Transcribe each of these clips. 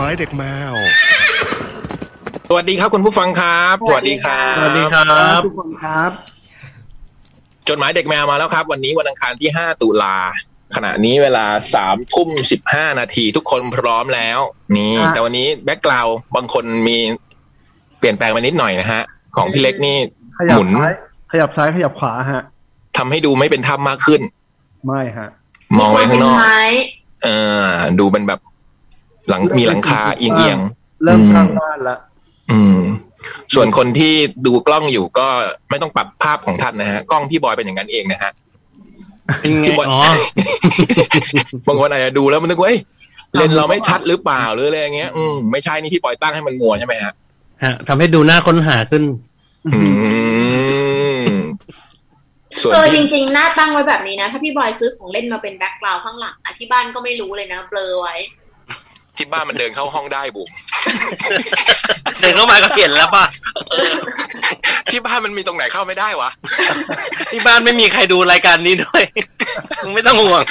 ายเด็กแมวสวัสดีครับคุณผู้ฟังครับสวัสดีครับสวัสดีครับทุกคนครับจดหมายเด็กแมวมาแล้วครับวันนี้วันอังคารที่5ตุลาขณะนี้เวลา 3:15 นาทีทุกคนพร้อมแล้วนี่แต่วันนี้แบ็คกราวด์บางคนมีเปลี่ยนแปลงมานิดหน่อยนะฮะของพี่เล็กนี่หมุนขยับซ้ายขยับขวาฮะทำให้ดูไม่เป็นถ้ำมากขึ้นไม่ฮะมองไปข้างนอกดูเป็นแบบหลังมีหลังคาเอียงเริ่มสร้างบ้านละส่วนคนที่ดูกล้องอยู่ก็ไม่ต้องปรับภาพของท่านนะฮะกล้องพี่บอยเป็นอย่างนั้นเองนะฮะพี่บอยบางคนอาจจะดูแล้วมันนึกว่าเลนเราไม่ชัดหรือเปล่าหรืออะไรอย่างเงี้ยไม่ใช่นี่พี่บอยตั้งให้มันมัวใช่ไหมฮะทำให้ดูน่าค้นหาขึ้นจริงๆหน้าตั้งไว้แบบนี้นะถ้าพี่บอยซื้อของเล่นมาเป็นแบ็คกราวด์ข้างหลังที่บ้านก็ไม่รู้เลยนะเบลอไว้ที่บ้านมันเดินเข้าห้องได้บุ๋มเดินเข้ามาก็เห็นแล้วป่ะที่บ้านมันมีตรงไหนเข้าไม่ได้วะที่บ้านไม่มีใครดูรายการนี้ด้วยไม่ต้องห่วง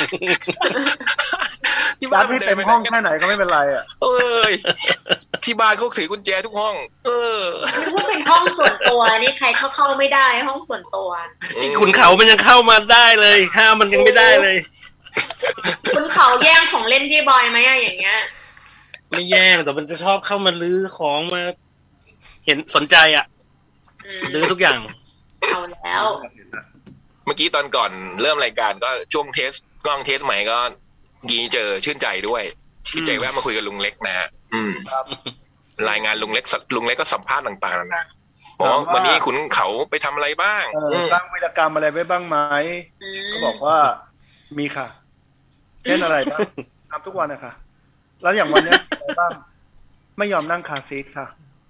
ที่บ้านให้เต็มห้องแค่ไหนก็ไม่เป็นไรอ่ะที่บ้านเขาถือกุญแจทุกห้องนึกว่าเป็นห้องส่วนตัวนี่ใครเข้าไม่ได้ห้องส่วนตัวนี่ขุนเขามันยังเข้ามาได้เลยห้ามมันยังไม่ได้เลยขุนเขาแย่งของเล่นพี่บอยไหมอะอย่างเงี้ยไม่แย่งแต่มันจะชอบเข้ามาลื้อของมาเห็นสนใจอ่ะลื้อทุกอย่างเอาแล้วเมื่อกี้ตอนก่อนเริ่มรายการก็ช่วงเทสกล้องเทสใหม่ก็กี้เจอชื่นใจด้วยชื่นใจแวะมาคุยกับลุงเล็กนะฮะรายงานลุงเล็กก็สัมภาษณ์ต่างๆนะบอกวันนี้ขุนเขาไปทำอะไรบ้างสร้างวีรกรรมอะไรไว้บ้างไหมเขาบอกว่ามีค่ะเช่นอะไรบ้างทำทุกวันนะคะแล้วอย่างวันนี้อะไรบ้างไม่ยอมนั่งคาร์ซีทค่ะ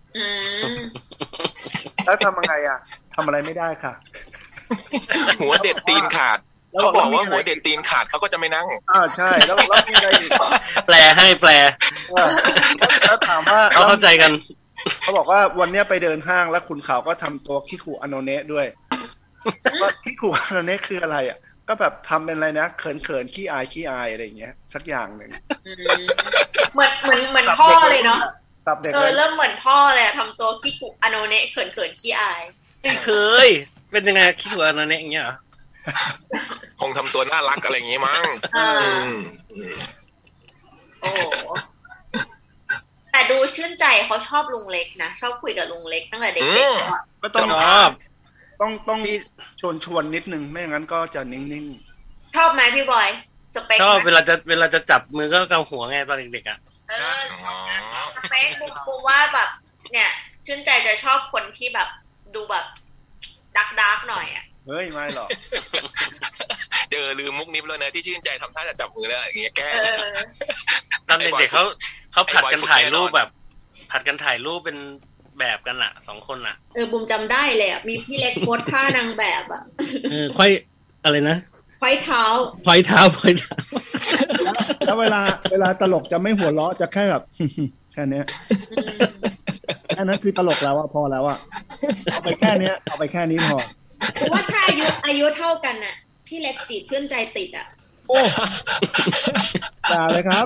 แล้วทำยังไงอ่ะทำอะไรไม่ได้ค่ะหัวเด็ดตีนขาดเขาบอกว่าหัวเด็ดตีนขาดเขาก็จะไม่นั่งใช่แล้วมีอะไรอีกแปลแล้วถามว่าเข้าใจกันเขาบอกว่าวันนี้ไปเดินห้างแล้วคุณเขาก็ทำตัวขี้ขู่อโนเนะด้วยว่าขี้ขู่อโนเนะคืออะไรอ่ะก็แบบทำเป็นอะไรนะเขินขี้อายอะไรอย่างเงี้ยสักอย่างหนึ่งเหมือนพ่อเลยเนาะเริ่มเหมือนพ่อเลยทำตัวขี้ขู่อโนเนะเขินขี้อายไม่เคยเป็นยังไงขี้ขู่อโนเนะอย่างเงี้ยคงทำตัวน่ารักอะไรอย่างงี้มั้งโอ้แต่ดูชื่นใจเขาชอบลุงเล็กนะชอบคุยกับลุงเล็กตั้งแต่เด็กๆก็ต้องชวนนิดนึงไม่อย่างนั้นก็จะนิ่งๆชอบไหมพี่บอยสเปคชอบเวลาจะจับมือก็เกาหัวไงตอนเด็กๆอ่ะสเปคบูมว่าแบบเนี่ยชื่นใจจะชอบคนที่แบบดูแบบดาร์กหน่อยอ่ะเฮ้ยไม่หรอกเจอลืมมุกนิบแล้วนะที่ชื่นใจทำท่าจะจับมือแล้วอย่างเงี้ยแก้ตอนเด็กๆเขาผัดกันถ่ายรูปแบบผัดกันถ่ายรูปเป็นแบบกันอ่ะ2คนอ่ะบูมจำได้เลยอ่ะมีพี่เล็กโพสท่านางแบบอ่ะค่อยอะไรนะค่อยเท้าแล้วเวลาตลกจะไม่หัวเราะจะแค่แบบแค่นี้แค่นั้นคือตลกแล้วอ่ะพอแล้วอ่ะเอาไปแค่นี้พอว่าถ้าอายุเท่ากันน่ะพี่เล็กจีบชื่นใจติดอ่ะโอ้ด่าเลยครับ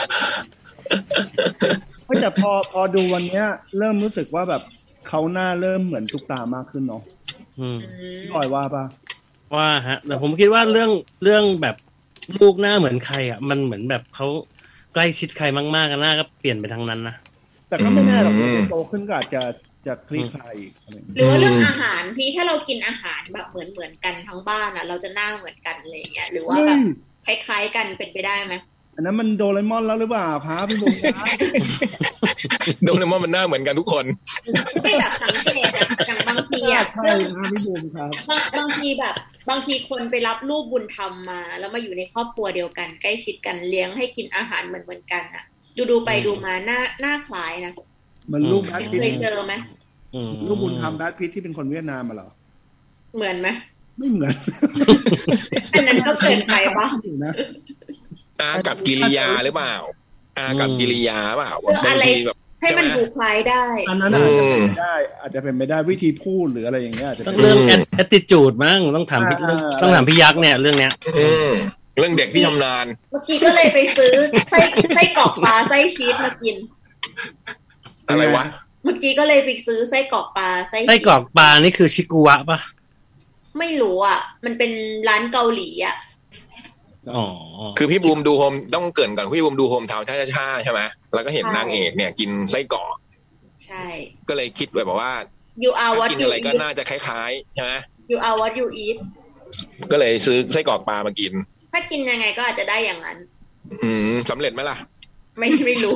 แต่พอดูวันนี้เริ่มรู้สึกว่าแบบเขาหน้าเริ่มเหมือนตุ๊กตามากขึ้นเนาะปล่อยว่าป่ะว่าฮะแต่ผมคิดว่าเรื่องแบบลูกหน้าเหมือนใครอ่ะมันเหมือนแบบเขาใกล้ชิดใครมากๆกันหน้าก็เปลี่ยนไปทางนั้นนะแต่ก็ไม่แน่หรอกโตขึ้นก็อาจจะคลี่คลายอีกหรือว่าเรื่องอาหารพี่ถ้าเรากินอาหารแบบเหมือนกันทั้งบ้านอ่ะเราจะหน้าเหมือนกันอะไรอย่างเงี้ยหรือว่าแบบคล้ายๆกันเป็นไปได้ไหมอันนั้นมันโดเรมอนแล้วหรือเปล่าครับพี่บุ๋มโดเรมอนมันหน้าเหมือนกันทุกคนไม่แบบสังเกตอย่างบางทีอ่ะใช่ครับพี่บุ๋มครับบางทีคนไปรับลูกบุญธรรมมาแล้วมาอยู่ในครอบครัวเดียวกันใกล้ชิดกันเลี้ยงให้กินอาหารเหมือนกันอ่ะดูไปดูมาหน้าคล้ายนะมันลูกแบทพิทเคยเจอไหมลูกบุญธรรมแบทพิทที่เป็นคนเวียดนามมาเหรอเหมือนไหมไม่เหมือนอันนั้นก็เกินไปปะกับกิริยาหรือเปล่ากับกิริยาเปล่าบางทีแบบให้มันดูคล้ายได้อันนั้นอาจจะเป็นไม่ได้วิธีพูดหรืออะไรอย่างเงี้ยอาจจะต้องเรื่อง attitude มั้งต้องถามพี่ยักษ์เนี่ยเรื่องเนี้ยเรื่องเด็กที่ทำนานเมื่อกี้ก็เลยไปซื้อไส้กรอกปลาไส้ชีสมากินอะไรวะเมื่อกี้ก็เลยไปซื้อไส้กรอกปลาไส้กรอกปลานี่คือชิกุวะปะไม่รู้อ่ะมันเป็นร้านเกาหลีอ่ะอ๋อคือพี่บูมดูโฮมต้องเกริ่นก่อนพี่บูมดูโฮมทาวน์ช่าใช่ไหมแล้วก็เห็นนางเอกเนี่ยกินไส้กรอกใช่ก็เลยคิดแบบว่า you are what กินอะไรก็น่าจะคล้ายๆใช่ไหม you are what you eat ก็เลยซื้อไส้กรอกปลามากินถ้ากินยังไงก็อาจจะได้อย่างนั้นสำเร็จไหมล่ะไม่รู้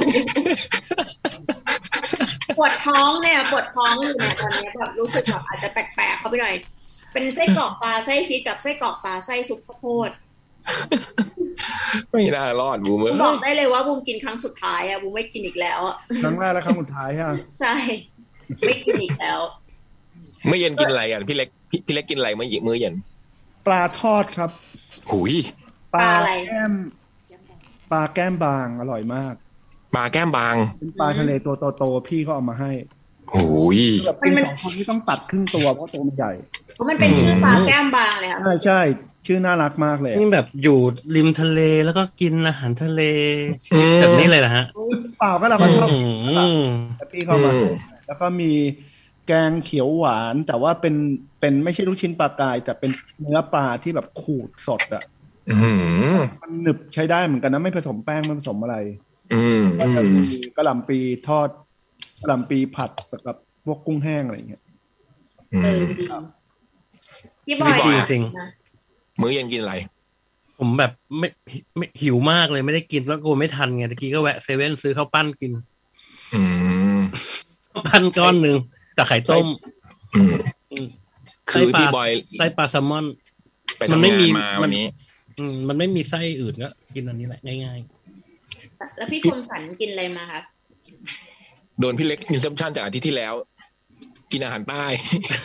ปวดท้องเนี่ยปวดท้องอยู่เนี่ยตอนนี้แบบรู้สึกแบบอาจจะแปลกๆเข้าไปหน่อยเป็นไส้กรอกปลาไส้ชีสกับไส้กรอกปลาไส้ซุปข้าวโพดไม่น่ารอดบูมบอกได้เลยว่าบูมกินครั้งสุดท้ายอะบูมไม่กินอีกแล้วอะครั้งแรกและครั้งสุดท้ายใช่ใช่ไม่กินอีกแล้วเมื่อเย็นกินอะไรอ่ะพี่เล็กกินอะไรมื้อเย็นปลาทอดครับหุยปลาอะไรปลาแก้มบางอร่อยมากปลาแก้มบางเป็นปลาทะเลตัวโตๆพี่เขาเอามาให้หุยเป็นสองคนที่ต้องตัดครึ่งตัวเพราะตัวมันใหญ่มันเป็นชื่อปลาแก้มบางเลยค่ะใช่ชื่อน่ารักมากเลยนี่แบบอยู่ริมทะเลแล้วก็กินอาหารทะเลแบบนี้เลยเหรอฮะเปล่าก็เราก็ชอบแต่พี่เข้ามาแล้วก็มีแกงเขียวหวานแต่ว่าเป็นไม่ใช่ลูกชิ้นปลากายแต่เป็นเนื้อปลาที่แบบขูดสดอ่ะมันหนึบใช้ได้เหมือนกันนะไม่ผสมแป้งไม่ผสมอะไรก็จะมีกะหล่ำปีทอดกะหล่ำปีผัดกับพวกกุ้งแห้งอะไรอย่างเงี้ยพี่บอยดีจริงมื้อเย็นกินอะไรผมแบบไม่หิวมากเลยไม่ได้กินแล้วกูไม่ทันไงตะกี้ก็แวะเซเว่นซื้อข้าวปั้นกินข้าวปั้นก้อนนึงจากไข่ต้มคือพี่บอยไส้ปลาแซลมอนมันไม่มีวันนี้มันไม่มีไส้อื่นก็กินอันนี้แหละง่ายๆแล้วพี่คมสันกินอะไรมาคะโดนพี่เล็กอินเซปชั่นจากอาทิตย์ที่แล้วกินอาหารใต้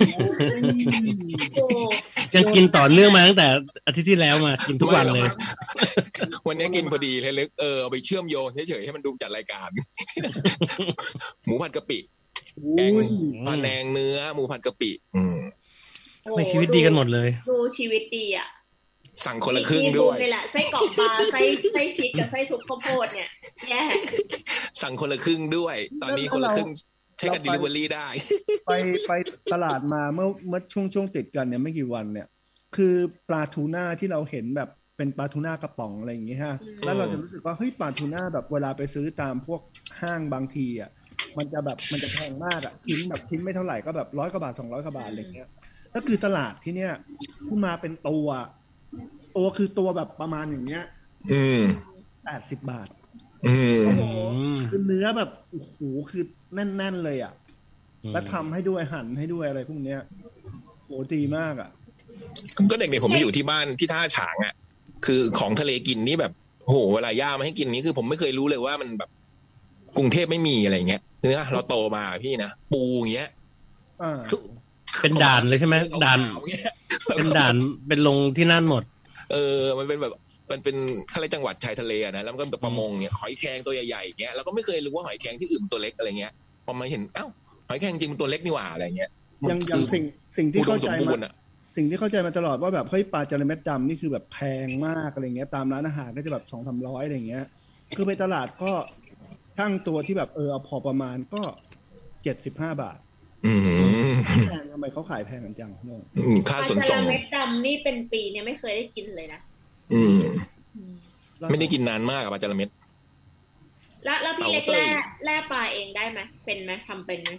ยังกินต่อเนื่องมาตั้งแต่อาทิตย์ที่แล้วมากินทุกวันเลยวันนี้กินพอดีเลยลึกเอาไปเชื่อมโยงเฉยๆให้มันดูจัดรายการหมูผัดกะปิแกงพะแนงเนื้อหมูผัดกะปิไม่ชีวิตดีกันหมดเลยดูชีวิตดีอ่ะสั่งคนละครึ่งด้วยนี่แหละไส้กรอกปลาไส้ชีสกับไส้ทุกข้าวโพดเนี่ยแย่สั่งคนละครึ่งด้วยตอนนี้คนละครึ่งใช้กับ delivery ได้ไปตลาดมาเมื่อช่วงติดกันเนี่ยไม่กี่วันเนี่ยคือปลาทูน่าที่เราเห็นแบบเป็นปลาทูน่ากระป๋องอะไรอย่างเงี้ยฮะแล้วเราจะรู้สึกว่าเฮ้ยปลาทูน่าแบบเวลาไปซื้อตามพวกห้างบางทีอ่ะมันจะแพงมากอ่ะชิ้นไม่เท่าไหร่ก็แบบ100 กว่าบาท200 กว่าบาทอะไรเงี้ยก็คือตลาดที่เนี้ยขึ้นมาเป็นตัวคือตัวแบบประมาณอย่างเงี้ย80 บาทคือเนื้อแบบโอ้โหคือแน่นๆเลยอ่ะแล้วทำให้ด้วยหั่นให้ด้วยอะไรพวกเนี้ยโหดีมากอ่ะก็เด็กๆผมไปอยู่ที่บ้านที่ท่าฉางอ่ะคือของทะเลกินนี่แบบโหเวลาย่ามาให้กินนี้คือผมไม่เคยรู้เลยว่ามันแบบกรุงเทพไม่มีอะไรเงี้ยเนื้อเราโตมาพี่นะปูอย่างเงี้ยเป็นด่านเลยใช่ไหมด่านเป็นด่านเป็นลงที่นั่นหมดมันเป็นแบบมันเป็นข้าราชจังหวัดชายทะเลนะแล้วก็แบบประมงเนี่ยหอยแครงตัวใหญ่ๆอย่างเงี้ยเราก็ไม่เคยรู้ว่าหอยแครงที่อื่นตัวเล็กอะไรเงี้ยพอมาเห็นหอยแครงจริงมันตัวเล็กนี่หว่าอะไรเงี้ยอย่างสิ่งที่เข้าใจมาตลอดว่าแบบเฮ้ยปลาจระเม็ดดำนี่คือแบบแพงมากอะไรเงี้ยตามร้านอาหารก็จะแบบ200-300อะไรเงี้ยคือไปตลาดก็ทั้งตัวที่แบบพอประมาณก็75 บาทแพงทำไมเขาขายแพงกันจังค่าขนส่งปลาจระเม็ดดำนี่เป็นปีเนี่ยไม่เคยได้กินเลยนะไม่ได้กินนานมากปลาจระเม็ดแล้วพี่เล็กแล่ปลาเองได้ไหมเป็นไหมทำเป็นไหม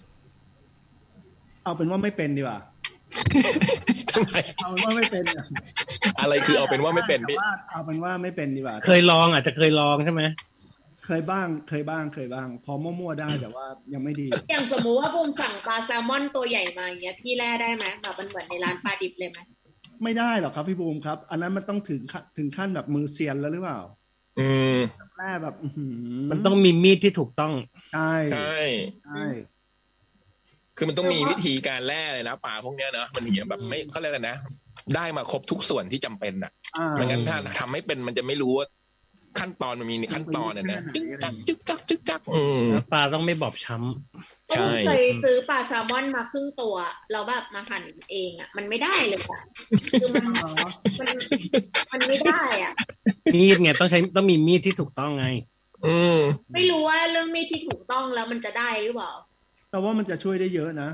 เอาเป็นว่าไม่เป็นดีกว่าทำไมเอาเป็นว่าไม่เป็นอะไรคือเอาเป็นว่าไม่เป็นพี่เอาเป็นว่าไม่เป็นดีกว่าเคยลองอาจจะเคยลองใช่ไหมเคยบ้างพอมั่วๆได้แต่ว่ายังไม่ดีอย่างสมมุติว่าบูมสั่งปลาแซลมอนตัวใหญ่มาอย่างเงี้ยพี่แล่ได้ไหมแบบมันเหมือนในร้านปลาดิบเลยไหมไม่ได้หรอกครับพี่บูมครับอันนั้นมันต้องถึงขั้นแบบมือเซียนแล้วหรือเปล่าแล่แบบมันต้องมีมีดที่ถูกต้องใช่คือมันต้องมีวิธีการแล่เลยนะปลาพวกเนี้ยนะมันอย่างแบบไม่เขาเรียกกันนะได้มาครบทุกส่วนที่จำเป็นอ่ะไม่งั้นถ้าทำไม่เป็นมันจะไม่รู้ว่าขั้นตอนมันมีขั้นตอนนะจึ๊กจักปลาต้องไม่บอบช้ำใช่เคยซื้อปลาแซลมอนมาครึ่งตัวเราแบบมาหั่นเองอ่ะมันไม่ได้เลยค่ะคือมันไม่ได้อ่ะมีดไงต้องมีมีดที่ถูกต้องไงไม่รู้ว่าเรื่องมีดที่ถูกต้องแล้วมันจะได้หรือเปล่าแต่ว่ามันจะช่วยได้เยอะนะ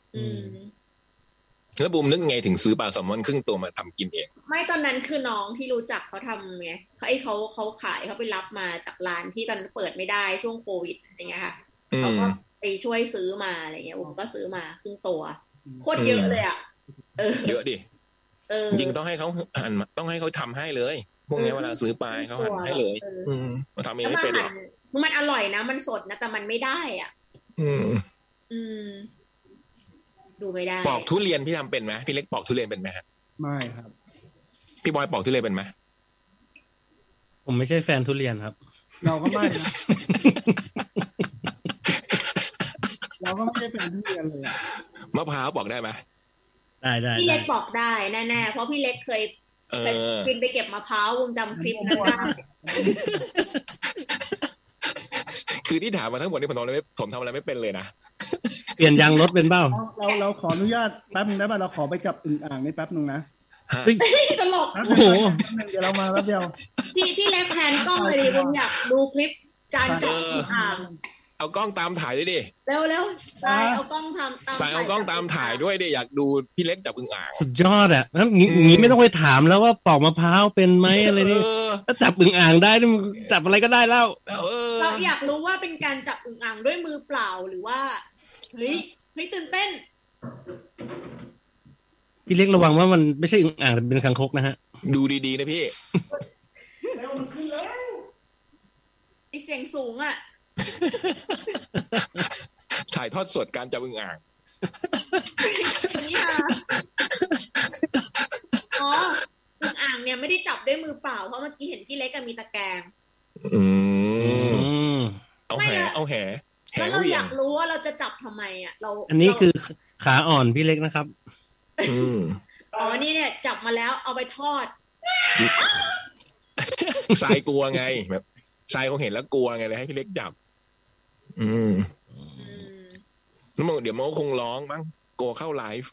แล้วบูมนึกไงถึงซื้อปลาแซลมอนครึ่งตัวมาทำกินเองไม่ตอนนั้นคือน้องที่รู้จักเขาทำไงเขาขายเขาไปรับมาจากร้านที่ตอนเปิดไม่ได้ช่วงโควิดอย่างเงี้ยค่ะเขาก็ไปช่วยซื้อมาอะไรเงี้ยผมก็ซื้อมาครึ่งตัวโคตรเยอะเลยอ่ะเยอะดิจริงต้องให้เขาหั่นต้องให้เขาทำให้เลยพวกนี้เวลาซื้อปลาเขาหั่นให้เลยมาทำเองไม่เป็นหรอกมันอร่อยนะมันสดนะแต่มันไม่ได้อ่ะดูไม่ได้ปอกทุเรียนพี่ทำเป็นไหมพี่เล็กปอกทุเรียนเป็นไหมฮะไม่ครับพี่บอยปอกทุเรียนเป็นไหมผมไม่ใช่แฟนทุเรียนครับเราก็ไม่นะเราก็ไม่ได้เป็นทุเรียนเลยมะพร้าวปอกได้ไหมได้พี่เล็กปอกได้แน่ๆเพราะพี่เล็กเคยบินไปเก็บมะพร้าววงจำคลิปนั้นได้คือที่ถามมาทั้งหมดนี่ผมทำอะไรไม่เป็นเลยนะเปลี่ยนยางรถเป็นเบ้าเราขออนุญาตแป๊บนึงได้ป่ะเราขอไปจับอึ่งอ่างในแป๊บนึงนะตลกโอ้โหเดี๋ยวเรามาแป๊บเดียวพี่เล็กแพนกล้องเลยดิผมอยากดูคลิปจานจับอึ่งอ่างเอากล้องตามถ่ายด้วยดิเร็วๆสายเอากล้องสายเอากล้องตามถ่ายด้วยดิอยากดูพี่เล็กจับอึ่งอ่างสุดยอดอ่ะแล้วงี้ไม่ต้องไปถามแล้วว่าปอกมะพร้าวเป็นไหมอะไรนี่ถ้าจับอึ่งอ่างได้จับอะไรก็ได้แล้วเราอยากรู้ว่าเป็นการจับอึ่งอ่างด้วยมือเปล่าหรือว่าเฮ้ยตื่นเต้นพี่เล็กระวังว่ามันไม่ใช่อึ่งอ่างแต่เป็นคางคกนะฮะดูดีๆนะพี่แล้วมันขึ้นแล้วไอเสียงสูงอ่ะถ่ายทอดสดการจับอึ่งอ่างอ๋ออึ่งอ่างเนี่ยไม่ได้จับด้วยมือเปล่าเพราะเมื่อกี้เห็นพี่เล็กมีตะแกรงเอาแหแล้วเราอยากรู้ว่าเราจะจับทำไมอ่ะอันนี้คือขาอ่อนพี่เล็กนะครับอ๋อนี่เนี่ยจับมาแล้วเอาไปทอดทรายกลัวไงแบบทรายคงเห็นแล้วกลัวไงเลยให้พี่เล็กจับแล้วเดี๋ยวมันก็คงร้องมั้งกลัวเข้าไลฟ์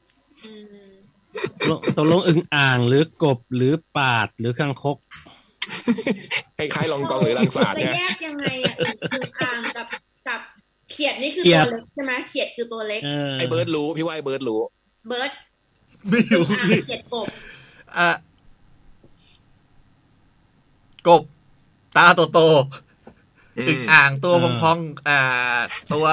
ตกลงอึ่งอ่างหรือกบหรือปาดหรือคางคกคล้ายๆลองกองหรือลังสาดเนี่ยแยกยังไงอ่ะอึ่งอ่างกับเขียดนี่คือตัวเล็กใช่ไหมเขียดคือตัวเล็กไอ้เบิร์ดรู้พี่ว่าไอ้เบิร์ดรู้เบิร์ดไม่รู้เขียดกบกบตาโตๆอึ่งอ่างตัวพองๆตัว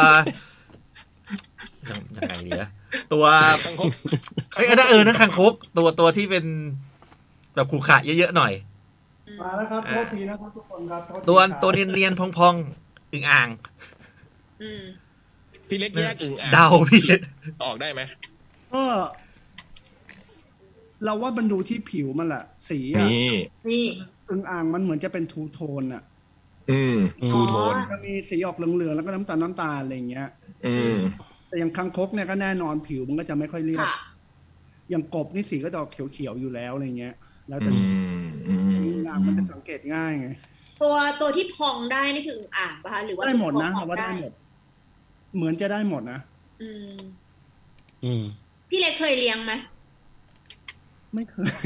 ยังไงเนี่ยตัวนั่นคางคกตัวที่เป็นแบบขรุขระเยอะๆหน่อยมาแล้วครับโทษทีนะครับทุกคนครับตัวเนียนๆพองๆอึ่งอ่างพี่เล็กแยกอึ่งอ่างเดาพี่ออกได้ไหมก็เราว่ามันดูที่ผิวมันแหละสีอ่ะนี่อึ่งอ่างมันเหมือนจะเป็นทูโทนอ่ะทูโทนจะมีสีออกเหลืองๆแล้วก็น้ำตาลอะไรอย่างเงี้ยแต่อย่างคางคกเนี่ยก็แน่นอนผิวมันก็จะไม่ค่อยเรียบอย่างกบนี่สีก็จะเขียวๆอยู่แล้วอะไรเงี้ยแล้วแต่อึ่งอ่างมันจะสังเกตง่ายไงตัวที่พองได้นี่คืออึ่งอ่างป่ะคะหรือว่าได้หมดนะแต่ว่าได้หมดเหมือนจะได้หมดนะพี่เล็กเคยเลี้ยงไหมไม่เคย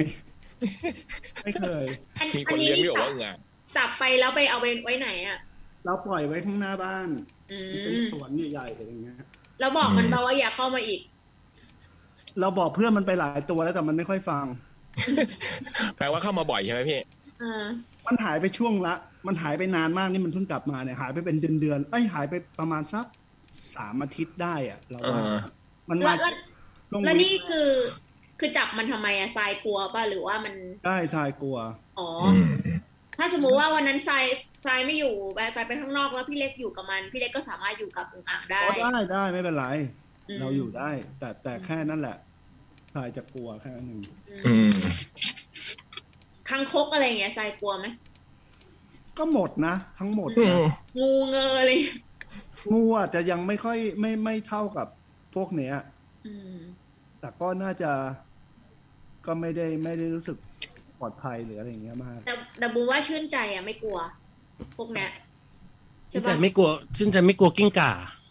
มีคนเลี้ยงด้วยว่าอึ่งอ่างจับไปแล้วไปเอาไว้ไหนอ่ะเราปล่อยไว้ข้างหน้าบ้านเป็นสวนใหญ่ๆอะไรอย่างเงี้ยเราบอกมันว่าอย่าเข้ามาอีกเราบอกเพื่อนมันไปหลายตัวแล้วแต่มันไม่ค่อยฟังแปลว่าเข้ามาบ่อยใช่ไหมพี่มันหายไปช่วงละมันหายไปนานมากนี่มันเพิ่งกลับมาเนี่ยหายไปเป็นเดือนหายไปประมาณสัก3 อาทิตย์ได้อ่ะเราว่ามันมาแล้วนี่คือจับมันทำไมอะทรายกลัวป่ะหรือว่ามันได้ทรายกลัวอ๋อถ้าสมมุติว่าวันนั้นทรายไม่อยู่ทรายไปข้างนอกแล้วพี่เล็กอยู่กับมันพี่เล็กก็สามารถอยู่กับอึ่งอ่างได้ได้ไม่เป็นไรเราอยู่ได้แต่แค่นั่นแหละทรายจะกลัวแค่นั้นเองคางคกอะไรเงี้ยทรายกลัวไหมก็หมดนะทั้งหมดงูเงยเลยงูอาจจะยังไม่ค่อยไม่เท่ากับพวกเนี้ยแต่ก็น่าจะก็ไม่ได้รู้สึกปลอดภัยหรืออะไรอย่างเงี้ยมากแต่บูว่าชื่นใจอ่ะไม่กลัวพวกเนี้ยชื่นใจไม่กลัวกิ้งก่า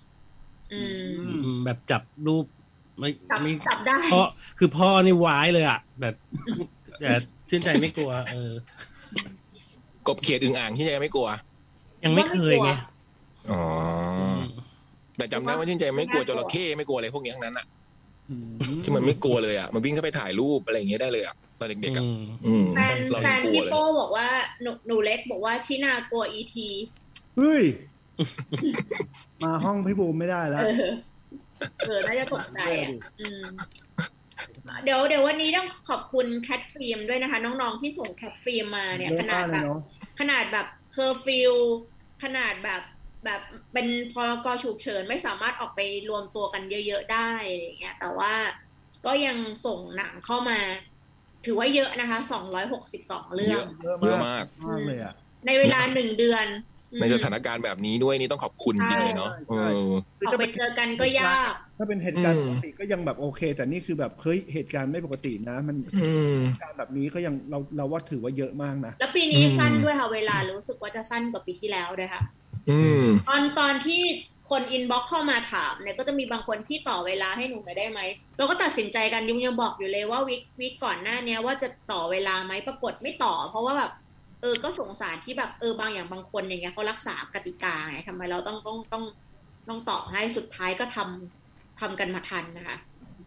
แบบจับรูปไม่จับได้เพราะคือพ่อนี่วายเลยอ่ะแบบแต่ชื่นใจไม่กลัวกบเขียดอึ่งอ่างที่ยังไม่กลัวยังไม่เคยไงอ๋อแต่จำได้ว่าชื่นใจไม่กลัวจระเข้ไม่กลัวอะไรพวกนี้ทั้งนั้นอ่ะที่มันไม่กลัวเลยอ่ะมันวิ่งเข้าไปถ่ายรูปอะไรอย่างเงี้ยได้เลยอ่ะตอนเด็กๆอ่ะแฟนพี่โป้บอกว่าหนูเล็กบอกว่าชินากลัวอีทีเฮ้ยมาห้องพี่บูมไม่ได้แล้วน่าจะตกใจอ่ะเดี๋ยววันนี้ต้องขอบคุณแคทฟิล์มด้วยนะคะน้องๆที่ส่งแคทฟิล์มมาเนี่ยขนาดแบบเคอร์ฟิวขนาดแบบเป็นพรก.ฉุกเฉินไม่สามารถออกไปรวมตัวกันเยอะๆได้อย่างเงี้ยแต่ว่าก็ยังส่งหนังเข้ามาถือว่าเยอะนะคะ262เรื่องเยอะมากเลยอ่ะในเวลา1เดือนในสถานการณ์แบบนี้ด้วยนี่ต้องขอบคุณจริงเลยเนาะออกไปเจอกันก็ยากถ้าเป็นเหตุการณ์ปกติก็ยังแบบโอเคแต่นี่คือแบบเฮ้ยเหตุการณ์ไม่ปกตินะมันการแบบนี้ก็ยังเราว่าถือว่าเยอะมากนะแล้วปีนี้สั้นด้วยค่ะเวลารู้สึกว่าจะสั้นกว่าปีที่แล้วด้วยค่ะตอนที่คนอินบ็อกซ์เข้ามาถามเนี่ยก็จะมีบางคนที่ต่อเวลาให้หนูหน่อยได้ไหมเราก็ตัดสินใจกันยังบอกอยู่เลยว่าวิกก่อนหน้านี้ว่าจะต่อเวลาไหมปรากฏไม่ต่อเพราะว่าแบบก็สงสารที่แบบบางอย่างบางคนอย่างเงี้ยเขารักษากติกาไงทำไมเราต้องต่อให้สุดท้ายก็ทำกันมาทันนะคะ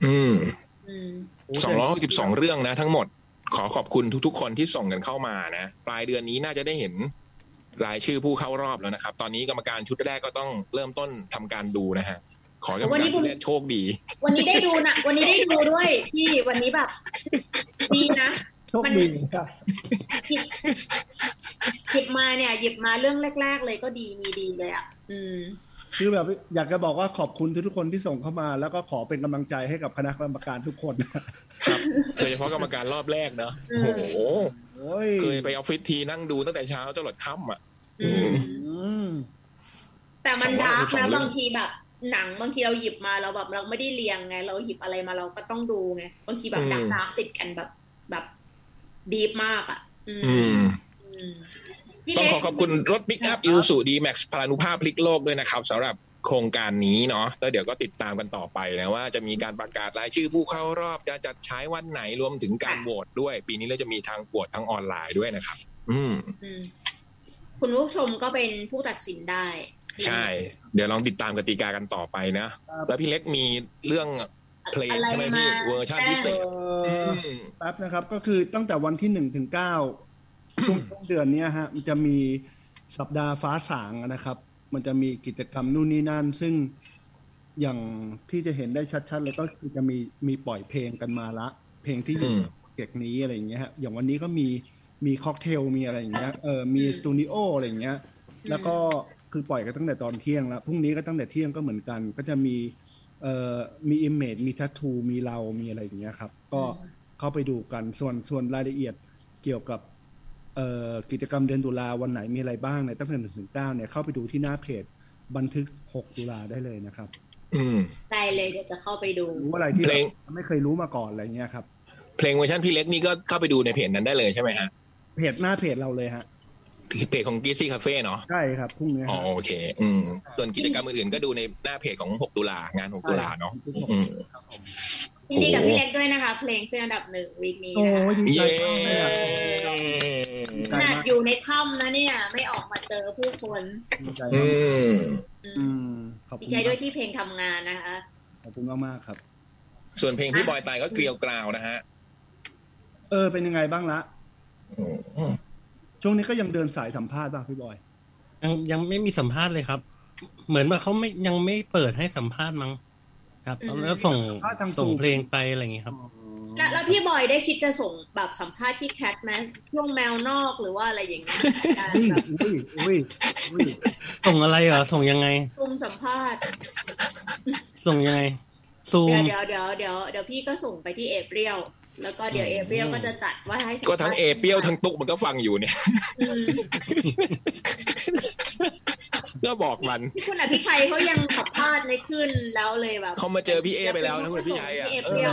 262เรื่องนะทั้งหมดขอบคุณทุกๆคนที่ส่งกันเข้ามานะปลายเดือนนี้น่าจะได้เห็นรายชื่อผู้เข้ารอบแล้วนะครับตอนนี้กรรมการชุดแรกก็ต้องเริ่มต้นทำการดูนะฮะขอกรรมการชุดแรกโชคดีวันนี้ได้ดูนะวันนี้ได้ดูด้วยพี่วันนี้แบบดีนะมันหยิบมาเนี่ยหยิบมาเรื่องแรกๆเลยก็ดีมีดีเลยอ่ะคือแบบอยากจะบอกว่าขอบคุณทุกคนที่ส่งเข้ามาแล้วก็ขอเป็นกำลังใจให้กับคณะกรรมการทุกคนครับโดยเฉพาะกรรมการรอบแรกเนาะโอ้โหเคยไปออฟฟิศทีนั่งดูตั้งแต่เช้าจนหลดค่ำอ่ะแต่มันดาร์กนะบางทีแบบหนังบางทีเราหยิบมาเราแบบเราไม่ได้เรียงไงเราหยิบอะไรมาเราก็ต้องดูไงบางทีแบบดาร์กติดกันแบบดีฟมากอ่ะต้องขอบคุณรถปิกอัพอิซูซูดีแม็กซ์พลานุภาพพลิกโลกด้วยนะครับสำหรับโครงการนี้เนาะแล้วเดี๋ยวก็ติดตามกันต่อไปนะว่าจะมีการประกาศรายชื่อผู้เข้ารอบจะจัดฉายวันไหนรวมถึงการโหวตด้วยปีนี้เราจะมีทางโหวตทางออนไลน์ด้วยนะครับคุณผู้ชมก็เป็นผู้ตัดสินได้ใช่เดี๋ยวลองติดตามกติกากันต่อไปนะแล้วพี่เล็กมีเรื่องเพลงใช่ไหมพี่เวอร์ชันพิเศษแป๊บนะครับก็คือตั้งแต่วันที่1 ถึง 9ช่วงต้นเดือนนี้ฮะมันจะมีสัปดาห์ฟ้าสางนะครับมันจะมีกิจกรรมนู่นนี่นั่นซึ่งอย่างที่จะเห็นได้ชัดๆเลยก็คือจะมีปล่อยเพลงกันมาละเพลงที่อยู่โปรเจกต์นี้อะไรอย่างเงี้ยฮะอย่างวันนี้ก็มีค็อกเทลมีอะไรอย่างเงี้ยมีสตูดิโออะไรอย่างเงี้ยแล้วก็คือปล่อยกันตั้งแต่ตอนเที่ยงแล้วพรุ่งนี้ก็ตั้งแต่เที่ยงก็เหมือนกันก็จะมีอิมเมจมีทัตทูมีเรามีอะไรอย่างเงี้ยครับก็เข้าไปดูกันส่วนรายละเอียดเกี่ยวกับกิจกรรมเดือนตุลาวันไหนมีอะไรบ้างในตั้งแต่1 ถึง 9เนี่ยเข้าไปดูที่หน้าเพจบันทึก6 ตุลาได้เลยนะครับได้เลยเดี๋ยวจะเข้าไปดูรู้อะไรที่ไม่เคยรู้มาก่อนอะไรเงี้ยครับเพลงเวอร์ชันพี่เล็กนี่ก็เข้าไปดูในเพจนั้นได้เลยใช่ไหมฮะเพจหน้าเพจเราเลยฮะเพจของกีซี่คาเฟ่เนาะใช่ครับพรุ่งนี้โอเคส่วนกิจกรรมอื่นๆก็ดูในหน้าเพจของ6 ตุลางาน6 ตุลาเนาะยินดีกับพี่เล็กด้วยนะคะเพลงขึ้นอันดับ1วีคนี้นะคะขนาดอยู่ในถ้ำนะเนี่ยไม่ออกมาเจอผู้คนดีใจด้วยที่เพลงทำงานนะคะขอบคุณมากๆครับส่วนเพลงที่บอยตายก็เกลียวกราวนะฮะเป็นยังไงบ้างละช่วงนี้ก็ยังเดินสายสัมภาษณ์ป่ะพี่บอยยังไม่มีสัมภาษณ์เลยครับเหมือนว่าเขายังไม่เปิดให้สัมภาษณ์มั้งครับแล้วส่งเพลงไปอะไรอย่างเงี้ยครับแล้วพี่บอยได้คิดจะส่งแบบสัมภาษณ์ที่แคทไหมช่วงแมวนอกหรือว่าอะไรอย่างเงี้ยส่งอะไรเหรอส่งยังไงซูมสัมภาษณ์ส่งยังไงซูมเดี๋ยวพี่ก็ส่งไปที่เอเปรียลแล้วก็เดี๋ยวเอเปรียลก็จะจัดว่าให้ก็ทั้งเอเปรียลทั้งตุ๊กมันก็ฟังอยู่เนี่ยก็บอกมันคุณอภิชัยเขายังสัมภาษณ์ในขึ้นแล้วเลยแบบเขามาเจอพี่เอไปแล้วนะคุณพี่ชัยอ่ะ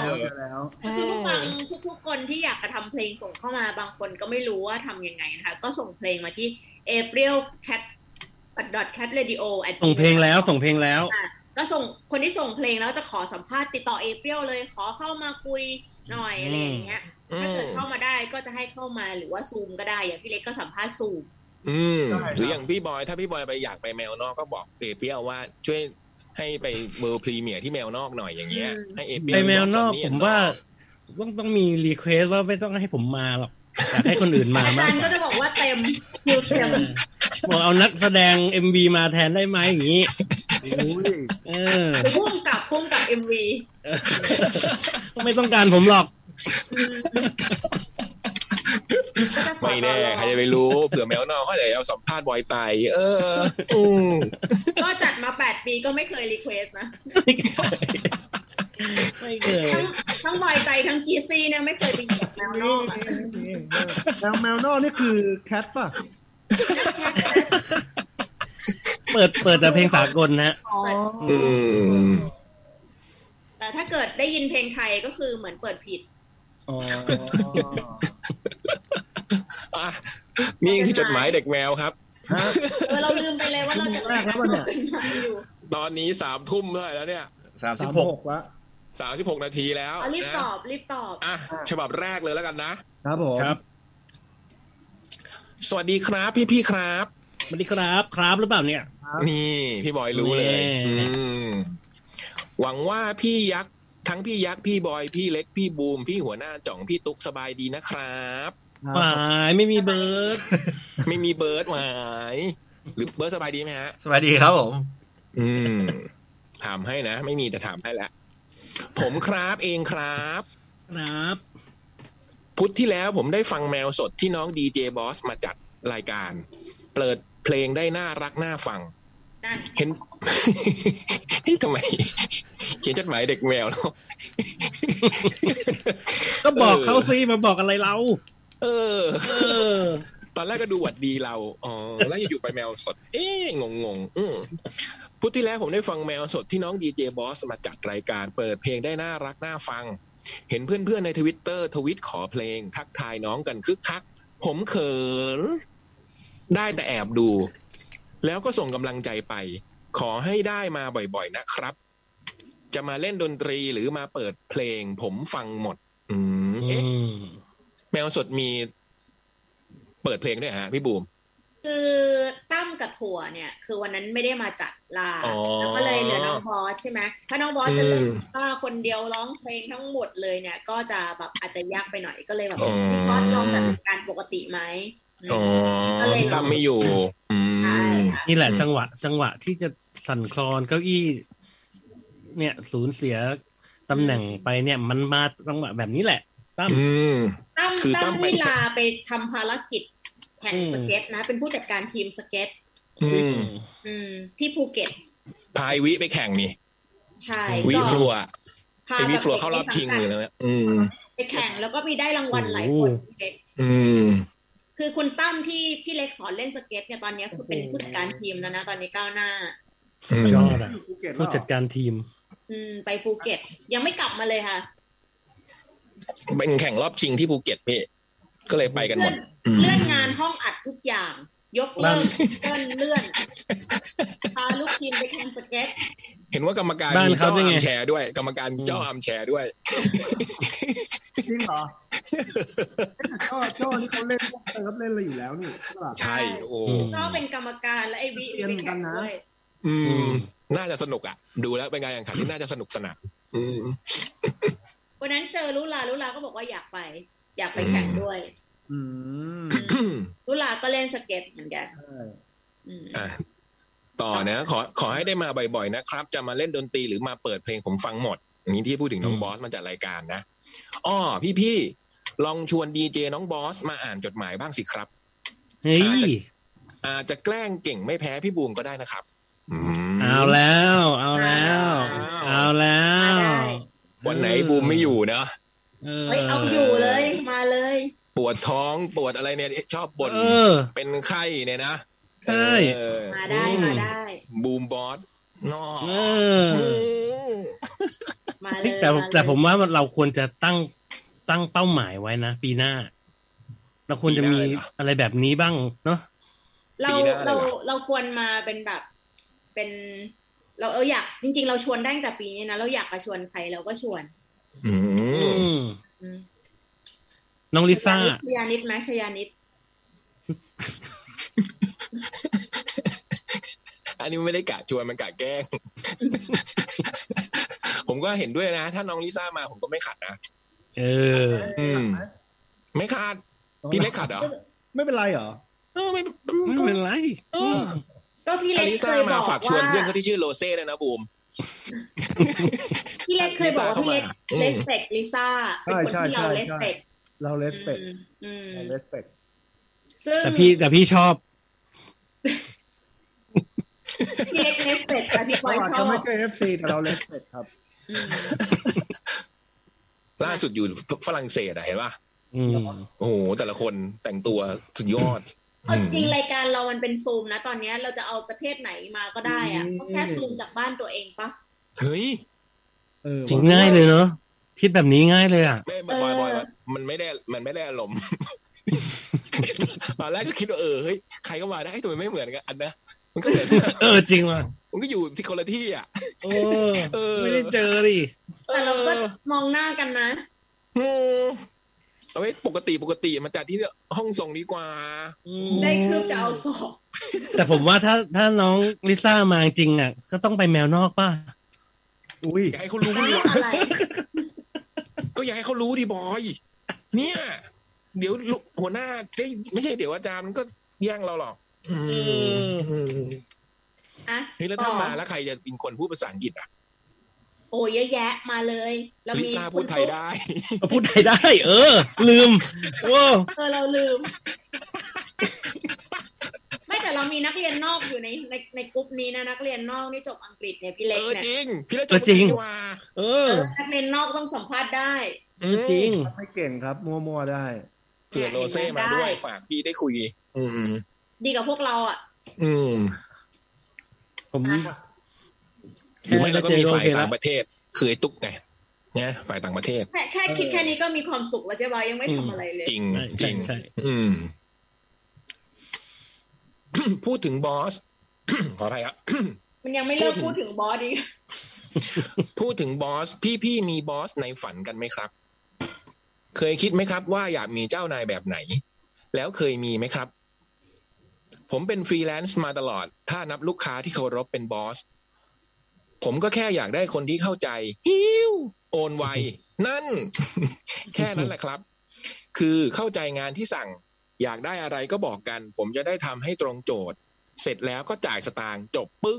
ทุกคนที่อยากจะทำเพลงส่งเข้ามาบางคนก็ไม่รู้ว่าทำยังไงนะคะก็ส่งเพลงมาที่ april.cat.catradio ส่งเพลงแล้วก็ส่งคนที่ส่งเพลงแล้วจะขอสัมภาษณ์ติดต่อเอเปรียลเลยขอเข้ามาคุยหน่อยอะไรอย่างเงี้ยถ้าเกิดเข้ามาได้ก็จะให้เข้ามาหรือว่าซูมก็ได้อย่างพี่เล็กก็สัมภาษณ์ซูมหรืออย่างพี่บอยถ้าพี่บอยไปอยากไปแมวนอกก็บอกเอเปียวว่าช่วยให้ไปเวิลด์พรีเมียร์ที่แมวนอกหน่อยอย่างเงี้ยให้เอเปียวไปแมวนอกผมว่าต้องมีรีเควสว่าไม่ต้องให้ผมมาหรอกอยากให้คนอื่นมาอาจารย์ก็จะบอกว่าเต็มคิวเต็มบอกเอานักแสดง MV มาแทนได้ไหมอย่างนี้พุ่งกับMV ไม่ต้องการผมหรอกไม่แน่ใครจะไปรู้เผื่อแมวนอกเขาจะเอาสัมภาษณ์บอยไตก็จัดมา8 ปีก็ไม่เคยรีเควสนะไม่เคยทั้งบอยไตทั้งกีซี่เนี่ยไม่เคยไปกับแมวนอกแมวนอกนี่คือแคทป่ะเปิดแต่เพลงสากลนะแต่ถ้าเกิดได้ยินเพลงไทยก็คือเหมือนเปิดผิดนี่คือจดหมายเด็กแมวครับเราลืมไปเลยว่าเราจะได้รับจดหมายอยู่ตอนนี้3 ทุ่มเท่าไหร่แล้วเนี่ย 36 ละ36 นาทีแล้วรีบตอบฉบับแรกเลยแล้วกันนะครับผมสวัสดีครับพี่ครับสวัสดีครับหรือเปล่าเนี่ยนี่พี่บอยรู้เลยหวังว่าพี่ยักษ์ทั้งพี่ยักษ์พี่บอยพี่เล็กพี่บูมพี่หัวหน้าจ่องพี่ตุ๊กสบายดีนะครับหวายไม่มีเบิร์ดไม่มีเบิร์ดหวายหรือเบิร์ดสบายดีไหมฮะสบายดีครับผมถามให้นะไม่มีแต่ถามให้แล้วผมครับเองครับพุธที่แล้วผมได้ฟังแมวสดที่น้องดีเจบอสมาจัดรายการเปิดเพลงได้น่ารักน่าฟังเห็นทำไมเขียนจดหมายเด็กแมวเนาะก็บอกเขาสิมาบอกอะไรเราตอนแรกก็ดูหวัดดีเราแล้วอยู่ไปแมวสดงงพุธที่แล้วผมได้ฟังแมวสดที่น้องดีเจบอสมาจัดรายการเปิดเพลงได้น่ารักน่าฟังเห็นเพื่อนๆใน Twitter ทวิตขอเพลงทักทายน้องกันคึกคักผมเขินได้แต่แอบดูแล้วก็ส่งกำลังใจไปขอให้ได้มาบ่อยๆนะครับจะมาเล่นดนตรีหรือมาเปิดเพลงผมฟังหมดแมวสดมีเปิดเพลงด้วยฮะพี่บูมคือตั้มกับถั่วเนี่ยคือวันนั้นไม่ได้มาจัดลาแล้วก็เลยเหลือน้องบอสใช่ไหมถ้าน้องบอสจะเล่นก็คนเดียวร้องเพลงทั้งหมดเลยเนี่ยก็จะแบบอาจจะยากไปหน่อยก็เลยแบบพี่บอสลองจัดการปกติไหมตั้มไม่อยู่นี่แหละจังหวะที่จะสั่นคลอนเก้าอี้เนี่ยสูญเสียตำแหน่งไปเนี่ยมันมาจังหวะแบบนี้แหละตั้มเวลาไปทำภารกิจแข่งสเก็ตนะเป็นผู้จัดการทีมสเก็ตที่ภูเก็ตพายวิไปแข่งนี่ใช่วิฟลัววิฟลัวเข้ารอบชิงเลยนะไปแข่งแล้วก็มีได้รางวัลหลายคนคือคุณตั้มที่พี่เล็กสอนเล่นสเก็ตเนี่ยตอนนี้คือเป็นผู้จัดการทีมแล้วนะตอนนี้ก้าวหน้ายอดอ่ะผู้จัดการทีมไปภูเก็ตยังไม่กลับมาเลยค่ะเป็นแข่งรอบชิงที่ภูเก็ตพี่ก็เลยไปกันหมดเลื่อนงานห้องอัดทุกอย่างยกเลิกเลื่อนพาลูกทีมไปแข่งสเก็ตเห็นว่ากรรมการมีเจ้าอาร์มแชร์ด้วยกรรมการเจ้าอาร์มแชร์ด้วยจริงเหรอเจ้านี่เขาเล่นเล่นอะไรอยู่แล้วนี่ใช่โอ้ก็เป็นกรรมการและไอ้วิไปแข่งด้วยน่าจะสนุกอ่ะดูแล้วเป็นการแข่งขันที่น่าจะสนุกสนานวันนั้นเจอลุลาก็บอกว่าอยากไปแข่งด้วยลุลาก็เล่นสเก็ตเหมือนกันต่อนะขอให้ได้มาบ่อยๆนะครับจะมาเล่นดนตรีหรือมาเปิดเพลงผมฟังหมดนี้ที่พูดถึงน้องบอสมาจากรายการนะพี่ลองชวนดีเจน้องบอสมาอ่านจดหมายบ้างสิครับอาจจะแกล้งเก่งไม่แพ้พี่บูมก็ได้นะครับเอาแล้ววันไหนบูมไม่อยู่เนาะเอาอยู่เลยมาเลยปวดท้องปวดอะไรเนี่ยชอบบ่นเป็นไข้เนี่ยนะใช่มาได้บูมบอสนอมาเลยแต่ผมว่าเราควรจะตั้งเป้าหมายไว้นะปีหน้าเราควรจะมีอะไรแบบนี้บ้างเนาะเราควรมาเป็นแบบเป็นเราอยากจริงๆเราชวนได้ตั้งแต่ปีนี้นะเราอยากจะชวนใครเราก็ชวนน้องลิซ่าชยานิดไหมชยานิดอันนี้ไม่ได้กะชวนมันกะแกล้ง ผมก็เห็นด้วยนะถ้าน้องลิซ่ามาผมก็ไม่ขัดนะไม่ขัดพี่เล็กขัดเหรอไม่เป็นไรเหรอไม่เป็นไรก็พี่เล็กเคยบอกว่าฝากชวนเพื่อนเขาที่ชื่อโรเซ่เลยนะบูมพี่เล็กเคยบอกว่าพี่เล็กเลสเปคลิซ่าเป็นคนที่เราเลสเปคเราเลสเปคเราเลสเปคแต่พี่ชอบพี่เล็กเลสเปคแต่พี่ปอยชอบไม่ใช่ FC แต่เราเลสเปคครับล่าสุดอยู่ฝรั่งเศสเห็นป่ะโอ้โหแต่ละคนแต่งตัวสุดยอดเอาจริงรายการเรามันเป็นซูมนะตอนนี้เราจะเอาประเทศไหนมาก็ได้อะก็แค่ซูมจากบ้านตัวเองปะเฮ้ยจริงง่ายเลยเนาะคิดแบบนี้ง่ายเลยอ่ะบอยมันไม่ได้อารมณ์ตอนแรกก็คิดว่าเฮ้ยใครก็มาได้ทำไมไม่เหมือนกันอันนะมันก็เหมือนจริงว่ะมันก็อยู่ที่คนละที่อ่ะไม่ได้เจอดิแต่เราก็มองหน้ากันนะเอาไว้ปกติมาจัดที่ห้องส่งดีกว่าได้คืบจะเอาสอบแต่ผมว่าถ้าน้องลิซ่ามาจริงอ่ะก็ต้องไปแมวนอกป่ะอุ้ยอยากให้เขารู้ดิอะไรก็อยากให้เขารู้ดิบอยเนี่ยเดี๋ยวหัวหน้าไม่ใช่เดี๋ยวอาจารย์มันก็แย่งเราหรอกนี่แล้วถ้ามาแล้วใครจะเป็นคนพูดภาษาอังกฤษอ่ะโอ้ยเยอะแยะมาเลยเราลิซ่าพูดไทยได้พูดไทยได้ลืมเราลืมไม่แต่เรามีนักเรียนนอกอยู่ในกลุ่มนี้นะนักเรียนนอกนี่จบอังกฤษเนี่ยพี่เล็กเนี่ยจริงพี่เล็กจริงว่านักเรียนนอกต้องสัมภาษณ์ได้จริงไม่เก่งครับมั่วๆได้เผื่อโรเซ่มาด้วยฝากพี่ได้คุยดีกับพวกเราอ่ะผมหรือไม่เราก็มีฝ่ายต่างประเทศคือไอ้ตุ๊กไงเนี่ยฝ่ายต่างประเทศแค่คิดแค่นี้ก็มีความสุขแล้วใช่ไหมยังไม่ทำอะไรเลยจริงใช่พูดถึงบอสขออภัยครับมันยังไม่เลิกพูดถึงบอสดิพูดถึงบอสพี่มีบอสในฝันกันไหมครับเคยคิดไหมครับว่าอยากมีเจ้านายแบบไหนแล้วเคยมีไหมครับผมเป็นฟรีแลนซ์มาตลอดถ้านับลูกค้าที่เคารพเป็นบอสผมก็แค่อยากได้คนที่เข้าใจฮิวโอนไวนั่นแค่นั้นแหละครับคือเข้าใจงานที่สั่งอยากได้อะไรก็บอกกันผมจะได้ทำให้ตรงโจทย์เสร็จแล้วก็จ่ายสตางค์จบปึ้ง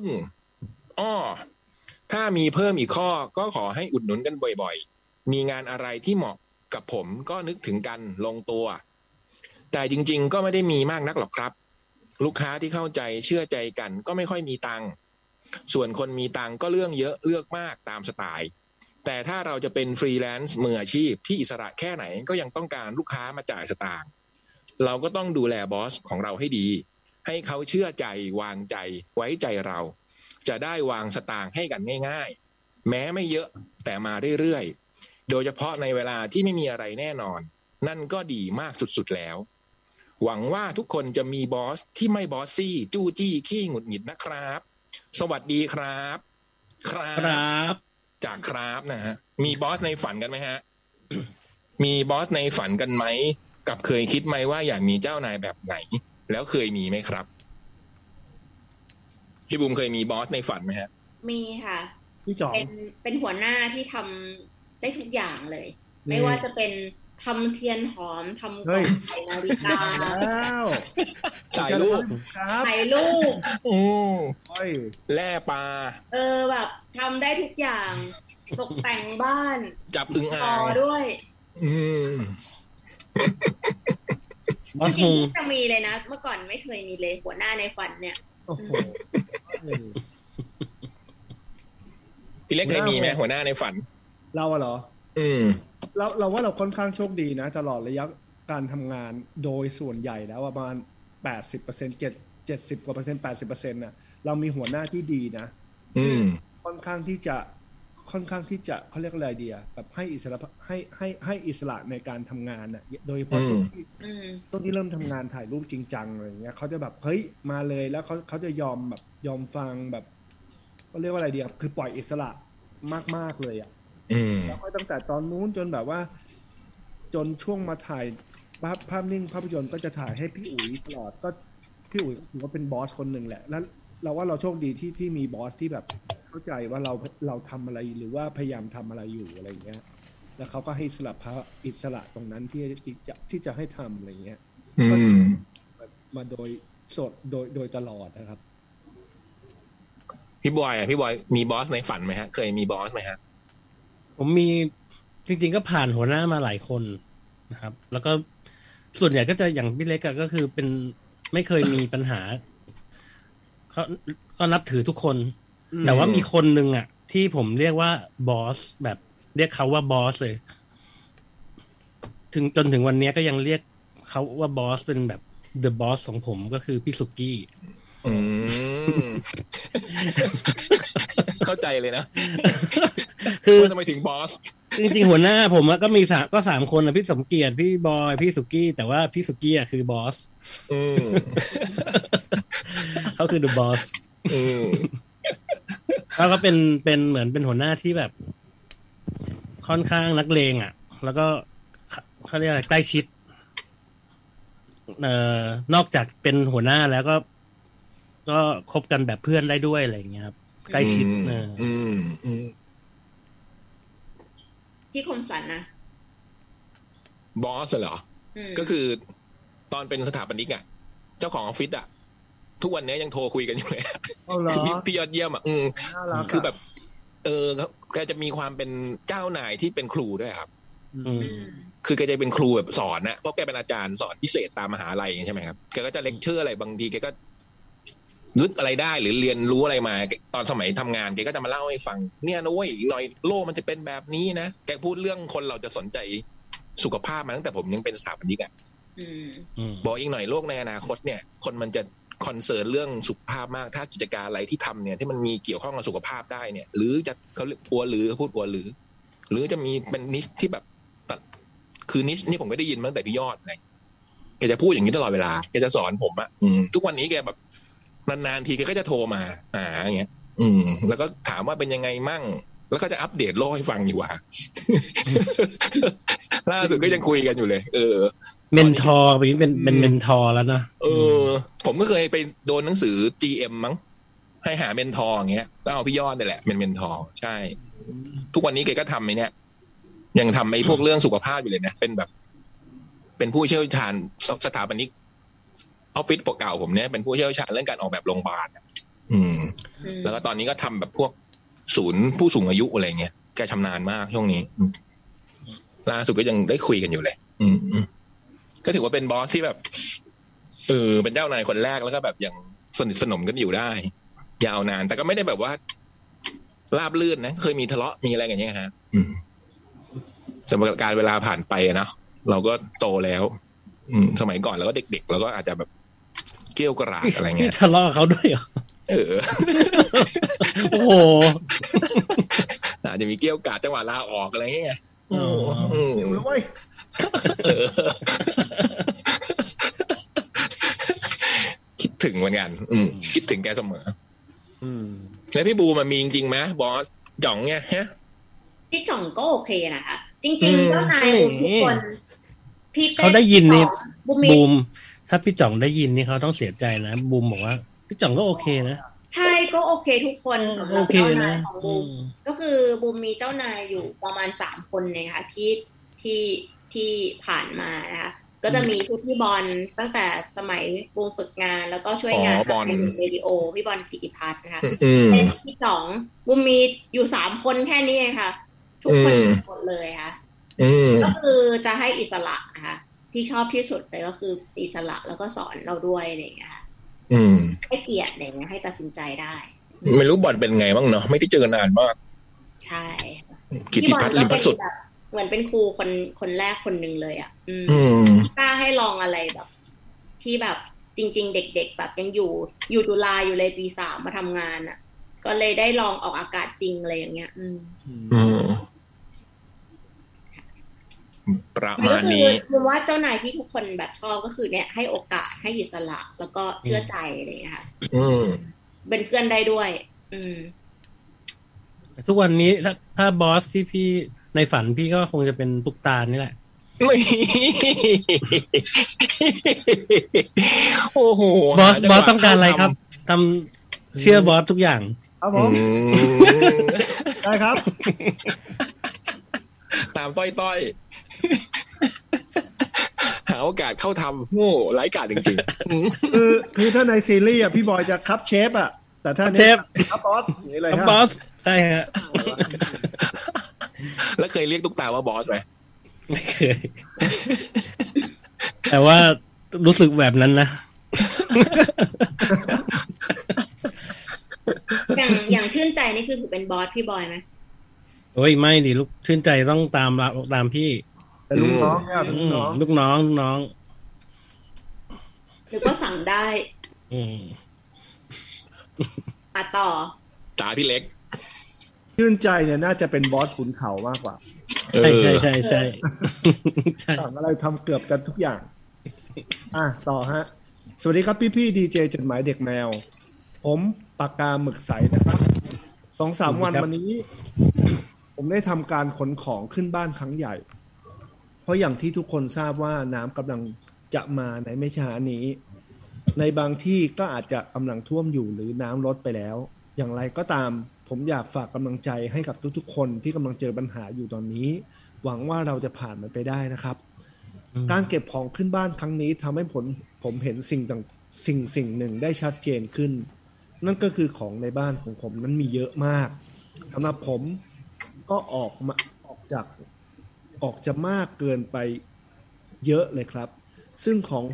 ถ้ามีเพิ่มอีกข้อก็ขอให้อุดหนุนกันบ่อยๆมีงานอะไรที่เหมาะกับผมก็นึกถึงกันลงตัวแต่จริงๆก็ไม่ได้มีมากนักหรอกครับลูกค้าที่เข้าใจเชื่อใจกันก็ไม่ค่อยมีตังค์ส่วนคนมีตังค์ก็เรื่องเยอะเลือกมากตามสไตล์แต่ถ้าเราจะเป็นฟรีแลนซ์มืออาชีพที่อิสระแค่ไหนก็ยังต้องการลูกค้ามาจ่ายสตางค์เราก็ต้องดูแลบอสของเราให้ดีให้เขาเชื่อใจวางใจไว้ใจเราจะได้วางสตางค์ให้กันง่ายๆแม้ไม่เยอะแต่มาเรื่อยๆโดยเฉพาะในเวลาที่ไม่มีอะไรแน่นอนนั่นก็ดีมากสุดๆแล้วหวังว่าทุกคนจะมีบอสที่ไม่บอสซี่จู้จี้ขี้หงุดหงิดนะครับสวัสดีครับจากครับนะฮะมีบอสในฝันกันไหมฮะ มีบอสในฝันกันไหมกับเคยคิดไหมว่าอยากมีเจ้านายแบบไหนแล้วเคยมีไหมครับพี่บุ๋มเคยมีบอสในฝันไหมฮะมีค่ะพี่จ๋องเป็นหัวหน้าที่ทำได้ทุกอย่างเลยไม่ว่าจะเป็นทำเทียนหอมทำกล่องใส่นาฬิกาถ่ายรูปแล่ปลาแบบทำได้ทุกอย่างตกแต่งบ้านจับอึ่งอ่างด้วยจริงๆจะมีเลยนะเมื่อก่อนไม่เคยมีเลยหัวหน้าในฝันเนี่ยพี่เล็กเคยมีไหมหัวหน้าในฝันเราเหรอเราว่าเราค่อนข้างโชคดีนะตลอดระยะการทำงานโดยส่วนใหญ่แล้วประมาณ 80% 70กว่าเปอร์เซ็นต์ 80% น่ะเรามีหัวหน้าที่ดีนะค่อนข้างที่จะเขาเรียกอะไรดีแบบให้อิสระให้อิสระในการทำงานน่ะโดยเฉพาะช่วงที่เริ่มทำงานถ่ายรูปจริงจังอะไรอย่างเงี้ยเขาจะแบบเฮ้ยมาเลยแล้วเขาจะยอมฟังแบบเขาเรียกว่าอะไรดีคือปล่อยอิสระมากๆเลยแล้วก็ตั้งแต่ตอนนู้นจนแบบว่าจนช่วงมาถ่ายภาพนิ่งภาพยนตร์ก็จะถ่ายให้พี่อุ๋ยตลอดก็พี่อุ๋ยถือว่าเป็นบอสคนหนึ่งแหละแล้วเราว่าเราโชคดีที่มีบอสที่แบบเข้าใจว่าเราทำอะไรหรือว่าพยายามทำอะไรอยู่อะไรอย่างเงี้ยแล้วเขาก็ให้อิสระตรงนั้นที่จะให้ทำอะไรเงี้ยมาโดยสดโดยตลอดนะครับพี่บอยมีบอสในฝันไหมฮะเคยมีบอสไหมฮะผมมีจริงๆก็ผ่านหัวหน้ามาหลายคนนะครับแล้วก็ส่วนใหญ่ก็จะอย่างพี่เล็กก็คือเป็นไม่เคยมีปัญหาก็นับถือทุกคนแต่ว่ามีคนนึงอ่ะที่ผมเรียกว่าบอสแบบเรียกเขาว่าบอสเลยจนถึงวันนี้ก็ยังเรียกเขาว่าบอสเป็นแบบ the boss ของผมก็คือพี่สุกี้เข้าใจเลยนะคือทำไมถึงบอสจริงๆหัวหน้าผมก็มี3คนนะพี่สมเกียรติพี่บอยพี่สุกี้แต่ว่าพี่สุกี้คือบอสเขาคือ the boss แล้วก็เป็นเหมือนเป็นหัวหน้าที่แบบค่อนข้างนักเลงอ่ะแล้วก็เขาเรียกอะไรใกล้ชิดนอกจากเป็นหัวหน้าแล้วก็คบกันแบบเพื่อนได้ด้วยอะไรอย่างเงี้ยครับใกล้ชิดที่คมสันนะบอสเหรอก็คือตอนเป็นสถาปนิกอ่ะเจ้าของออฟฟิศอ่ะทุกวันนี้ยังโทรคุยกันอยู่เลยพี่ยอดเยี่ยมอ่ะคือแบบแกจะมีความเป็นเจ้านายที่เป็นครูด้วยครับคือแกจะเป็นครูแบบสอนนะเพราะแกเป็นอาจารย์สอนพิเศษตามมหาลัยใช่ไหมครับแกก็จะเลคเชอร์อะไรบางทีแกก็นึกอะไรได้หรือเรียนรู้อะไรมาตอนสมัยทำงานแกก็จะมาเล่าให้ฟังเนี่ยนะเว้ยอีกหน่อยโลกมันจะเป็นแบบนี้นะแกพูดเรื่องคนเราจะสนใจสุขภาพมาตั้งแต่ผมยังเป็นสถาปนิกอ่ะบอกอีกหน่อยโลกในอนาคตเนี่ยคนมันจะคอนเซิร์นเรื่องสุขภาพมากถ้ากิจการอะไรที่ทำเนี่ยที่มันมีเกี่ยวข้องกับสุขภาพได้เนี่ยหรือจะเขาอัวหรือพูดอัวหรือจะมีเป็นนิชที่แบบคือนิชนี่ผมก็ได้ยินมาตั้งแต่พี่ยอดไงแกจะพูดอย่างนี้ตลอดเวลาแกจะสอนผมอะทุกวันนี้แกแบบนานๆทีแกก็จะโทรมาอย่างเงี้ยแล้วก็ถามว่าเป็นยังไงมั่งแล้วก็จะอัปเดตโลกให้ฟังอยู่ว่า ล่าสุดก็ยังคุยกันอยู่เลยเมนทอร์แบบนี้เป็นเมนทอร์แล้วนะผมก็เคยไปโดนหนังสือ GM มั้งให้หาเมนทอร์อย่างเงี้ยก็เอาพี่ยอดนี่แหละเป็นเมนทอร์ใช่ทุกวันนี้แกก็ทำไหมเนี่ยยังทำไอ้พวกเรื่องสุขภาพอยู่เลยนะเป็นแบบเป็นผู้เชี่ยวชาญสถาปนิกออฟฟิศเก่าผมเนี่ยเป็นผู้เชี่ยวชาญเรื่องการออกแบบโรงพยาบาลแล้วก็ตอนนี้ก็ทำแบบพวกศูนย์ผู้สูงอายุอะไรเงี้ยแกชำนาญมากช่วงนี้ล่าสุดก็ยังได้คุยกันอยู่เลยก็ถือว่าเป็นบอสที่แบบเป็นเจ้านายคนแรกแล้วก็แบบยังสนิทสนมกันอยู่ได้ยาวนานแต่ก็ไม่ได้แบบว่าราบลื่นนะเคยมีทะเลาะมีอะไรอย่างเงี้ยฮะสำหรับการเวลาผ่านไปนะเราก็โตแล้วสมัยก่อนเราก็เด็กๆเราก็อาจจะแบบเกี้ยวกราดอะไรเงี้ยทะเลาะเขาด้วยเหรอโอ้โหอาจจะมีเกี้ยวกราดจังหวะลาออกอะไรเงี้ยรู้ไหมคิดถึงเหมือนกันคิดถึงแกเสมอแล้วพี่บูมันมีจริงๆไหมบอสจ่องเนี่ยฮะพี่จ่องก็โอเคนะคะจริงๆเจ้านายทุกคนเขาได้ยินนี่บูมถ้าพี่จ่องได้ยินนี่เขาต้องเสียใจนะบูมบอกว่าพี่จ่องก็โอเคนะใช่ก็โอเคทุกคนสำหรับเจ้านายของบูมก็คือบูมมีเจ้านายอยู่ประมาณ3 คนเนี่ยค่ะที่ผ่านมานะคะก็จะมีพี่บอลตั้งแต่สมัยบูมฝึกงานแล้วก็ช่วยงานในเรดิโอพี่บอลกิติพัฒน์นะคะพี่จ่องบูมมีอยู่3 คนแค่นี้เองค่ะทุกคนหมดเลยค่ะก็คือจะให้อิสระนะคะที่ชอบที่สุดเลยก็คืออิสระแล้วก็สอนเราด้วยอะไรอย่างเงี้ยค่ะให้เกียรติอะไรเงี้ยให้ตัดสินใจได้ไม่รู้บอลเป็นไงบ้างเนาะไม่ได้เจอนานมากใช่กิติพัฒน์ลิมพสุดเหมือนเป็นครูคนแรกคนนึงเลยอ่ะกล้าให้ลองอะไรแบบที่แบบจริงๆเด็กๆแบบยังอยู่จุฬาอยู่เลยปี3มาทำงานอ่ะก็เลยได้ลองออกอากาศจริงอะไรอย่างเงี้ยประมาณนี้คือว่าเจ้านายที่ทุกคนแบบชอบก็คือเนี่ยให้โอกาสให้อิสระแล้วก็เชื่อใจอะไรอย่างเงี้ยค่ะเป็นเพื่อนได้ด้วยทุกวันนี้ถ้าบอสที่พี่ในฝันพี่ก็คงจะเป็นตุ๊กตานี่แหละโอ้โหบอสต้องการอะไรครับทำเชื่อบอสทุกอย่างครับผมได้ครับตามต้อยหาโอกาสเข้าทำโง่ไร้กาจจริงๆคือถ้าในซีรีส์อ่ะพี่บอยจะคับเชฟอ่ะแต่ถ้าเชฟคับบอสอย่างนี้เลยครับบอสใช่ฮะแล้วเคยเรียกตุ๊กตาว่าบอสไหมไม่เคยแต่ว่ารู้สึกแบบนั้นนะอย่างชื่นใจนี่คือถือเป็นบอสพี่บอยไหมโอ้ยไม่ดิลูกชื่นใจต้องตามพี่เป็นลูกน้องเนี่ยลูกน้องหรือว่าสั่งได้ต่อจ๋าพี่เล็กชื่นใจเนี่ยน่าจะเป็นบอสขุนเขามากกว่าใช่สั่งอะไรทำเกือบกันทุกอย่างต่อฮะสวัสดีครับพี่ดีเจจดหมายเด็กแมวผมปากกาหมึกใสนะครับ 2-3 วันวันนี้ผมได้ทำการขนของขึ้นบ้านครั้งใหญ่เพราะอย่างที่ทุกคนทราบว่าน้ำกำลังจะมาในไม่ช้านี้ในบางที่ก็อาจจะกำลังท่วมอยู่หรือน้ำลดไปแล้วอย่างไรก็ตามผมอยากฝากกำลังใจให้กับทุกๆคนที่กำลังเจอปัญหาอยู่ตอนนี้หวังว่าเราจะผ่านมันไปได้นะครับการเก็บของขึ้นบ้านครั้งนี้ทำให้ผมเห็นสิ่งหนึ่งได้ชัดเจนขึ้นนั่นก็คือของในบ้านของผมนั้นมีเยอะมากสำหรับผมก็ออกจะมากเกินไปเยอะเลยครับซึ่งของ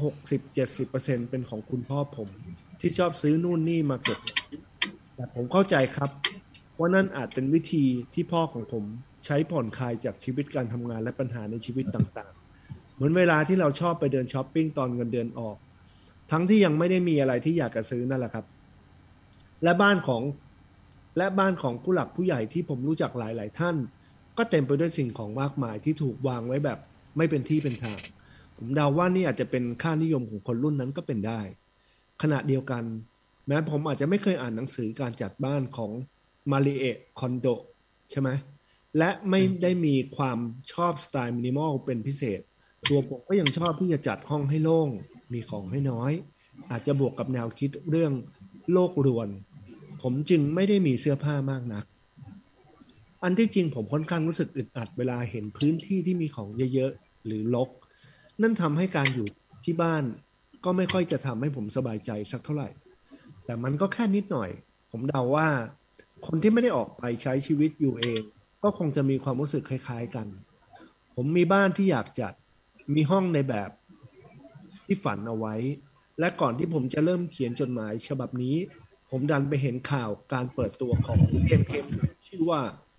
60-70% เป็นของคุณพ่อผมที่ชอบซื้อนู่นนี่มาเก็บแต่ผมเข้าใจครับว่านั่นอาจเป็นวิธีที่พ่อของผมใช้ผ่อนคลายจากชีวิตการทำงานและปัญหาในชีวิตต่างๆเหมือนเวลาที่เราชอบไปเดินช้อปปิ้งตอนเงินเดือนออกทั้งที่ยังไม่ได้มีอะไรที่อยากจะซื้อนั่นแหละครับและบ้านของผู้หลักผู้ใหญ่ที่ผมรู้จักหลายๆท่านก็เต็มไปด้วยสิ่งของมากมายที่ถูกวางไว้แบบไม่เป็นที่เป็นทางผมเดาว่านี่อาจจะเป็นค่านิยมของคนรุ่นนั้นก็เป็นได้ขณะเดียวกันแม้ผมอาจจะไม่เคยอ่านหนังสือการจัดบ้านของมาริเอะคอนโดใช่ไหมและไม่ได้มีความชอบสไตล์มินิมอลเป็นพิเศษตัวผมก็ยังชอบที่จะจัดห้องให้โล่งมีของให้น้อยอาจจะบวกกับแนวคิดเรื่องโลกรวนผมจึงไม่ได้มีเสื้อผ้ามากนักอันที่จริงผมค่อนข้างรู้สึกอึดอัดเวลาเห็นพื้นที่ที่มีของเยอะๆหรือรกนั่นทำให้การอยู่ที่บ้านก็ไม่ค่อยจะทำให้ผมสบายใจสักเท่าไหร่แต่มันก็แค่นิดหน่อยผมเดาว่าคนที่ไม่ได้ออกไปใช้ชีวิตอยู่เองก็คงจะมีความรู้สึกคล้ายๆกันผมมีบ้านที่อยากจัดมีห้องในแบบที่ฝันเอาไว้และก่อนที่ผมจะเริ่มเขียนจดหมายฉบับนี้ผมดันไปเห็นข่าวการเปิดตัวของเกมชื่อว่า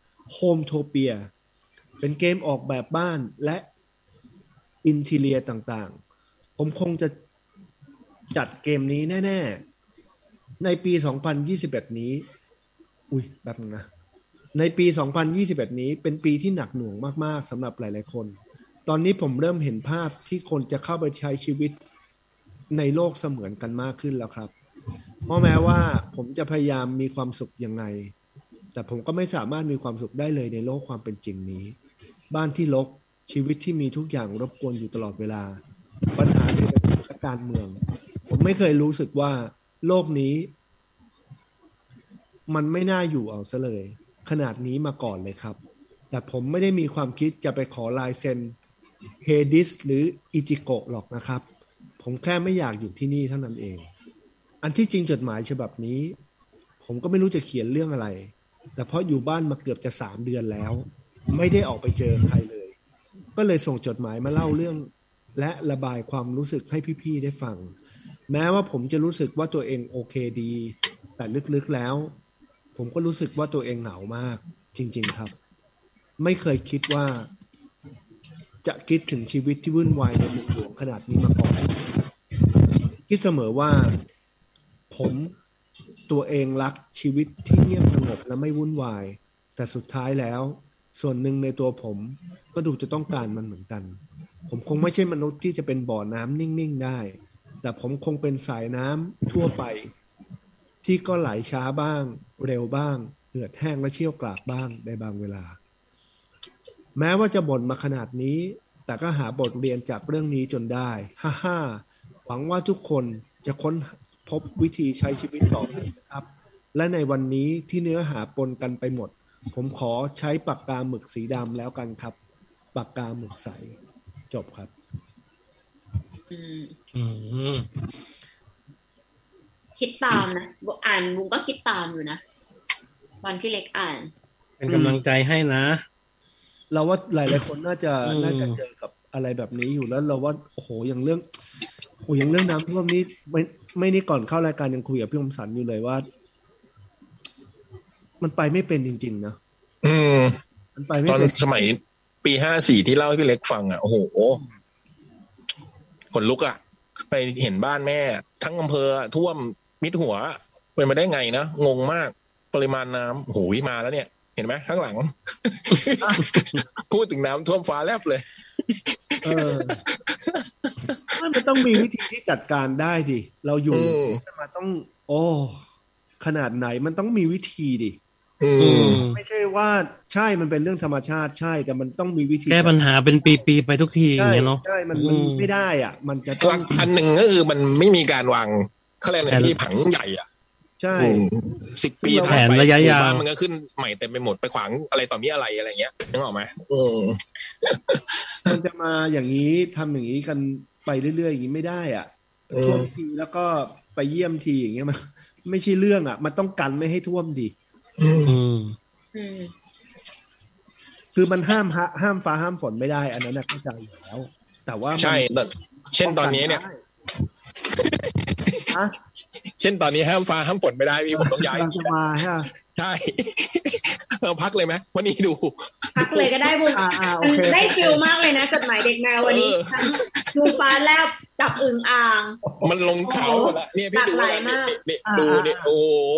Hometopia เป็นเกมออกแบบบ้านและอินทีเรียต่างๆผมคงจะจัดเกมนี้แน่ๆในปี2021นี้แบบนึงนะในปี2021นี้เป็นปีที่หนักหน่วงมากๆสำหรับหลายๆคนตอนนี้ผมเริ่มเห็นภาพที่คนจะเข้าไปใช้ชีวิตในโลกเสมือนกันมากขึ้นแล้วครับเพราะแม้ว่าผมจะพยายามมีความสุขยังไงแต่ผมก็ไม่สามารถมีความสุขได้เลยในโลกความเป็นจริงนี้บ้านที่รกชีวิตที่มีทุกอย่างรบกวนอยู่ตลอดเวลาปัญหาเศรษฐกิจและการเมืองผมไม่เคยรู้สึกว่าโลกนี้มันไม่น่าอยู่เอาซะเลยขนาดนี้มาก่อนเลยครับแต่ผมไม่ได้มีความคิดจะไปขอลายเซ็นเฮดิสหรืออิจิโกะหรอกนะครับผมแค่ไม่อยากอยู่ที่นี่เท่านั้นเองอันที่จริงจดหมายฉบับนี้ผมก็ไม่รู้จะเขียนเรื่องอะไรแต่เพราะอยู่บ้านมาเกือบจะ3 เดือนแล้วไม่ได้ออกไปเจอใครเลยก็เลยส่งจดหมายมาเล่าเรื่องและระบายความรู้สึกให้พี่ๆได้ฟังแม้ว่าผมจะรู้สึกว่าตัวเองโอเคดีแต่ลึกๆแล้วผมก็รู้สึกว่าตัวเองเหงามากจริงๆครับไม่เคยคิดว่าจะคิดถึงชีวิตที่วุ่นวายในเมืองหลวงขนาดนี้มาก่อนคิดเสมอว่าผมตัวเองรักชีวิตที่เงียบสงบและไม่วุ่นวายแต่สุดท้ายแล้วส่วนหนึ่งในตัวผมก็ดูจะต้องการมันเหมือนกันผมคงไม่ใช่มนุษย์ที่จะเป็นบ่อน้ำนิ่งๆได้แต่ผมคงเป็นสายน้ำทั่วไปที่ก็ไหลช้าบ้างเร็วบ้างเหือดแห้งและเชี่ยวกรากบ้างในบางเวลาแม้ว่าจะบ่นมาขนาดนี้แต่ก็หาบทเรียนจากเรื่องนี้จนได้ฮ่าหวังว่าทุกคนจะค้นพบวิธีใช้ชีวิตต่อไปนะครับและในวันนี้ที่เนื้อหาปนกันไปหมดผมขอใช้ปากกาหมึกสีดำแล้วกันครับปากกาหมึกใสจบครับคิดตามนะอ่านบุ้งก็คิดตามอยู่นะวันที่เล็กอ่านเป็นกำลังใจให้นะเราว่าหลายๆคนน่าจะเจอกับอะไรแบบนี้อยู่แล้วเราว่าโอ้โหอย่างเรื่องน้ำท่วมนี้ไม่นี่ก่อนเข้ารายการยังคุยกับพี่คมสันอยู่เลยว่ามันไปไม่เป็นจริงๆนะมันไปไม่เป็นตอนสมัยปี54ที่เล่าให้พี่เล็กฟังอ่ะโอ้โหขนลุกอ่ะไปเห็นบ้านแม่ทั้งอำเภอท่วมมิดหัวเป็นมาได้ไงนะงงมากปริมาณน้ำโอ้โหมาแล้วเนี่ยเห็นไหมข้างหลัง พูดถึงน้ำท่วมฟ้าแลบเลยมันต้องมีวิธีที่จัดการได้ดิเราอยู่มาต้องโอ้ขนาดไหนมันต้องมีวิธีดิไม่ใช่ว่าใช่มันเป็นเรื่องธรรมชาติใช่แต่มันต้องมีวิธีแก้ปัญหาเป็นปีๆไปทุกทีอย่างเงี้ยเนาะใช่มันไม่ได้อ่ะมันจะต้องอันหนึ่งก็คือมันไม่มีการวางเขาเรียกอะไรที่ผังใหญ่อ่ะใช่ 10 ปีแผนระยะยาวมันก็ขึ้นใหม่เต็มไปหมดไปขวางอะไรต่อมีอะไรเงี้ยนึกออกไหมมันจะมาอย่างนี้ทำอย่างนี้กันไปเรื่อยๆอย่างนี้ไม่ได้อ่ะท่วมทีแล้วก็ไปเยี่ยมทีอย่างเงี้ยมันไม่ใช่เรื่องอ่ะมันต้องกันไม่ให้ท่วมดิคือมันห้ามฟ้าห้ามฝนไม่ได้อันนั้นเข้าใจอยู่แล้วแต่ว่าใช่เช่นตอนนี้เนี่ยเช่นตอนนี้ห้ามฟ้าห้ามฝนไม่ได้พี่ผมต้องย้ายมาใช่เราพักเลยไหมวันนี้ดูพักเลยก็ได้บุญได้ฟิลมากเลยนะจดหมายเด็กแมววันนี้ดูฟ้าแลบจับอึ่งอ่างมันลงเขาแล้วเนี่ยพี่ดูนี่ดูนี่โอ้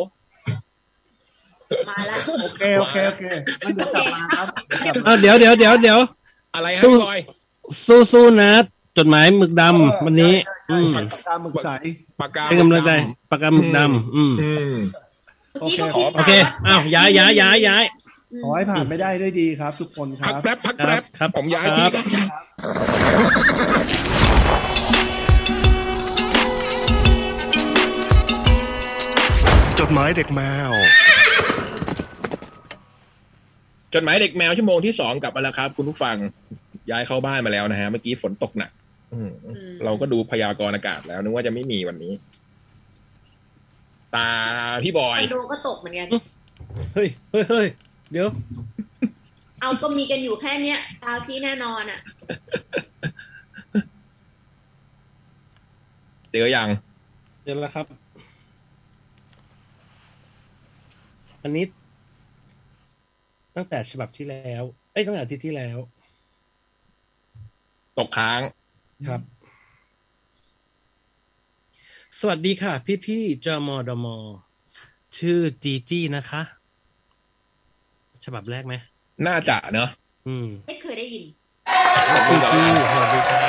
มาแล้วโอเคมันจะกลับมาครับเดี๋ยวอะไรฮะพี่บอยสู้นะจดหมายหมึกดำวันนี้ปากกาหมึกใสปากกาเป็นกำลังใจปากกาหมึกดำโอเคอ้าวย้ายขอให้ผ่านไม่ได้ด้วยดีครับทุกคนครับพักแป๊บครับผมย้ายที่ครับจดหมายเด็กแมวจดหมายเด็กแมวชั่วโมงที่2กลับมาแล้วครับคุณผู้ฟังย้ายเข้าบ้านมาแล้วนะฮะเมื่อกี้ฝนตกหนักเราก็ดูพยากรณ์อากาศแล้วนึกว่าจะไม่มีวันนี้ตาพี่บอยดูก็ตกเหมือนกันเฮ้ยเดี๋ยวเอาก็มีกันอยู่แค่เนี้ยตาพี่แน่นอนอ่ะเจอยังเจอแล้วครับอันนี้ตั้งแต่ฉบับที่แล้วตั้งแต่อาทิตย์ที่แล้วตกค้างครับสวัสดีค่ะพี่จมดมชื่อจีจี้นะคะฉบับแรกไหมน่าจะเนอะไม่เคยได้ยินจีจี้สวัสดีค่ะ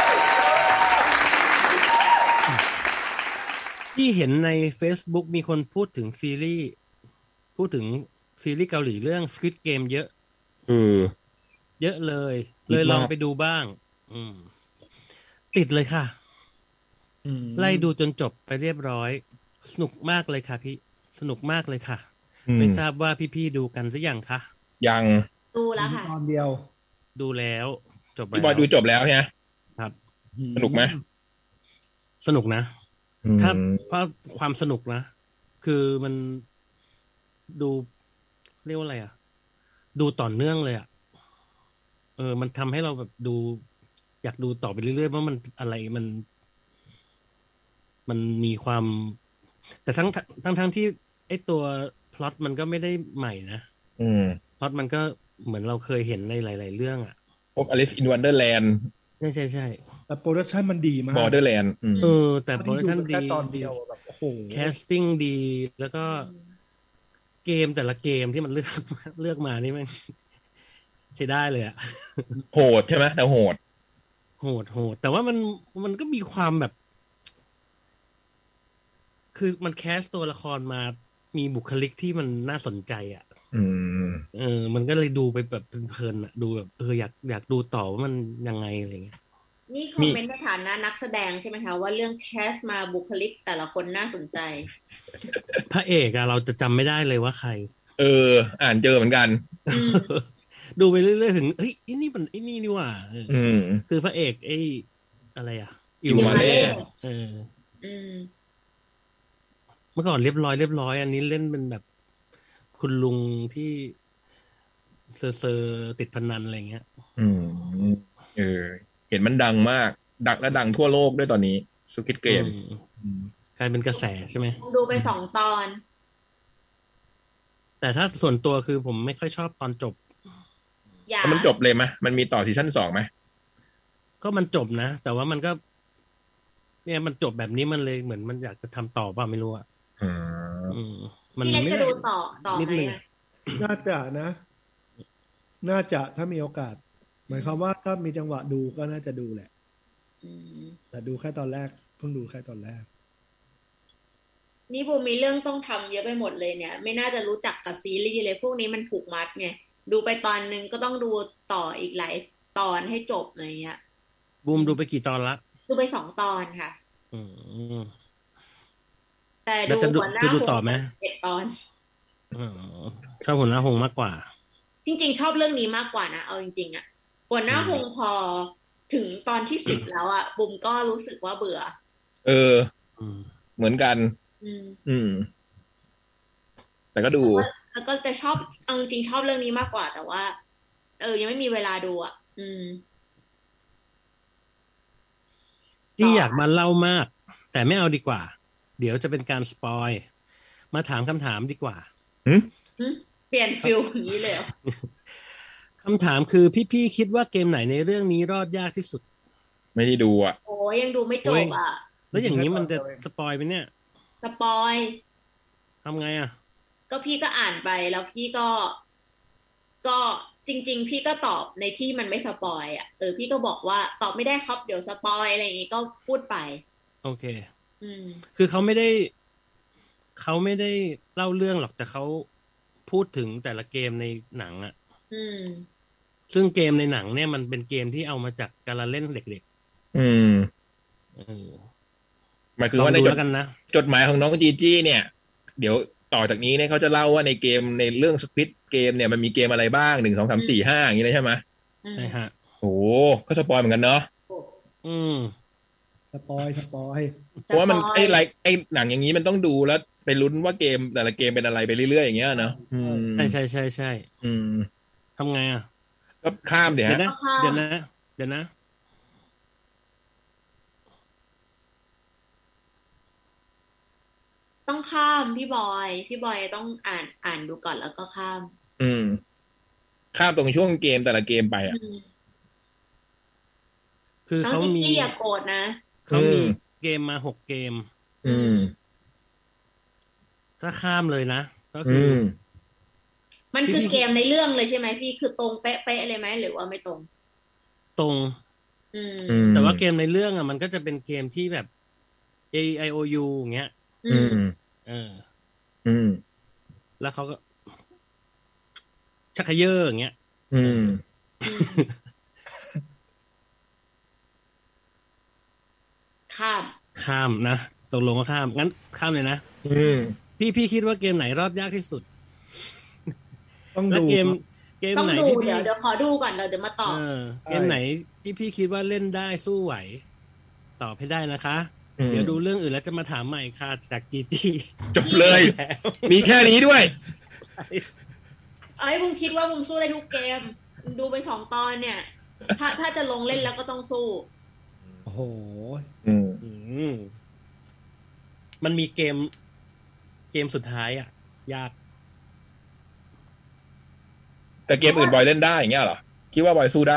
ที่เห็นใน Facebook มีคนพูดถึงซีรีส์เกาหลีเรื่อง Squid Game เยอะเยอะเลยลองไปดูบ้างติดเลยค่ะไล่ดูจนจบไปเรียบร้อยสนุกมากเลยค่ะพี่สนุกมากเลยค่ะไม่ทราบว่าพี่ๆดูกันหรือยังคะยังดูแล้วค่ะตอนเดียวดูแล้วจบแล้วพี่บอยดูจบแล้วใช่ไหมครับสนุกไหมสนุกนะถ้าเพราะความสนุกนะคือมันดูเรียกว่าอะไรดูต่อเนื่องเลยมันทำให้เราแบบดูอยากดูต่อไปเรื่อยๆว่ามันอะไรมันมีความแต่ทั้งที่ไอ้ตัวพล็อตมันก็ไม่ได้ใหม่นะพล็อตมันก็เหมือนเราเคยเห็นในหลายๆเรื่องพวก Alice in Wonderland ใช่แต่โปรดักชั่นมันดีมาก Borderland แต่โปรดักชั่นดีตอนเดียวแบบโอ้โหแคสติ้งดีแล้วก็เกมแต่ละเกมที่มันเลือกมานี่มันใช้ได้เลยโหดใช่ไหมแต่โหดแต่ว่ามันก็มีความแบบคือมันแคสตัวละครมามีบุคลิกที่มันน่าสนใจมันก็เลยดูไปแบบเพลินๆอ่ะดูแบบอยากดูต่อว่ามันยังไงอะไรเงี้ยนี่คอมเมนต์ในฐานะนักแสดงใช่ไหมคะว่าเรื่องแคสมาบุคลิกแต่ละคนน่าสนใจพระเอกอะเราจะจำไม่ได้เลยว่าใครอ่านเจอเหมือนกันดูไปเรื่อยๆถึงเฮ้ยนี่มันนี่ว่าคือพระเอกอะไรอ่ะอิวมาเล่เมื่อก่อนเรียบร้อยอันนี้เล่นเป็นแบบคุณลุงที่เซอร์ติดพนันอะไรเงี้ยเห็นมันดังมากและดังทั่วโลกด้วยตอนนี้สควิดเกมกลายเป็นกระแสใช่ไหมดูไป2 ตอนแต่ถ้าส่วนตัวคือผมไม่ค่อยชอบตอนจบมันจบเลยไหมมันมีต่อซีซั่น2ไหมก็มันจบนะแต่ว่ามันก็เนี่ยมันจบแบบนี้มันเลยเหมือนมันอยากจะทำต่อป่ะไม่รู้อ่ะมันไม่จะดูต่อไหมน่าจะนะน่าจะถ้ามีโอกาสหมายความว่าถ้ามีจังหวะดูก็น่าจะดูแหละแต่ดูแค่ตอนแรกเพิ่งดูแค่ตอนแรกนี่บูมมีเรื่องต้องทำเยอะไปหมดเลยเนี่ยไม่น่าจะรู้จักกับซีรีส์เลยพวกนี้มันผูกมัดไงดูไปตอนนึงก็ต้องดูต่ออีกหลายตอนให้จบอะไรเงี้ยบูมดูไปกี่ตอนละดูไป2 ตอนค่ะแต่ดูหัวหน้าดูต่อไหม 7 ตอนชอบหัวหน้าหงมากกว่าจริงๆชอบเรื่องนี้มากกว่านะเอาจริงๆอ่ะหัวหน้าหงพอถึงตอนที่10แล้วอ่ะบุมก็รู้สึกว่าเบื่อเหมือนกันแต่ก็ดูแล้วก็จะชอบเอาจริงๆชอบเรื่องนี้มากกว่าแต่ว่ายังไม่มีเวลาดูอ่ะจี้อยากมาเล่ามากแต่ไม่เอาดีกว่าเดี๋ยวจะเป็นการสปอยมาถามคำถามดีกว่าเปลี่ยนฟิลอย่างนี้เลยคำถามคือพี่ๆคิดว่าเกมไหนในเรื่องนี้รอดยากที่สุดไม่ได้ดูอ่ะโอ้ยังดูไม่จบอ่ะแล้วอย่างนี้มันจะสปอยไหมเนี่ยสปอยทำไงอ่ะก็พี่ก็อ่านไปแล้วพี่ก็จริงๆพี่ก็ตอบในที่มันไม่สปอยอ่ะพี่ก็บอกว่าตอบไม่ได้ครับเดี๋ยวสปอยอะไรอย่างงี้ก็พูดไปโอเคคือเขาไม่ได้เล่าเรื่องหรอกแต่เขาพูดถึงแต่ละเกมในหนังอ่ะซึ่งเกมในหนังเนี่ยมันเป็นเกมที่เอามาจากการเล่นเด็กหมายคือว่าในจดหมายของน้องจีจี้เนี่ยเดี๋ยวต่อจากนี้เนี่ยเขาจะเล่าว่าในเกมในเรื่องสควิดเกมเนี่ยมันมีเกมอะไรบ้าง1 2 3 4 5อย่างนี้เลยใช่ไหมใช่ฮะโอ้ก็สปอยเหมือนกันเนาะสปอยเพราะว่ามันไอ้หนังอย่างนี้มันต้องดูแล้วไปลุ้นว่าเกมแต่ละเกมเป็นอะไรไปเรื่อยๆอย่างเงี้ยเนาะใช่ทำไงอ่ะก็ข้ามเดี๋ยวนะต้องข้ามพี่บอยต้องอ่านดูก่อนแล้วก็ข้ามข้ามตรงช่วงเกมแต่ละเกมไปอ่ะคือเขามีอย่าโกรธนะเขามีเกมมา6 เกมถ้าข้ามเลยนะก็คือมันคือเกมในเรื่องเลยใช่ไหมพี่คือตรงเป๊ะๆเลยไหมหรือว่าไม่ตรงแต่ว่าเกมในเรื่องอ่ะมันก็จะเป็นเกมที่แบบ AIOU อย่างเงี้ยแล้วเขาก็ชักเขย่ออย่างเงี้ยข้ามนะตกลงว่าข้ามงั้นข้ามเลยนะพี่คิดว่าเกมไหนรอดยากที่สุดต้องดูเกมไหนเดี๋ยวขอดูก่อนเราเดี๋ยวมาตอบเกมไหนพี่คิดว่าเล่นได้สู้ไหวตอบให้ได้นะคะเดี๋ยวดูเรื่องอื่นแล้วจะมาถามใหม่ค่ะจากจีจีจบเลยมีแค่นี้ด้วยบุมคิดว่าบุมสู้ได้ทุกเกมดูไป2 ตอนเนี่ยถ้าจะลงเล่นแล้วก็ต้องสู้โอ้โหมันมีเกมสุดท้ายอ่ะยากแต่เกมอื่นบอยเล่นได้อย่างเงี้ยเหรอคิดว่าบอยสู้ได้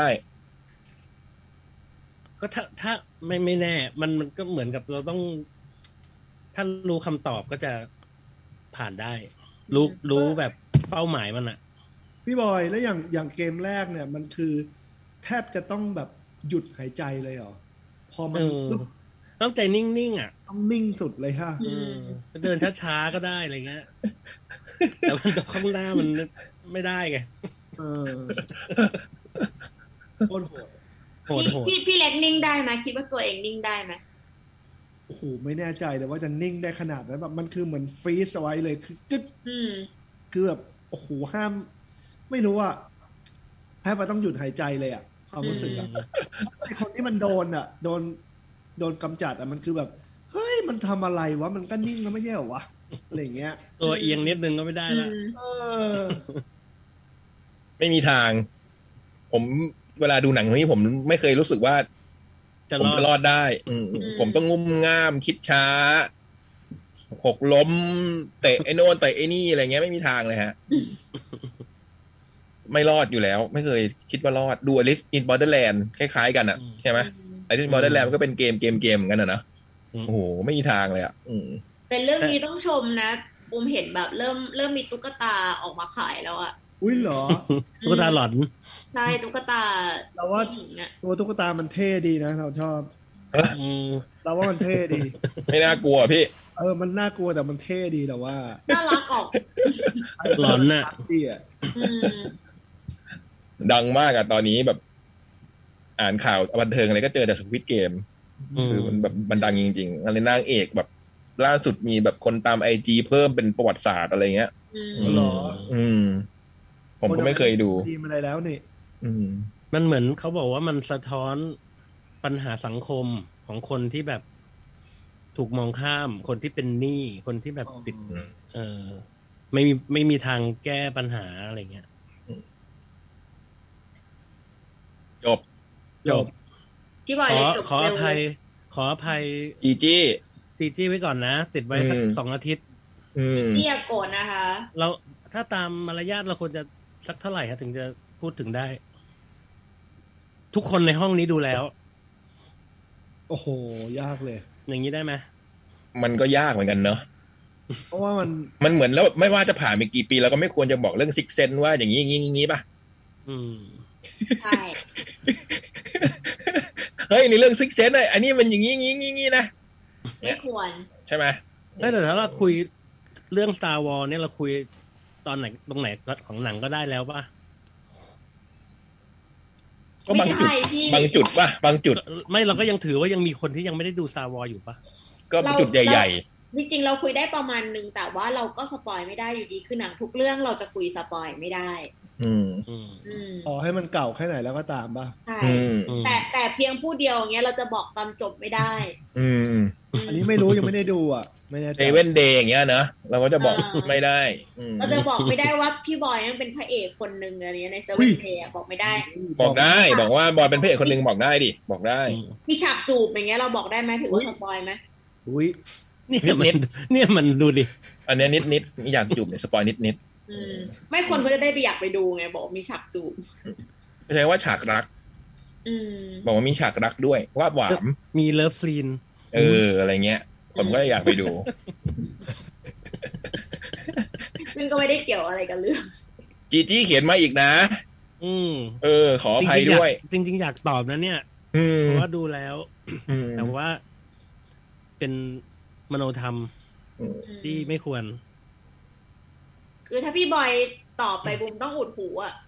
ก็ถ้าไม่แน่มันก็เหมือนกับเราต้องถ้ารู้คำตอบก็จะผ่านได้รู้แบบเป้าหมายมันอะพี่บอยแล้วอย่างเกมแรกเนี่ยมันคือแทบจะต้องแบบหยุดหายใจเลยเหรอพอมันต้องใจนิ่งๆอ่ะต้องนิ่งสุดเลยค่ะเดินช้าๆก็ได้อะไรเงี้ยแต่มันข้างหน้ามันไม่ได้ไงโคตรโหดพี่เล็กนิ่งได้ไหมคิดว่าตัวเองนิ่งได้ไหมโอ้โหไม่แน่ใจแต่ว่าจะนิ่งได้ขนาดนั้นแบบมันคือเหมือนฟรีซเอาไว้เลยคือจึ๊กคือแบบโอ้โหห้ามไม่รู้อ่ะแทบมันต้องหยุดหายใจเลยอ่ะความรู้สึกอ่ะไอคนที่มันโดนอ่ะโดนกำจัดอ่ะมันคือแบบเฮ้ยมันทำอะไรวะมันก็นิ่งแล้วไม่ใช่เหรอวะอะไรเงี้ยตัวเอียงนิดนึงก็ไม่ได้ละไม่มีทางผมเวลาดูหนังนี้ผมไม่เคยรู้สึกว่าผมจะรอดได้ผมต้องงุ่มง่ามคิดช้าหกล้มเตะไอ้โน่นเตะไอ้นี่อะไรเงี้ยไม่มีทางเลยฮะไม่รอดอยู่แล้วไม่เคยคิดว่ารอดดู Alice in Borderland คล้ายๆกันอ่ะใช่ไหม Alice in Borderland มันก็เป็นเกมเหมือนกันนะโอ้โหไม่มีทางเลยอ่ะแต่เรื่องนี้ต้องชมนะบูมเห็นแบบเริ่มมีตุ๊กตาออกมาขายแล้วอ่ะอุ้ยเหรอตุ๊กตาหลอนใช่ตุ๊กตาเราว่าตัวตุ๊กตามันเท่ดีนะเราชอบเราว่ามันเท่ดีไม่น่ากลัวพี่มันน่ากลัวแต่มันเท่ดีแต่ว่าน่ารักออกหลอนน่ะดังมากอะตอนนี้แบบอ่านข่าวบันเทิงอะไรก็เจอแต่สควิดเกมคือมันแบบมันดังจริงๆอะไรนางเอกแบบล่าสุดมีแบบคนตาม IG เพิ่มเป็นประวัติศาสตร์อะไรเงี้ยหรอผมก็ไม่เคยดูทีมอะไรแล้วนี่มันเหมือนเขาบอกว่ามันสะท้อนปัญหาสังคมของคนที่แบบถูกมองข้ามคนที่เป็นหนี้คนที่แบบติดไม่มีทางแก้ปัญหาอะไรเงี้ยจบที่บอยเลยจบขออภัยจีจี้ไว้ก่อนนะติดไว้สัก2 อาทิตย์พี่อย่าโกรธนะคะเราถ้าตามมารยาทเราควรจะสักเท่าไหร่ถึงจะพูดถึงได้ทุกคนในห้องนี้ดูแล้วโอ้โหยากเลยอย่างนี้ได้ไหมมันก็ยากเหมือนกันเนอะเพราะว่ามันเหมือนแล้วไม่ว่าจะผ่านไปกี่ปีเราก็ไม่ควรจะบอกเรื่องซิกเซนว่าอย่างนี้ป่ะใช่เฮ้ยในเรื่องซิกเซนอันนี้มันอย่างนี้นะไม่ควรใช่ไหมแต่ถ้าเราคุยเรื่อง Star Wars เนี่ยเราคุยตอนไหนตรงไหนของหนังก็ได้แล้วป่ะก็บางจุดป่ะบางจุดไม่เราก็ยังถือว่ายังมีคนที่ยังไม่ได้ดู Star Wars อยู่ป่ะก็จุดใหญ่ๆจริงๆเราคุยได้ประมาณนึงแต่ว่าเราก็สปอยไม่ได้อยู่ดีคือหนังทุกเรื่องเราจะคุยสปอยไม่ได้ให้มันเก่าแค่ไหนแล้วก็ตามป่ะใช่แต่เพียงผู้เดียวอย่างเงี้ยเราจะบอกตอนจบไม่ได้อันนี้ไม่รู้ยังไม่ได้ดูอ่ะไม่แน่ใจเซเว่นเดย์อย่างเงี้ยนะเราก็จะบอกไม่ได้เราจะบอกไม่ได้ว่าพี่บอยนั่นเป็นพระเอกคนนึงอะไรเงี้ยในเซเว่นเดย์บอกไม่ได้บอกได้บอกว่าบอยเป็นพระเอกคนนึงบอกได้ดิบอกได้มีฉากจูบอย่างเงี้ยเราบอกได้ไหมถือว่าสปอยไหมอุ้ยเนี่ยมันดูดิอันนี้นิดอยากจูบเนี่ยสปอยนิดไม่คนเขาจะได้ไปอยากไปดูไงบอกมีฉากจูบไม่ใช่ว่าฉากรักบอกว่ามีฉากรักด้วยว่าหวานมีเลิฟซีนอะไรเงี้ยผมก็อยากไปดูซึ่งก็ไม่ได้เกี่ยวอะไรกันเรื่องจีเขียนมาอีกนะขออภัยด้วยจริงๆอยากตอบนะเนี่ยเพราะว่าดูแล้วแต่ว่าเป็นมโนธรรมที่ไม่ควรคือถ้าพี่บอยตอบไปบุมต้องอุดหูอ่ะ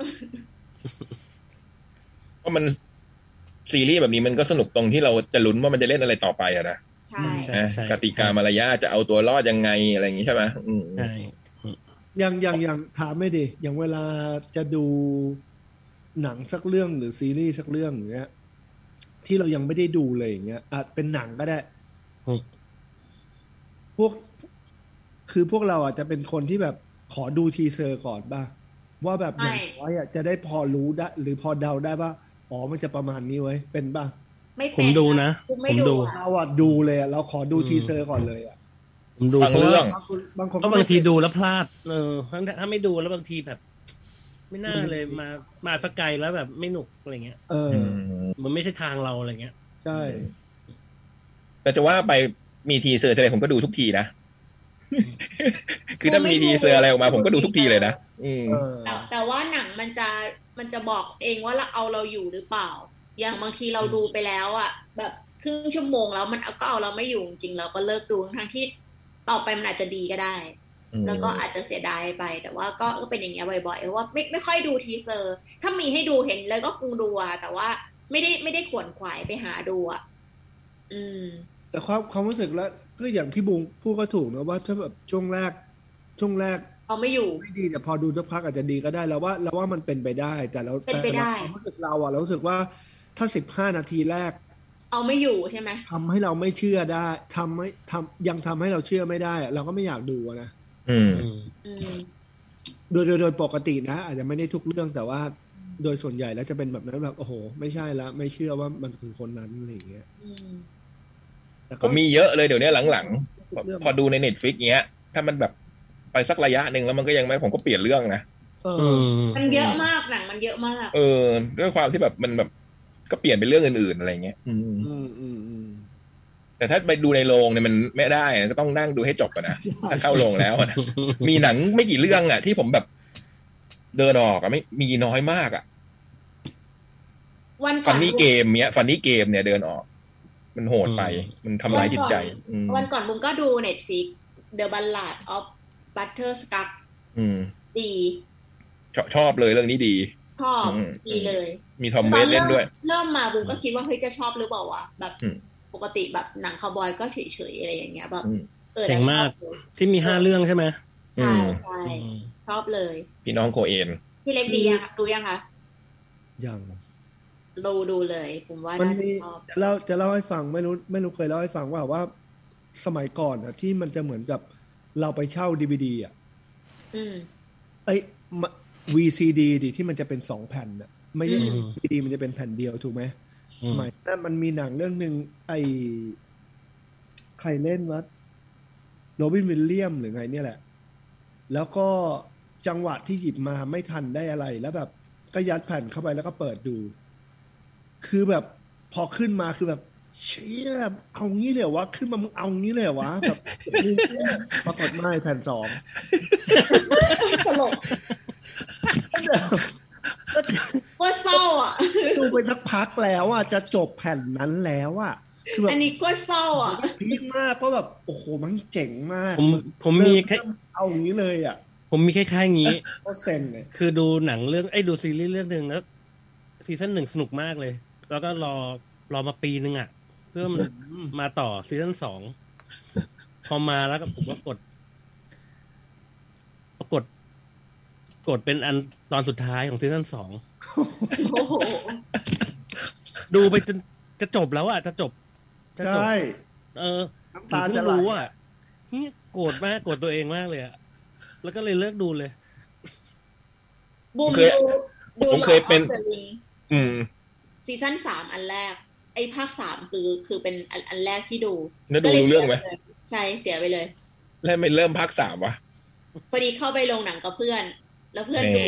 เพราะมันซีรีส์แบบนี้มันก็สนุกตรงที่เราจะลุ้นว่ามันจะเล่นอะไรต่อไปอะนะใช่กติกามารยาทจะเอาตัวรอดยังไงอะไรอย่างนี้ใช่ไหมใช่อย่างถามไม่ดิอย่างเวลาจะดูหนังสักเรื่องหรือซีรีส์สักเรื่องอย่างเงี้ยที่เรายังไม่ได้ดูเลยอย่างเงี้ยอาจเป็นหนังก็ได้พวกเราอาจจะเป็นคนที่แบบขอดูทีเซอร์ก่อนป่ะว่าแบบอย่างน้อยจะได้พอรู้ได้หรือพอเดาได้ว่ามันจะประมาณนี้ไว้เป็นป่ะผมดูนะผมดูเราดูเลยเราขอดูทีเซอร์ก่อนเลยผมดูบางเรื่องบางทีดูแล้วพลาดถ้าไม่ดูแล้วบางทีแบบไม่น่าเลยมาสักไกลแล้วแบบไม่หนุกอะไรเงี้ยมันไม่ใช่ทางเราอะไรเงี้ยใช่แต่จะว่าไปมีทีเซอร์อะไรผมก็ดูทุกทีนะคือถ้ามีทีเซอร์อะไรออกมาผมก็ดูทุกทีเลยนะแต่ว่าหนังมันจะบอกเองว่าเราอยู่หรือเปล่าอย่างบางทีเราดูไปแล้วอ่ะแบบครึ่งชั่วโมงแล้วมันก็เอาเราไม่อยู่จริงๆเราก็เลิกดูทั้งที่ต่อไปมันอาจจะดีก็ได้แล้วก็อาจจะเสียดายไปแต่ว่าก็เป็นอย่างเงี้ยบ่อยๆเพราะว่าไม่ค่อยดูทีเซอร์ถ้ามีให้ดูเห็นเลยก็คงดูแต่ว่าไม่ได้ขวนขวายไปหาดูแต่ความรู้สึกแล้วก็อย่างพี่บุงพูดก็ถูกนะว่าถ้าแบบช่วงแรกเอาไม่อยู่ไม่ดีแต่พอดูสักพักอาจจะดีก็ได้แล้วว่ามันเป็นไปได้แต่เราความรู้สึกเราเรารู้สึกว่าถ้า15 นาทีแรกเอาไม่อยู่ใช่ไหมทำให้เราไม่เชื่อได้ยังทำให้เราเชื่อไม่ได้เราก็ไม่อยากดูนะโดยปกตินะอาจจะไม่ได้ทุกเรื่องแต่ว่าโดยส่วนใหญ่แล้วจะเป็นแบบนั้นแบบโอ้โหไม่ใช่ละไม่เชื่อว่ามันคือคนนั้นอะไรอย่างเงี้ยผมมีเยอะเลยเดี๋ยวนี้หลังๆพอดูใน Netflix เงี้ยถ้ามันแบบไปสักระยะนึงแล้วมันก็ยังไม่ผมก็เปลี่ยนเรื่องนะมันเยอะมากหนังมันเยอะมากด้วยความที่แบบมันแบบก็เปลี่ยนเป็นเรื่องอื่นๆอะไรเงี้ยแต่ถ้าไปดูในโรงเนี่ยมันไม่ได้ก็ต้องนั่งดูให้จบนะถ้าเข้าโรงแล้วนะมีหนังไม่กี่เรื่องอ่ะที่ผมแบบเดินออกไม่มีน้อยมากอ่ะฟันนี่เกมเนี้ยฟันนี่เกมเนี่ยเดินออกมันโหดไปมันทำร้ายจิตใจวันก่อนบุ้งก็ดู Netflix The Ballad of Butterscotch ดีชอบเลยเรื่องนี้ดีชอบดีเลยมีทอมเวสเล่นด้วยเริ่มมาบุ้งก็คิดว่าเฮ้ยจะชอบหรือเปล่าวะแบบปกติแบบหนังคาวบอยก็เฉยๆอะไรอย่างเงี้ยแบบเจ๋งมากที่มี5 เรื่องใช่ไหมใช่ใช่ชอบเลยพี่น้องโคเอนพี่เล็กดียังดูยังคะยังดูเลยผมว่าน่าจะชอบจะเล่าให้ฟังไม่รู้เคยเล่าให้ฟังว่าสมัยก่อนอะที่มันจะเหมือนกับเราไปเช่า DVD อ่ะVCD ดิที่มันจะเป็น2 แผ่นน่ะไม่ใช่ DVD มันจะเป็นแผ่นเดียวถูกไหมสมัยนั้นมันมีหนังเรื่องนึงใครเล่นวะโรบินวิลเลียมหรือไงเนี่ยแหละแล้วก็จังหวะที่หยิบมาไม่ทันได้อะไรแล้วแบบก็ยัดแผ่นเข้าไปแล้วก็เปิดดูคือแบบพอขึ้นมาคือแบบเชี่ยเอางี้เลยวะขึ้นมามึงเอางี้เลยวะแบบปรากฏไม่แผ่น2ตลกว่าเศร้าอ่ะดูไปสักพักแล้วอ่ะจะจบแผ่นนั้นแล้วอ่ะคือแบบอันนี้ก็เศร้าอ่ะพีคมากเพราะแบบโอ้โหมันเจ๋งมากผมมีแค่เอางี้เลยอ่ะผมมีคล้ายๆงี้ก็เซ็งเลยคือดูหนังเรื่องดูซีรีส์เรื่องนึงแล้วซีซั่น1สนุกมากเลยแล้วก็รอมาปีนึงอ่ะเพื่อมันมาต่อซีซั่น2พอมาแล้วก็ผมก็กดเป็นอันตอนสุดท้ายของซีซั่น2ดูไปจนจะจบแล้วอ่ะจะจบใช่น้ำตาจะไหลอ่ะนี่โกรธมากโกรธตัวเองมากเลยอ่ะแล้วก็เลยเลิกดูเลยผมเคยเป็นซีซั่น3อันแรกไอ้ภาค3คือเป็นอันแรกที่ดูแล้วดูเรื่องไหมใช่เสียไปเลยแล้วไม่เริ่มภาค3วะพอดีเข้าไปโรงหนังกับเพื่อนแล้วเพื่อนดู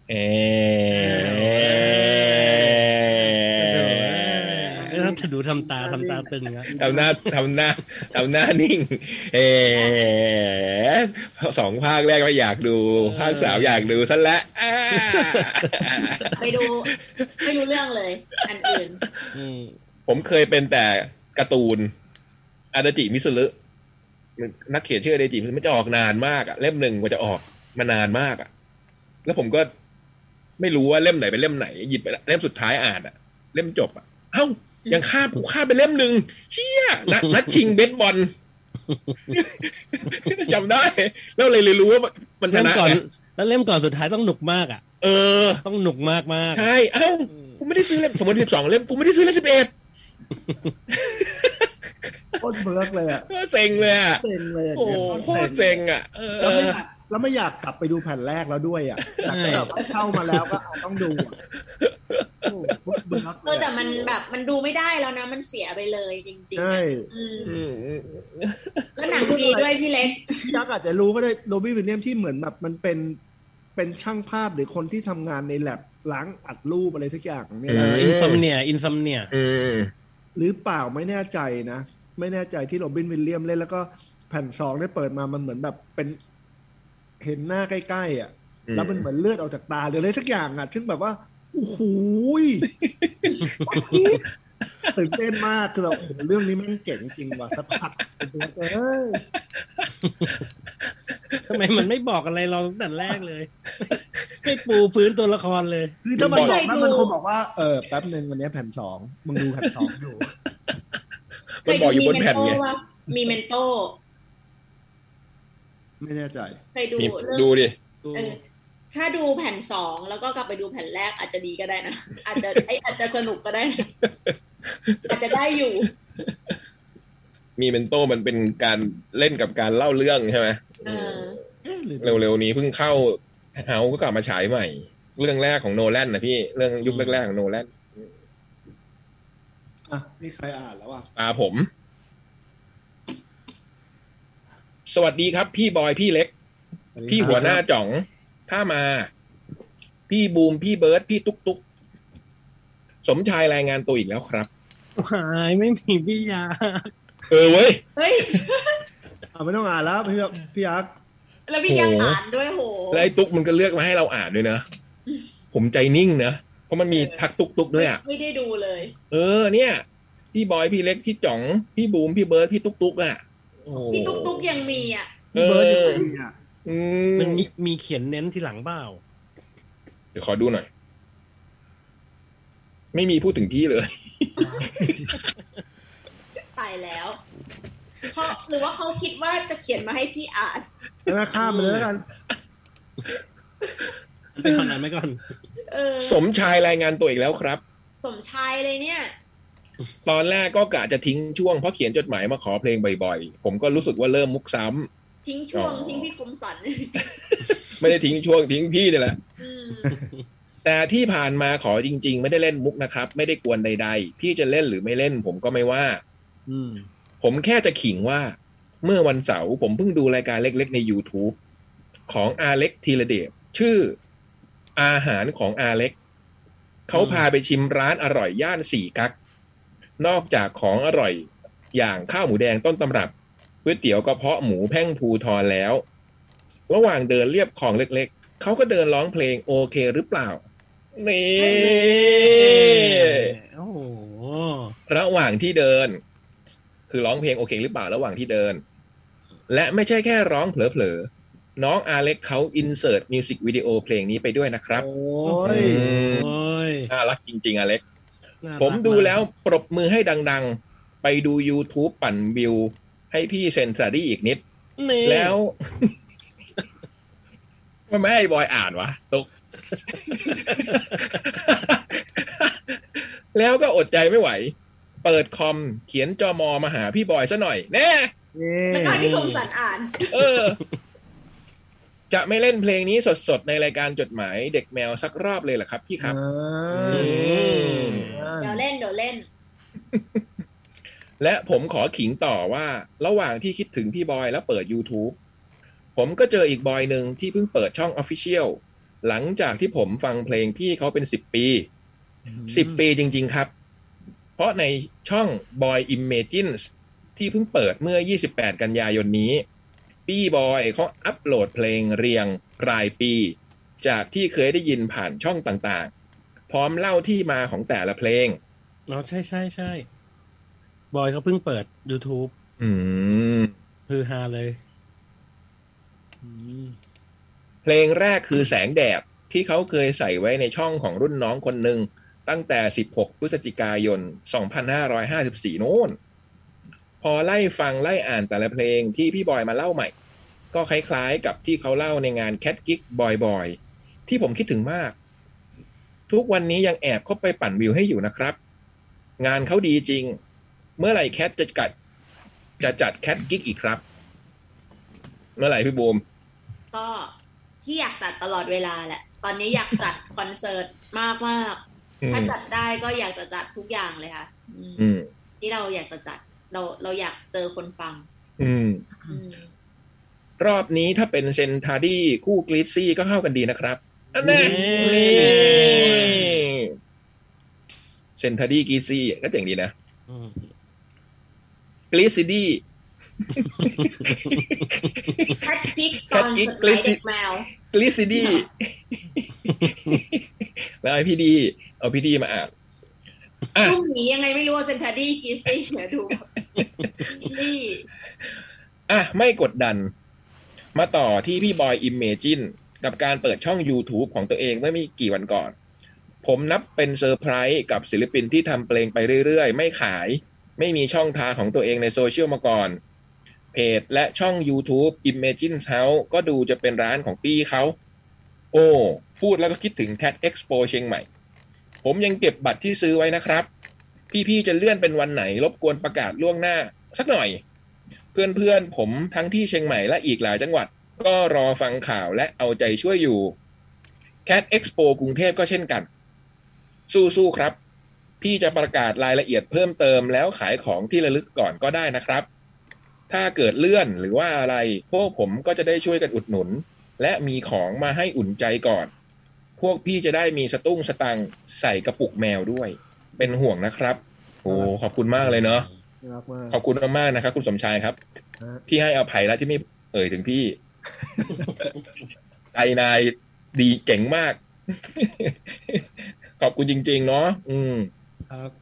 ถ้าดูทำตาตึงนะทำหน้านิ่ง2 ภาคแรกไม่อยากดูภาค3อยากดูซะแล้วไปดูไม่รู้เรื่องเลยอันอื่นผมเคยเป็นแต่การ์ตูนอาดาจิมิสุรุนักเขียนชื่ออาดาจิมิสุรุมันจะออกนานมากอ่ะเล่ม1กว่าจะออกมานานมากอ่ะแล้วผมก็ไม่รู้ว่าเล่มไหนเป็นเล่มไหนหยิบไปเล่มสุดท้ายอ่านอ่ะเล่มจบอ่ะเอ้ายังข้ามไปเล่ม1เชี่ยนัดชิงเบสบอลจำได้แล้วเลยรู้ว่ามันชนะก่อนแล้วเล่มก่อนสุดท้ายต้องหนุกมากอ่ะต้องหนุกมากใช่เอ้ากูไม่ได้ซื้อเล่มสมมติ12เล่มกูไม่ได้ซื้อเล่ม11 โคตรเบิร์กเลยอ่ะเซ็งเลยอ่ะโอ้โคตรเซ็งอ่ะแล้วไม่อยากกลับไปดูแผ่นแรกแล้วด้วยอ่ะแต่แบบเช่ามาแล้วก็ต้องดูแต่มันแบบมันดูไม่ได้แล้วนะมันเสียไปเลยจริงๆใช่แล้วหนังดีด้วยพี่เล็กพี่ยักษ์อาจจะรู้ก็ได้โรบินวิลเลียมที่เหมือนแบบมันเป็นช่างภาพหรือคนที่ทำงานในแลบล้างอัดรูปอะไรสักอย่างเนี่ยอินซอมเนียหรือเปล่าไม่แน่ใจนะไม่แน่ใจที่โรบินวิลเลียมเล่นแล้วก็แผ่น2ได้เปิดมามันเหมือนแบบเป็นเห็นหน้าใกล้ๆอ่ะแล้วมันเหมือนเลือดออกจากตาหรืออะไรสักอย่างอ่ะซึ่งแบบว่าโอ้โหตื่นเต้นมากคือแบบโอ้โหเรื่องนี้แม่งเจ๋งจริงว่ะสักพักทำไมมันไม่บอกอะไรเราตั้งแต่แรกเลยไม่ปูพื้นตัวละครเลยคือถ้ามันบอกมันคงบอกว่าแป๊บนึงวันนี้แผ่น2มึงดูแผ่น2อยู่มันบอกอยู่บนแผ่นไงมีเมนโตไม่แน่ใจเคยดูดิถ้าดูแผ่น2แล้วก็กลับไปดูแผ่นแรกอาจจะดีก็ได้นะอาจจะสนุกก็ได้นะอาจจะได้อยู่มีเมนโตมันเป็นการเล่นกับการเล่าเรื่องใช่ไหมเร็วๆนี้เพิ่งเข้าเฮาก็กลับมาฉายใหม่เรื่องแรกของโนแลนนะพี่เรื่องยุคแรกๆของโนแลนนี่ใครอ่านแล้วผมสวัสดีครับพี่บอยพี่เล็กพี่หัวหน้าจ่องถ้ามาพี่บูมพี่เบิร์ดพี่ตุ๊กตุ๊กสมชายรายงานตัวอีกแล้วครับหายไม่มีพี่ยาเว้ยไม่ต้องอ่านแล้วพี่ยักษ์แล้วพี่ยักษ์อ่านด้วยโหแล้วไอ้ตุ๊กมันก็เลือกมาให้เราอ่านด้วยนะผมใจนิ่งนะเพราะมันมีทักตุ๊กตุ๊กด้วยไม่ได้ดูเลยเนี่ยพี่บอยพี่เล็กพี่จ่องพี่บูมพี่เบิร์ดพี่ตุ๊กตุ๊กพี่ตุ๊กตุ๊กยังมีพี่เบิร์ดยังมีมันมีเขียนเน้นที่หลังเปล่าเดี๋ยวขอดูหน่อยไม่มีพูดถึงพี่เลยตายแล้วเขาหรือว่าเขาคิดว่าจะเขียนมาให้พี่อ่านแล้วข้ามไปเลยกันไปขนาดไม่ก่อนสมชายรายงานตัวอีกแล้วครับสมชายเลยเนี่ยตอนแรกก็กะจะทิ้งช่วงเพราะเขียนจดหมายมาขอเพลงบ่อยๆผมก็รู้สึกว่าเริ่มมุกซ้ำทิ้งช่วงทิ้งพี่คมสันไม่ได้ทิ้งช่วงทิ้งพี่นี่แหละแต่ที่ผ่านมาขอจริงๆไม่ได้เล่นมุกนะครับไม่ได้กวนใดๆพี่จะเล่นหรือไม่เล่นผมก็ไม่ว่าผมแค่จะขิงว่าเมื่อวันเสาร์ผมเพิ่งดูรายการเล็กๆใน YouTube ของอาเล็กธีรเดชชื่ออาหารของอาเล็กเขาพาไปชิมร้านอร่อยย่านสี่กั๊กนอกจากของอร่อยอย่างข้าวหมูแดงต้นตำรับก๋วยเตี๋ยวกระเพาะหมูแพ่งภูทรแล้วระหว่างเดินเลียบคลองเล็กๆเขาก็เดินร้องเพลงโอเคหรือเปล่านี่โอ้โหระหว่างที่เดินคือร้องเพลงโอเคหรือเปล่าระหว่างที่เดินและไม่ใช่แค่ร้องเผลอๆน้องอาเล็กเขาอินเสิร์ตมิวสิกวิดีโอเพลงนี้ไปด้วยนะครับโอ้ยน่ารักจริงๆอาเล็กผมดูแล้วปรบมือให้ดังๆไปดู YouTube ปั่นวิวให้พี่เซนซารี่อีกนิดแล้วไม่ให้บอยอ่านวะตุ๊กแล้วก็อดใจไม่ไหวเปิดคอมเขียนจม.มาหาพี่บอยซะหน่อยแน่แล้วก็พี่คมสันอ่านจะไม่เล่นเพลงนี้สดๆในรายการจดหมายเด็กแมวสักรอบเลยเหรอครับพี่ครับเดี๋ยวเล่นและผมขอขิงต่อว่าระหว่างที่คิดถึงพี่บอยแล้วเปิด YouTube ผมก็เจออีกบอยหนึ่งที่เพิ่งเปิดช่อง Official หลังจากที่ผมฟังเพลงพี่เขาเป็น10 ปี10 ปีจริงๆครับเพราะในช่อง Boy Imagines ที่เพิ่งเปิดเมื่อ28กันยายนนี้พี่บอยเขาอัปโหลดเพลงเรียงรายปีจากที่เคยได้ยินผ่านช่องต่างๆพร้อมเล่าที่มาของแต่ละเพลงใช่บอยเขาเพิ่งเปิด YouTube ฮือฮาเลยเพลงแรกคือแสงแดดที่เขาเคยใส่ไว้ในช่องของรุ่นน้องคนหนึ่งตั้งแต่16พฤศจิกายน2554โน้นพอไล่ฟังไล่อ่านแต่ละเพลงที่พี่บอยมาเล่าใหม่ก็คล้ายๆกับที่เขาเล่าในงานแคทกิ๊กบ่อยๆที่ผมคิดถึงมากทุกวันนี้ยังแอบเข้าไปปั่นวิวให้อยู่นะครับงานเขาดีจริงเมื่อไหร่แคทจะจัดแคทกิ๊กอีกครับเมื่อไหร่พี่บูมก็ที่อยากจัดตลอดเวลาแหละตอนนี้อยากจัดคอนเสิร์ตมากๆถ้าจัดได้ก็อยากจะจัดทุกอย่างเลยค่ะที่เราอยากจะจัดเราอยากเจอคนฟังรอบนี้ถ้าเป็นเซนทาร์ดี้คู่กรีซซี่ก็เข้ากันดีนะครับอันนี้เซนทาร์ดี้กรีซซี่ก็เจ๋งดีนะกรีซซี่แคทกิ๊กตอนสุดท้ายเด็กแมวกรีซซี่แล้วพี่ดีมาอ่านพรุ่งนี้ยังไงไม่รู้เซนทาร์ดี้กรีซซี่เดี๋ยวดูไม่กดดันมาต่อที่พี่บอย Imagine กับการเปิดช่อง YouTube ของตัวเองเมื่อไม่กี่วันก่อนผมนับเป็นเซอร์ไพรส์กับศิลปินที่ทำเพลงไปเรื่อยๆไม่ขายไม่มีช่องทางของตัวเองในโซเชียลมาก่อนเพจและช่อง YouTube Imagine House ก็ดูจะเป็นร้านของพี่เขาโอ้พูดแล้วก็คิดถึง Cat Expo เชียงใหม่ผมยังเก็บบัตรที่ซื้อไว้นะครับพี่ๆจะเลื่อนเป็นวันไหนรบกวนประกาศล่วงหน้าสักหน่อยเพื่อนๆผมทั้งที่เชียงใหม่และอีกหลายจังหวัดก็รอฟังข่าวและเอาใจช่วยอยู่ Cat Expo กรุงเทพก็เช่นกันสู้ๆครับพี่จะประกาศรายละเอียดเพิ่มเติมแล้วขายของที่ระลึกก่อนก็ได้นะครับถ้าเกิดเลื่อนหรือว่าอะไรพวกผมก็จะได้ช่วยกันอุดหนุนและมีของมาให้อุ่นใจก่อนพวกพี่จะได้มีสตุ้งสตังใส่กระปุกแมวด้วยเป็นห่วงนะครับโอ้ขอบคุณมากเลยเนาะขอบคุณมากๆนะครับคุณสมชายครับพี่ให้อภัยแล้วที่ไม่เอ่ยถึงพี่ใจนายดีเจ๋งมากขอบคุณจริงๆเนาะครับ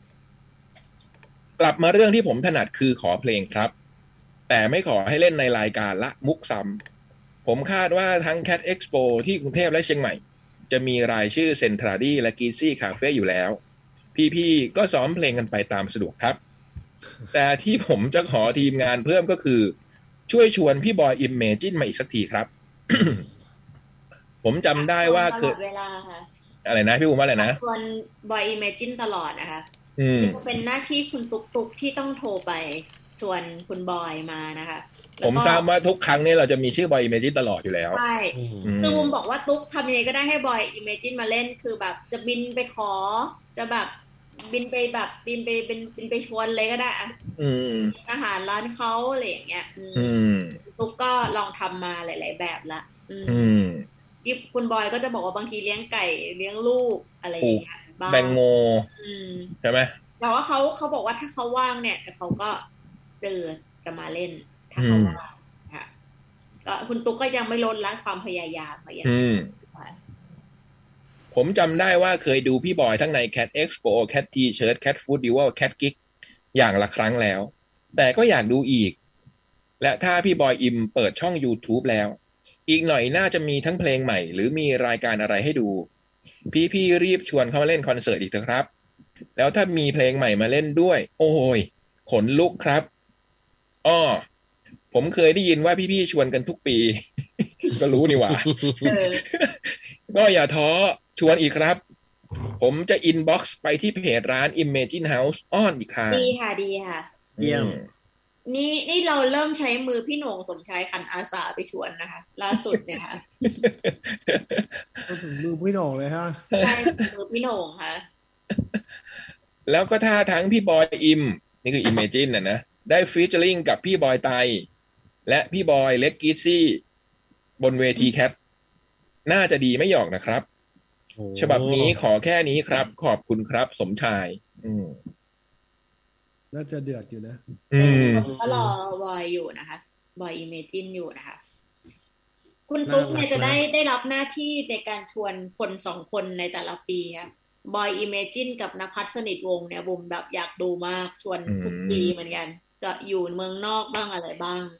กลับมาเรื่องที่ผมถนัดคือขอเพลงครับแต่ไม่ขอให้เล่นในรายการละมุกซ้ำผมคาดว่าทั้ง Cat Expo ที่กรุงเทพและเชียงใหม่จะมีรายชื่อเซนทราดีและกีซี่คาเฟ่อยู่แล้วพี่ๆก็ซ้อมเพลงกันไปตามสะดวกครับแต่ที่ผมจะขอทีมงานเพิ่มก็คือช่วยชวนพี่บอย Imagine มาอีกสักทีครับ ผมจำได้ว่าคือเวลาค่ะอะไรนะพี่บุ๋มว่าอะไรนะชวนบอย Imagine ตลอดนะคะจะเป็นหน้าที่คุณตุ๊กที่ต้องโทรไปชวนคุณบอยมานะคะผมทราบว่าทุกครั้งนี้เราจะมีชื่อบอย Imagine ตลอดอยู่แล้วใช่คือบุ๋มบอกว่าตุ๊กทำยังไงก็ได้ให้บอย Imagine มาเล่นคือแบบจะบินไปขอจะแบบบินไปชวนเลยก็ได้อาหารร้านเขาอะไรอย่างเงี้ยตุ๊กก็ลองทำมาหลายๆแบบละที่คุณบอยก็จะบอกว่าบางทีเลี้ยงไก่เลี้ยงลูกอะไรอย่างเงี้ยแบงโมใช่ไหมแต่ว่าเขาบอกว่าถ้าเขาว่างเนี่ยเขาก็จะมาเล่นถ้าเขาว่างค่ะก็คุณตุ๊กก็ยังไม่ลดละความพยายามมาอย่างผมจำได้ว่าเคยดูพี่บอยทั้งใน Cat Expo Cat T-shirt Cat Food Duel Cat Geek อย่างละครั้งแล้วแต่ก็อยากดูอีกและถ้าพี่บอยอิมเปิดช่อง YouTube แล้วอีกหน่อยน่าจะมีทั้งเพลงใหม่หรือมีรายการอะไรให้ดูพี่รีบชวนเขาเล่นคอนเสิร์ตอีกเถอะครับแล้วถ้ามีเพลงใหม่มาเล่นด้วยโอ้ยขนลุกครับผมเคยได้ยินว่าพี่ชวนกันทุกปี ก็รู้นี่หว่า ก็อย่าท้อชวนอีกครับผมจะอินบ็อกซ์ไปที่เพจร้าน Imagine House อ้อนอีกค่ะดีค่ะเยี่ยมนี่เราเริ่มใช้มือพี่โหน่งสมชายขันอาสาไปชวนนะคะล่าสุดเนี่ยค่ะถึงมือพี่โหน่งเลยฮะใช่มือพี่โหน่งค่ะแล้วก็ถ้าทั้งพี่บอยอิมนี่คือ Imagine นะได้ฟีเจอริ่งกับพี่บอยไตและพี่บอยเล็กกีซี่บนเวทีแคทน่าจะดีไม่หยอกนะครับฉบับนี้ขอแค่นี้ครับขอบคุณครับสมชายน่าจะเดือดอยู่นะก็รอบอยอยู่นะคะบอย Imagine อยู่นะคะคุณตุ๊กเนี่ยจะได้รับหน้าที่ในการชวนคน2คนในแต่ละปีค่ะบอย Imagine กับณภัทรสนิทวงศ์เนี่ยบุ๋มแบบอยากดูมากชวนทุกปีเหมือนกันจะอยู่เมืองนอกบ้างอะไรบ้าง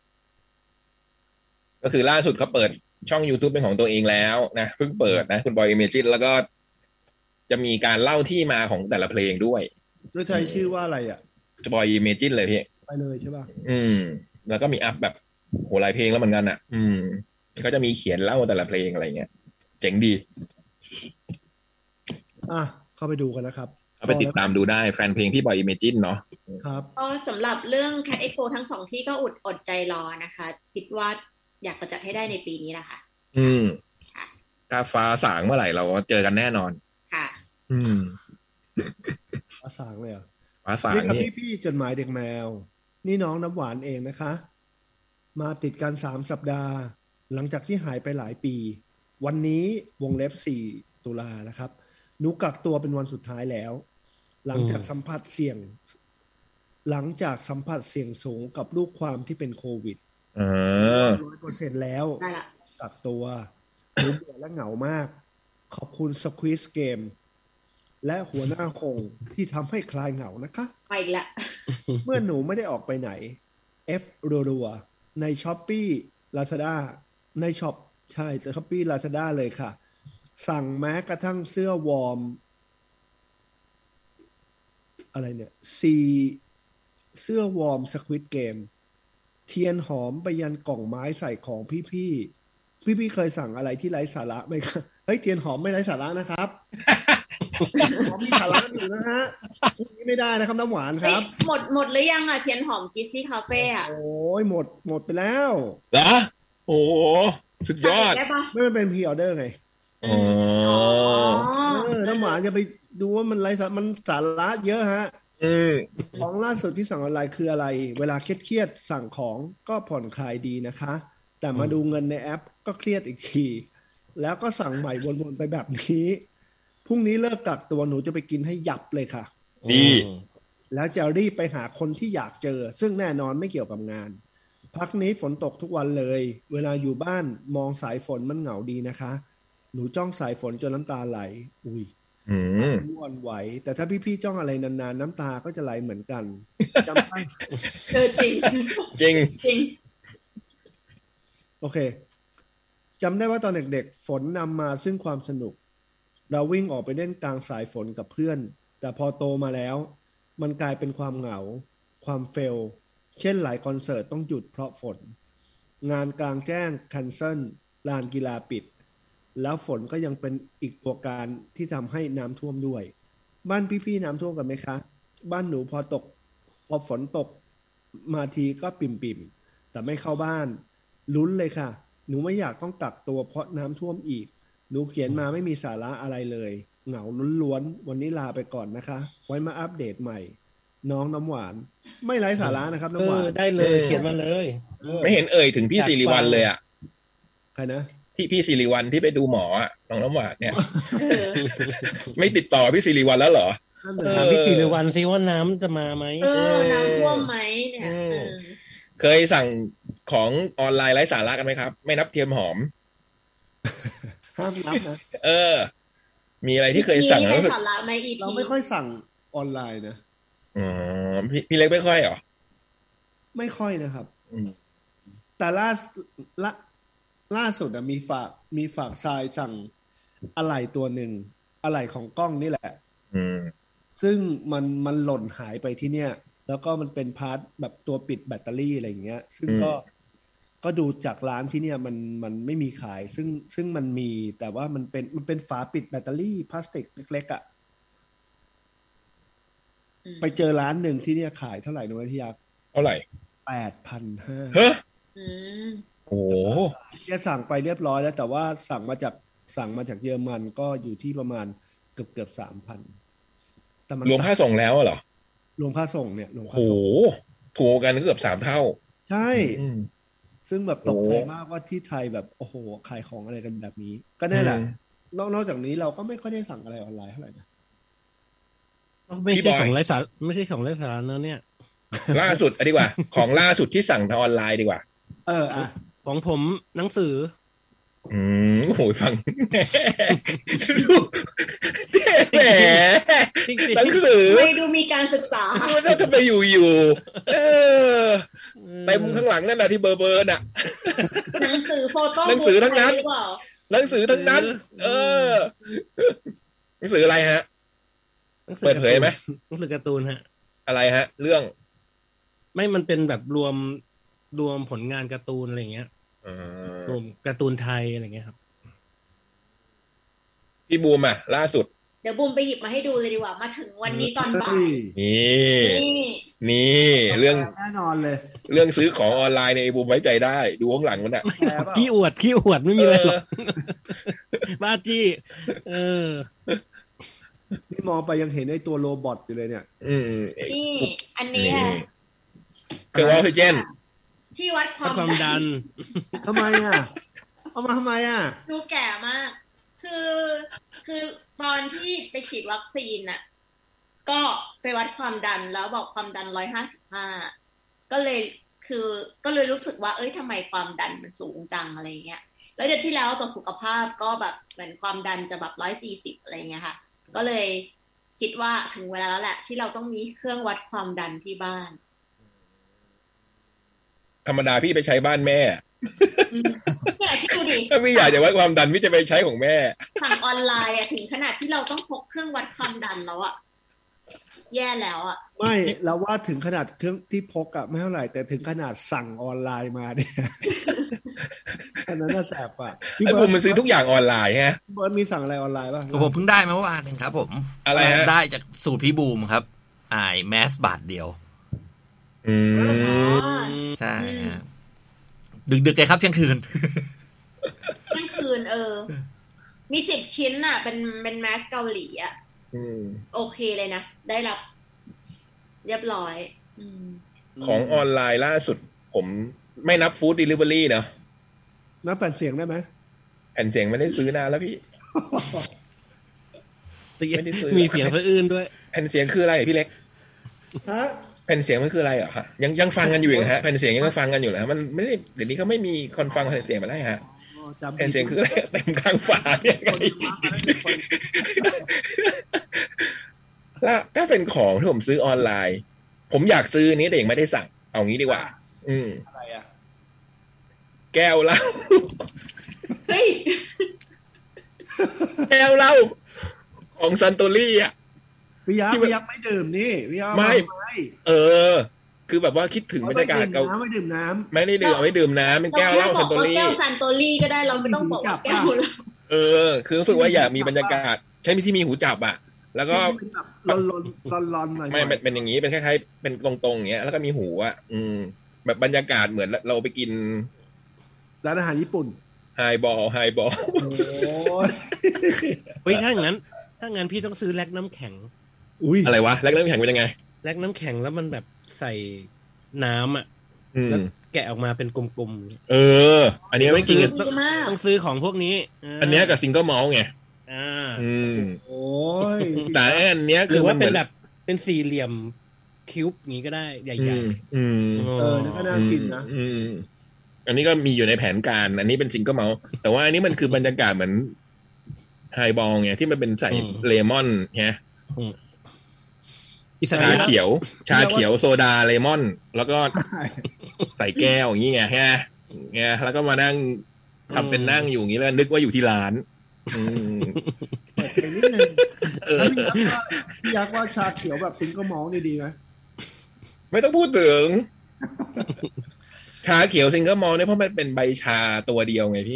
ก็คือล่าสุดเขาเปิดช่อง YouTube เป็นของตัวเองแล้วนะเพิ่งเปิดนะคุณบอย Imagine แล้วก็จะมีการเล่าที่มาของแต่ละเพลงด้วยแล้วใช้ชื่อว่าอะไรอ่ะจะบอย Imagine เลยพี่ไปเลยใช่ป่ะแล้วก็มีอัพแบบโหหลายเพลงแล้วเหมือนกันอ่ะก็จะมีเขียนเล่าแต่ละเพลงอะไรเงี้ยเจ๋งดีเข้าไปดูกันนะครับเข้าไปติดตามดูได้แฟนเพลงพี่บอย Imagine เนาะครับก็สำหรับเรื่อง Cat Expo ทั้ง2ที่ก็อดใจรอนะคะคิดว่าอยากจะจัดให้ได้ในปีนี้แหละค่ะถ้าฟ้าสางเมื่อไหร่เราก็เจอกันแน่นอนค่ะฟ้าสางเลยเหรอฟ้าสางนี่พี่จดหมายเด็กแมวนี่น้องน้ำหวานเองนะคะมาติดกัน3 สัปดาห์หลังจากที่หายไปหลายปีวันนี้วงเล็บ4 ตุลานะครับหนูกักตัวเป็นวันสุดท้ายแล้วหลังจากสัมผัสเสี่ยงสูงกับลูกความที่เป็นโควิด100% แล้วกักตัวหนูเบื่อและเหงามากขอบคุณ Squid Game และหัวหน้าคงที่ทำให้คลายเหงานะคะไปละเมื่อหนูไม่ได้ออกไปไหน F รัวๆใน Shopee Lazada ในช็อปใช่แต่ Shopee Lazada เลยค่ะสั่งแม้กระทั่งเสื้อวอร์มอะไรเนี่ยเสื้อวอร์ม Squid Game เทียนหอมไปยันกล่องไม้ใส่ของพี่เคยสั่งอะไรที่ไร้สาระไหมครับเฮ้ยเทียนหอมไม่ไร้สาระนะครับหอมมีสาระอยู่นะฮะนี่ไม่ได้นะครับน้ำหวานครับหมดหรือยังอ่ะเทียนหอมกิซซี่คาเฟ่อ่ะโอ้ยหมดไปแล้วเหรอโอ้สุดยอดไม่เป็นพรีออเดอร์ไงน้ำหวานจะไปดูว่ามันไร้สาระมันสาระเยอะฮะของล่าสุดที่สั่งออนไลน์คืออะไรเวลาเครียดสั่งของก็ผ่อนคลายดีนะคะแต่มาดูเงินในแอปก็เครียดอีกทีแล้วก็สั่งใหม่วนๆไปแบบนี้พรุ่งนี้เลิกกักตัวหนูจะไปกินให้ยับเลยค่ะดีแล้วจะรีบไปหาคนที่อยากเจอซึ่งแน่นอนไม่เกี่ยวกับงานพักนี้ฝนตกทุกวันเลยเวลาอยู่บ้านมองสายฝนมันเหงาดีนะคะหนูจ้องสายฝนจนน้ำตาไหลอุ้ยม่วนไหวแต่ถ้าพี่ๆจ้องอะไรนานๆน้ำตาก็จะไหลเหมือนกันจำได้จริงจริงโอเคจำได้ว่าตอนเด็กๆฝนนำมาซึ่งความสนุกเราวิ่งออกไปเล่นกลางสายฝนกับเพื่อนแต่พอโตมาแล้วมันกลายเป็นความเหงาความเฟลเช่นหลายคอนเสิร์ตต้องหยุดเพราะฝนงานกลางแจ้งแคนเซิลลานกีฬาปิดแล้วฝนก็ยังเป็นอีกตัวการที่ทำให้น้ำท่วมด้วยบ้านพี่ๆน้ำท่วมกันไหมคะบ้านหนูพอฝนตกมาทีก็ปิ่มๆแต่ไม่เข้าบ้านลุ้นเลยค่ะหนูไม่อยากต้องกักตัวเพราะน้ำท่วมอีกหนูเขียนมาไม่มีสาระอะไรเลยเหงาล้วนๆวันนี้ลาไปก่อนนะคะไว้มาอัปเดตใหม่น้องน้ำหวานไม่ไร้สาระนะครับน้ำหวานได้เลยเขียนมาเลยไม่เห็นเอ่ยถึงพี่ศิริวัลย์เลยอ่ะใครนะพี่ศิริวัลย์ที่ไปดูหมออ่ะน้องน้ำหวานเนี่ยไม่ติดต่อพี่ศิริวัลย์แล้วเหรอถามพี่ศิริวัลย์ซิว่าน้ำจะมาไหมน้ำท่วมไหมเนี่ยเคยสั่งของออนไลน์ไร้สาระกันไหมครับไม่นับเทียมหอมห้ามนับนะมีอะไรที่เคยสั่งแล้วเราไม่ค่อยสั่งออนไลน์นะพี่เล็กไม่ค่อยเหรอไม่ค่อยนะครับแต่ล่าสุดมีฝากทรายสั่งอะไหล่ตัวหนึ่งอะไหล่ของกล้องนี่แหละซึ่งมันหล่นหายไปที่เนี่ยแล้วก็มันเป็นพาร์ทแบบตัวปิดแบตเตอรี่อะไรอย่างเงี้ยซึ่งก็ดูจากร้านที่เนี่ยมันไม่มีขายซึ่งมันมีแต่ว่ามันเป็นฝาปิดแบตเตอรี่พลาสติกเล็กๆอ่ะไปเจอร้านหนึ่งที่เนี่ยขายเท่าไหร่นะพี่ยักษ์เท่าไหร่ 8,500 เฮ้ยโอ้เนี่ยสั่งไปเรียบร้อยแล้วแต่ว่าสั่งมาจากเยอรมันก็อยู่ที่ประมาณเกือบ 3,000 แต่มันรวมค่าส่งแล้วเหรอรวมค่าส่งเนี่ยรวมค่าส่งถูกกันเกือบ3 เท่าใช่ซึ่งแบบตกใจมากว่าที่ไทยแบบโอ้โหขายของอะไรกันแบบนี้ก็แน่แหละนอกจากนี้เราก็ไม่ค่อยได้สั่งอะไรออนไลน์เท่าไหร่นะไม่ใช่ของไร้สาระไม่ใช่ของไร้สาระเนอะเนี่ยล่าสุดดีกว่าของล่าสุดที่สั่งทางออนไลน์ดีกว่าของผมหนังสือโหฟังแหมหนังสือไม่ดูมีการศึกษาน่าจะไปอยู่เต็มข้างหลังนั่นแหละที่เบอร์น่ะหนังสือโฟโต้หนังสือทั้งนั้นหนังสือทั้งนั้นหนังสืออะไรฮะเปิดเผยไหมหนังสือการ์ตูนฮะอะไรฮะเรื่องไม่มันเป็นแบบรวมผลงานการ์ตูนอะไรเงี้ยรวมการ์ตูนไทยอะไรเงี้ยครับพี่บูมอ่ะล่าสุดเดี๋ยวบูมไปหยิบมาให้ดูเลยดีกว่ามาถึงวันนี้ตอนบ่ายนี่เรื่องแน่นอนเลยเรื่องซื้อของออนไลน์ในบูมไว้ใจได้ดูข้างหลังมันอ่ะขี้อวดไม่มีอะไรหรอกบ้าจี้นี่มองไปยังเห็นไอ้ตัวโรบอทอยู่เลยเนี่ยนี่อันนี้ค่ะคือว่าพี่เจนที่วัดความดันทำไมอ่ะเอามาทำไมอ่ะดูแก่มากคือตอนที่ไปฉีดวัคซีนน่ะก็ไปวัดความดันแล้วบอกความดัน155ก็เลยรู้สึกว่าทำไมความดันมันสูงจังอะไรเงี้ยแล้วเดือนที่แล้วตรวจสุขภาพก็แบบเหมือนความดันจะแบบ140อะไรเงี้ยค่ะก็เลยคิดว่าถึงเวลาแล้วแหละที่เราต้องมีเครื่องวัดความดันที่บ้านธรรมดาพี่ไปใช้บ้านแม่เนี่ยที่ดูดิถ้าไม่อยากจะวัดความดันไม่จะไปใช้ของแม่สั่งออนไลน์ถึงขนาดที่เราต้องพกเครื่องวัดความดันแล้วอะแย่แล้วอะไม่เราว่าถึงขนาดเครื่องที่พกอะไม่เท่าไหร่แต่ถึงขนาดสั่งออนไลน์มาเนี่ยอันนั้นน่าแสบอ่ะพี่เบิร์ดมันซื้อทุกอย่างออนไลน์ฮะเบิร์ดมีสั่งอะไรออนไลน์ป่ะผมเพิ่งได้มาเมื่อวานเองครับผมอะไรฮะได้จากสูตรพี่บูมครับแมสบาทเดียวใช่ดึกๆเลยครับเที่ยงคืนมี10 ชิ้นอ่ะเป็นแมสเกาหลีอ่ะโอเคเลยนะได้รับเรียบร้อยของออนไลน์ล่าสุดผมไม่นับฟู้ดเดลิเวอรี่เนาะนับแผ่นเสียงได้ไหมแผ่นเสียงไม่ได้ซื้อนานแล้วพี่ไม่ได้ซื้อมีเสียงสะอื้นด้วยแผ่นเสียงคืออะไรพี่เล็กฮะแผ่นเสียงมันคืออะไรเหรอฮะยังฟังกันอยู่เหรอฮะแผ่นเสียงยังฟังกันอยู่เหรอมันไม่ได้เดี๋ยวนี้เขาไม่มีคนฟังแผ่นเสียงมาได้ฮะแผ่นเสียงคืออะไรเต็มข้างฝาเนี่ยแล้วถ้าเป็นของที่ผมซื้อออนไลน์ผมอยากซื้อนี้แต่ยังไม่ได้สั่งเอางี้ดีกว่าอะไรอ่ะแก้วเหล้าเฮ้ยแก้วเหล้าของซันโตรี่อ่ะพี่ยักษ์ไม่ดื่มนี่พี่ยักษ์ไม่คือแบบว่าคิดถึงบรรยากาศเก่าไม่ดื่มน้ำไม่ได้ดื่มไม่ดื่มน้ำเป็นแก้วเหล้าซันโตรี่แก้วซันโตรี่ก็ได้เราไม่ต้องบอกแก้วคือรู้สึกว่าอยากมีบรรยากาศใช้ที่มีหูจับอ่ะแล้วก็ร้อนๆหน่อยไม่เป็นอย่างนี้เป็นคล้ายๆเป็นตรงๆอย่างเงี้ยแล้วก็มีหูอ่ะแบบบรรยากาศเหมือนเราไปกินร้านอาหารญี่ปุ่นไฮบอลโอ้ยถ้างั้นพี่ต้องซื้อแลกน้ำแข็งอะไรวะแลกน้ำแข็งเป็นยังไงแลกน้ำแข็งแล้วมันแบบใส่น้ำอ่ะแล้วแกะออกมาเป็นกลมๆอันนี้ไม่กินต้องซื้อของพวกนี้อันนี้กับซิงเกิลมอลต์ไงโอ้ยแต่อันเนี้ยคือว่าเป็นแบบเป็นสี่เหลี่ยมคิวบอย่างนี้ก็ได้ใหญ่ๆก็น่ากินนะอันนี้ก็มีอยู่ในแผนการอันนี้เป็นซิงเกิลมอลต์แต่ว่าอันนี้มันคือบรรยากาศเหมือนไฮบอลไงที่มันเป็นใส่เลมอนฮะชาเขียวโซดาเลมอนแล้วก็ใส่แก้วอย่างนี้ไงฮะแล้วก็มานั่งทำเป็นนั่งอยู่อย่างนี้แล้วนึกว่าอยู่ที่ร้านเปิดเพลงนิดนึงพี่ยักษ์ว่าชาเขียวแบบซิงเกิลมอลต์นี่ดีไหมไม่ต้องพูดถึงชาเขียวซิงเกิลมอลต์เนี่ยเพราะมันเป็นใบชาตัวเดียวไงพี่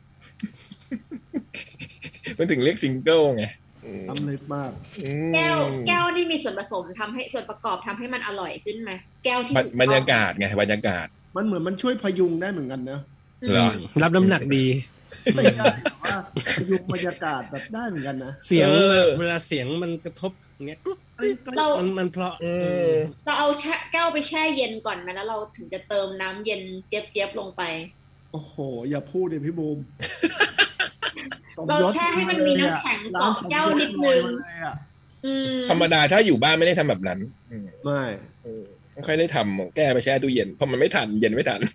มันถึงเรียกซิงเกิลไงทำเล็กมากแก้วนี่มีส่วนผสมทำให้ส่วนประกอบทำให้มันอร่อยขึ้นไหมแก้วที่บรรยากาศไงบรรยากาศมันเหมือนมันช่วยพยุงได้เหมือนกันนะรับน้ำหนักดีไม่ใช่ว่าพยุงบรรยากาศแบบได้เหมือนกันนะเสียงเวลาเสียงมันกระทบเงี้ยมันเพราะเราเอาแก้วไปแช่เย็นก่อนไหมแล้วเราถึงจะเติมน้ำเย็นเจี๊ยบๆลงไปโอ้โหอย่าพูดเลยพี่บูมเราแช่ให้มันมีน้ำแข็งเกาะแก้วนิดนึงธรรมดาถ้าอยู่บ้านไม่ได้ทำแบบนั้นไม่ค่อยได้ทำแก้ไปแช่ตู้เย็นเพราะมันไม่ทันเย็นไม่ทัน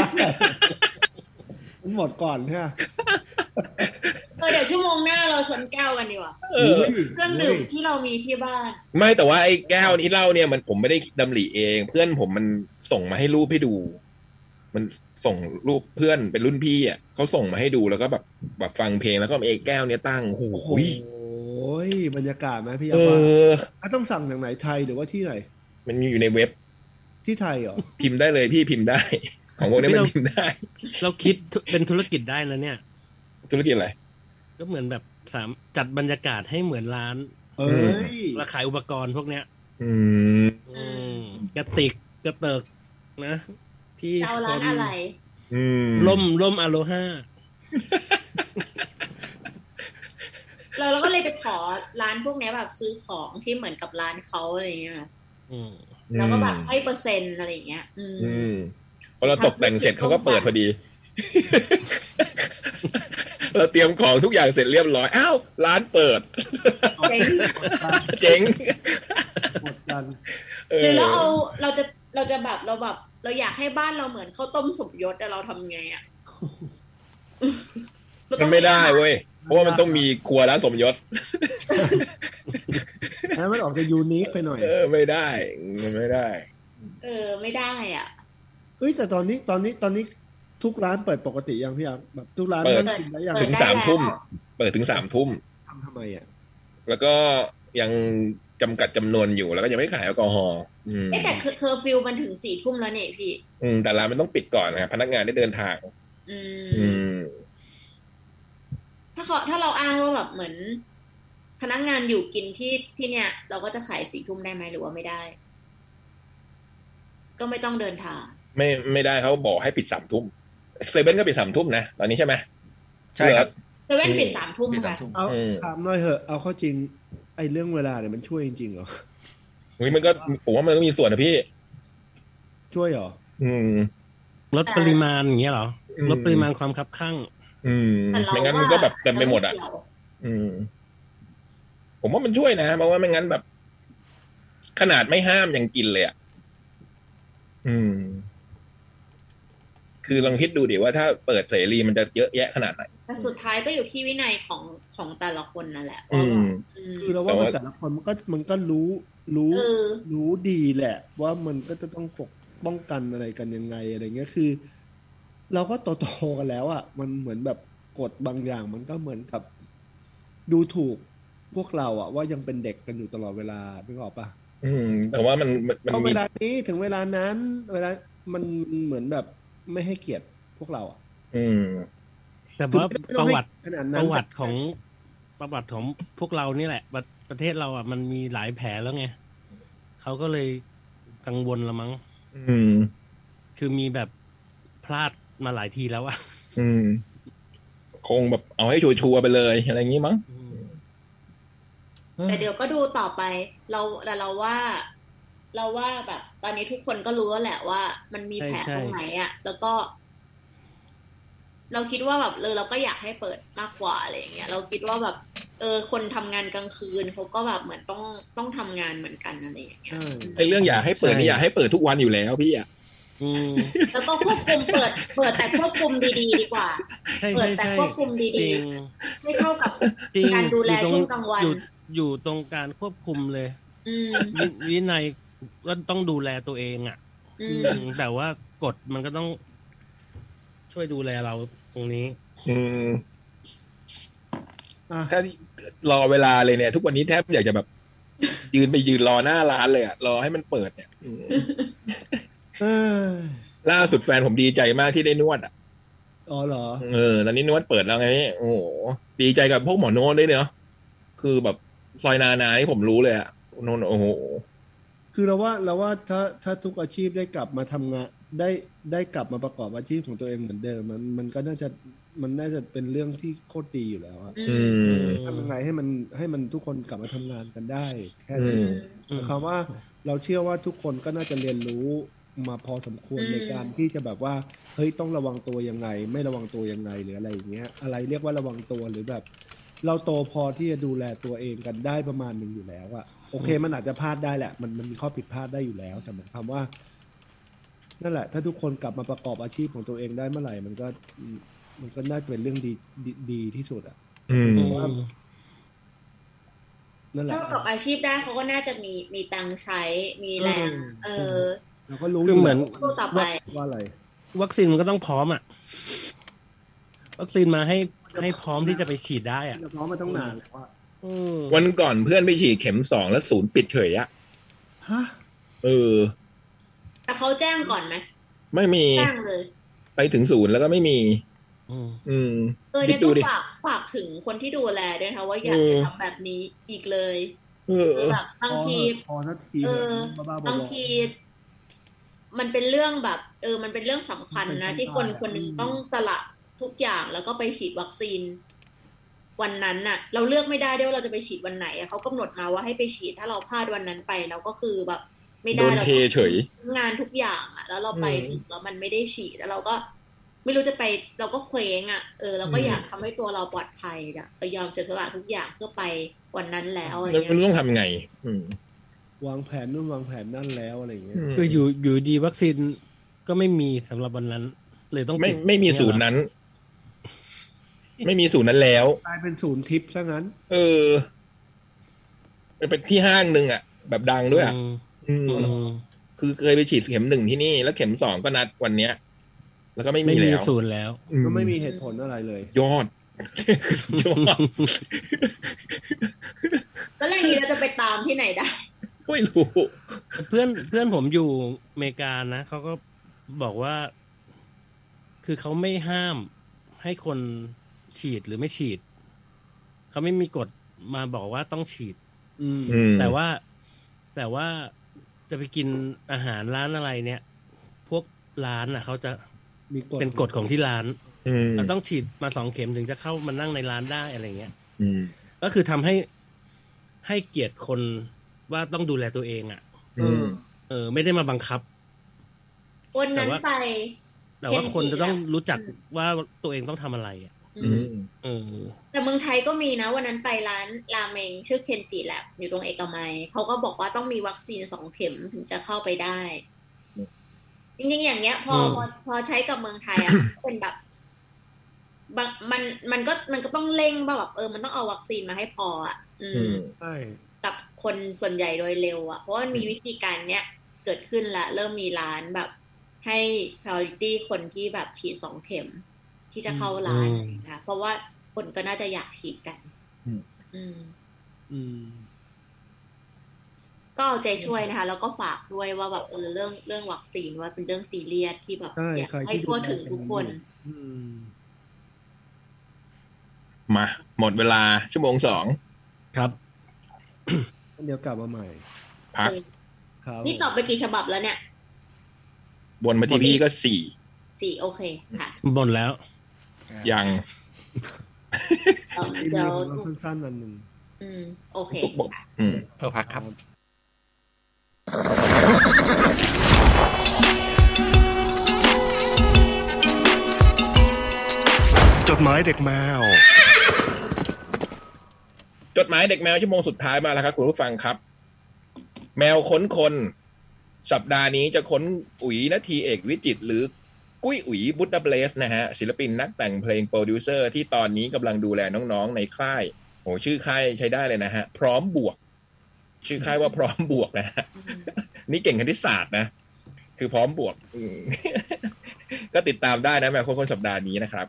มันหมดก่อนใช่ไหมเดี๋ยวชั่วโมงหน้าเราชนแก้วกันดีกว่าเครื่องดื่มที่เรามีที่บ้านไม่แต่ว่าไอ้แก้วที่เล่าเนี่ยมันผมไม่ได้ดำริเองเพื่อนผมมันส่งมาให้รูปให้ดูมันส่งรูปเพื่อนเป็นรุ่นพี่อ่ะเขาส่งมาให้ดูแล้วก็แบบฟังเพลงแล้วก็ไอ้แก้วเนี้ยตั้งโอ้โหบรรยากาศไหมพี่อาว่าต้องสั่งจากไหนไทยหรือว่าที่ไหนมันมีอยู่ในเว็บที่ไทยเหรอพิมพ์ได้เลยพี่พิมพ์ได้ของพวกนี้มันพิมพ์ได้เราคิดเป็นธุรกิจได้แล้วเนี่ยธุรกิจอะไรก็เหมือนแบบจัดบรรยากาศให้เหมือนร้านแล้วขายอุปกรณ์พวกเนี้ยกระติกกระเติกนะที่ร้านอะไรล่มอโลฮาเราก็เลยไปขอร้านพวกนี้แบบซื้อของที่เหมือนกับร้านเขาอะไรเงี้ยแล้วก็แบบให้เปอร์เซ็นต์อะไรเงี้ยพอเราตกแต่งเสร็จเขาก็เปิดพอดีเราเตรียมของทุกอย่างเสร็จเรียบร้อยอ้าวร้านเปิดเจ๋งหมดกันหรือเราจะแบบเราอยากให้บ้านเราเหมือนข้าวต้มสมยศแต่เราทำไงอ่ะมันไม่ได้เว้ยเพราะว่ามันต้องมีครัวแล้วสมยศแล้วมันออกจะยูนิคไปหน่อยไม่ได้มันไม่ได้ไม่ได้อ่ะเฮ้ยแต่ตอนนี้ทุกร้านเปิดปกติยังพี่ยังแบบทุกร้านนั่งกินได้ยังถึง3 ทุ่มเปิดถึง3 ทุ่มทำไมอ่ะแล้วก็ยังจำกัดจำนวนอยู่แล้วก็ยังไม่ขายแอลกอฮอล์แต่เคอร์ฟิวมันถึง4 ทุ่มแล้วเนี่ยพี่แต่ร้านมันต้องปิดก่อนนะครับพนักงานได้เดินทางถ้าเราอ้างว่าแบบเหมือนพนักงานอยู่กินที่เนี่ยเราก็จะขาย4 ทุ่มได้ไหมหรือว่าไม่ได้ก็ไม่ต้องเดินทางไม่ได้เขาบอกให้ปิด3 ทุ่มเซเว่นก็ปิด3 ทุ่มนะตอนนี้ใช่ไหมใช่ครับเซเว่นปิด3 ทุ่มค่ะเอาถามหน่อยเหอะเอาเข้าจริงไอ้เรื่องเวลาเนี่ยมันช่วยจริงๆเหรอมันก็ผมว่ามันก็มีส่วนนะพี่ช่วยเหรอลดปริมาณอย่างเงี้ยเหรอลดปริมาณความคับคั่งไม่งั้นมันก็แบบเต็มไปหมดอ่ะผมว่ามันช่วยนะเพราะว่าไม่งั้นแบบขนาดไม่ห้ามยังกินเลยอ่ะคือลองคิดดูดิว่าถ้าเปิดเสรีมันจะเยอะแยะขนาดไหนแต่สุดท้ายก็อยู่ที่วินัยของแต่ละคนนั่นแหละคือเราว่าแต่ละคนมันก็รู้ดีแหละว่ามันก็จะต้องป้องกันอะไรกันยังไงอะไรเงี้ยคือเราก็โตๆกันแล้วอ่ะมันเหมือนแบบกฎบางอย่างมันก็เหมือนกับดูถูกพวกเราอ่ะว่ายังเป็นเด็กกันอยู่ตลอดเวลานึกออกปะแต่ว่ามันเวลานี้ถึงเวลานั้นเวลามันเหมือนแบบไม่ให้เกียรติพวกเราอ่ะแต่ว่าประวัติของพวกเรานี่แหละประเทศเราอ่ะมันมีหลายแผลแล้วไงเขาก็เลยกังวลละมั้งคือมีแบบพลาดมาหลายทีแล้วอ่ะคงแบบเอาให้ชัวร์ไปเลยอะไรอย่างงี้มั้งแต่เดี๋ยวก็ดูต่อไปเราว่าแบบตอนนี้ทุกคนก็รู้แล้วแหละว่ามันมีแผลตรงไหนอ่ะแล้วก็เราคิดว่าแบบเราก็อยากให้เปิดมากกว่าอะไรอย่างเงี้ยเราคิดว่าแบบคนทำงานกลางคืนเขาก็แบบเหมือนต้องทำงานเหมือนกันอะไรอย่างเงี้ยไอ้เรื่องอยากให้เปิดนี่อยากให้เปิดทุกวันอยู่แล้วพี่อ่ะแล้วก็ควบคุมเปิดแต่ควบคุมดีๆดีกว่าเปิดแต่ควบคุมดีๆให้เข้ากับการดูแลช่วงกลางวันอยู่ตรงการควบคุมเลยวินัยก็ต้องดูแลตัวเองอ่ะแต่ว่ากฎมันก็ต้องช่วยดูแลเราตรงนี้ถ้ารอเวลาเลยเนี่ยทุกวันนี้แทบอยากจะแบบยืนรอหน้าร้านเลยอ่ะรอให้มันเปิดเนี่ยล่าสุดแฟนผมดีใจมากที่ได้นวดอ่ะอ๋อเหรอตอนนี้นวดเปิดแล้วไงโอ้โหดีใจกับพวกหมอนวดด้วยเนาะคือแบบซอยนาที่ผมรู้เลยอ่ะนนโอ้โหคือเราว่าถ้าทุกอาชีพได้กลับมาทำงานได้กลับมาประกอบอาชีพของตัวเองเหมือนเดิมมันก็น่าจะเป็นเรื่องที่โคตรดีอยู่แล้วครับทำยังไงให้มันทุกคนกลับมาทำงานกันได้แค่นี้คำว่าเราเชื่อว่าทุกคนก็น่าจะเรียนรู้มาพอสมควรในการที่จะแบบว่าเฮ้ยต้องระวังตัวยังไงไม่ระวังตัวยังไงหรืออะไรอย่างเงี้ยอะไรเรียกว่าระวังตัวหรือแบบเราโตพอที่จะดูแลตัวเองกันได้ประมาณนึงอยู่แล้วอะโอเคมันอาจจะพลาดได้แหละมันมีข้อผิดพลาดได้อยู่แล้วแต่หมายความว่านั่นแหละถ้าทุกคนกลับมาประกอบอาชีพของตัวเองได้เมื่อไหร่มันก็น่าจะเป็นเรื่องดีที่สุดอ่ะว่านั่นแหละถ้าประกอบอาชีพได้เขาก็น่าจะมีตังค์ใช้มีแรงเราก็รู้คือเหมือนต่อไปว่าอะไรวัคซีนมันก็ต้องพร้อมอ่ะวัคซีนมาให้พร้อมที่จะไปฉีดได้อ่ะพร้อมมาต้องนานแล้วว่าวันก่อนเพื่อนไปฉีดเข็ม2แล้วศูนย์ปิดเฉยอ่ะฮะแต่เขาแจ้งก่อนไหมไม่มีแจ้งเลยไปถึงศูนย์แล้วก็ไม่มีเนี่ยก็ฝากถึงคนที่ดูแลด้วยนะว่าอย่าทำแบบนี้อีกเลยแบบบางทีบางทีมันเป็นเรื่องแบบมันเป็นเรื่องสำคัญนะที่คนนึงต้องสละทุกอย่างแล้วก็ไปฉีดวัคซีนวันนั้นน่ะเราเลือกไม่ได้ด้วยว่าเราจะไปฉีดวันไหนเขากำหนดมาว่าให้ไปฉีดถ้าเราพลาดวันนั้นไปเราก็คือแบบไม่ได้เราเฉยงานทุกอย่างอ่ะแล้วเราไปถึงแล้วมันไม่ได้ฉีดแล้วเราก็ไม่รู้จะไปเราก็เคว้งอ่ะเราก็อยากทำให้ตัวเราปลอดภัยอ่ะยอมเสียสละทุกอย่างเพื่อไปวันนั้นแล้วอะไรเงี้ยมันต้องทำไงวางแผนนู่นวางแผนนั่นแล้วอะไรเงี้ยคืออยู่ดีวัคซีนก็ไม่มีสำหรับวันนั้นเลยต้องไม่มีศูนย์นั้นไม่มีศูนย์นั้นแล้วกลายเป็นศูนย์ทิพย์ซะงั้นเป็นที่ห้างนึงอ่ะแบบดังด้วยอ่ะคือเคยไปฉีดเข็ม1ที่นี่แล้วเข็ม2ก็นัดวันเนี้ยแล้วก็ไม่มีแล้วศูนย์แล้วก็ไม่มีเหตุผลอะไรเลยยอดแล้วอย่างนี้เราจะไปตามที่ไหนได้ไม่รู้เพื่อนผมอยู่อเมริกานะเขาก็บอกว่าคือเขาไม่ห้ามให้คนฉีดหรือไม่ฉีดเขาไม่มีกฎมาบอกว่าต้องฉีดแต่ว่าจะไปกินอาหารร้านอะไรเนี่ยพวกร้านเขาจะเป็นกฎของที่ร้านเราต้องฉีดมา2 เข็มถึงจะเข้ามานั่งในร้านได้อะไรเงี้ยก็คือทำให้เกียรติคนว่าต้องดูแลตัวเองอ่ะไม่ได้มาบังคับวันนั้นไปแต่ว่าคนจะต้องรู้จักว่าตัวเองต้องทำอะไรอ่ะแต่เมืองไทยก็มีนะวันนั้นไปร้านราเมงชื่อเคนจิแลบอยู่ตรงเอกมัยเขาก็บอกว่าต้องมีวัคซีน2 เข็มถึงจะเข้าไปได้จริงๆอย่างเงี้ยพอใช้กับเมืองไทยอ่ะเป็นแบบมันก็ต้องเร่งแบบมันต้องเอาวัคซีนมาให้พออ่ะใช่กับคนส่วนใหญ่โดยเร็วอ่ะเพราะว่ามีวิธีการเนี้ยเกิดขึ้นละเริ่มมีร้านแบบให้ priority คนที่แบบฉีด2 เข็มที่จะเข้าร้านนะคะเพราะว่าคนก็น่าจะอยากฉีดกันก็เอาใจช่วยนะคะแล้วก็ฝากด้วยว่าแบบเรื่องวัคซีนว่าเป็นเรื่องซีเรียสที่แบบอยากให้ทั่วถึงทุกคนมาหมดเวลาชั่วโมง2 ครับเดี๋ยวกลับมาใหม่พักนี่ตอบไปกี่ฉบับแล้วเนี่ยบนมาที่พี่ก็ 4โอเคค่ะบนแล้วยังเดี๋ยวสั้นๆวันนึงโอเคพักครับจดหมายเด็กแมวจดหมายเด็กแมวชั่วโมงสุดท้ายมาแล้วครับคุณผู้ฟังครับแมวค้นคนสัปดาห์นี้จะค้นอุ๋ยนาทีเอกวิจิตรหรือกุ้ยอุ๋ยบุตเบลสนะฮะศิลปินนักแต่งเพลงโปรดิวเซอร์ที่ตอนนี้กำลังดูแลน้องๆในค่ายโอ้ชื่อค่ายใช้ได้เลยนะฮะพร้อมบวกชื่อค่ายว่าพร้อมบวกนะฮะนี่เก่งคณิตศาสตร์นะคือพร้อมบวกก็ติดตามได้นะแมวค้นคนสัปดาห์นี้นะครับ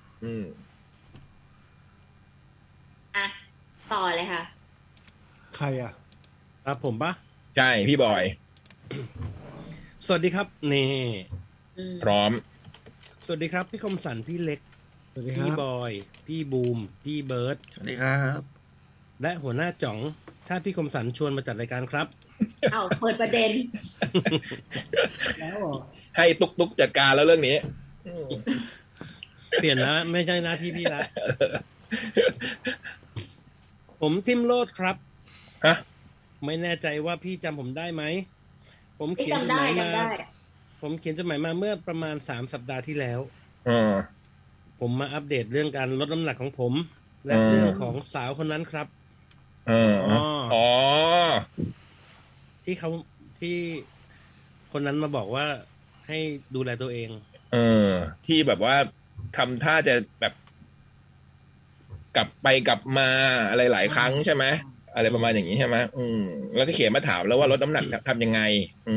ต่อเลยค่ะใครอ่ะครับผมปะใช่พี่บอยสวัสดีครับนี่พร้อมสวัสดีครับพี่คมสันพี่เล็กพี่บอยพี่บูมพี่เบิร์ดสวัสดีครับและหัวหน้าจ่องถ้าพี่คมสันชวนมาจัดรายการครับเปิดประเด็นแล้วให้ตุ๊กจัดการแล้วเรื่องนี้เปลี่ยนแล้วไม่ใช่หน้าที่พี่ละผมทิมโลดครับฮะไม่แน่ใจว่าพี่จำผมได้ไหมผมเขียนจดหมายมาเมื่อประมาณ3 สัปดาห์ที่แล้วผมมาอัปเดตเรื่องการลดน้ำหนักของผมและเรื่องของสาวคนนั้นครับที่คนนั้นมาบอกว่าให้ดูแลตัวเองที่แบบว่าทำท่าจะแบบกลับไปกลับมาอะไรหลายครั้งใช่ไหมอะไรประมาณอย่างนี้ใช่ไหมแล้วก็เขียนมาถามแล้วว่าลดน้ำหนักทำยังไง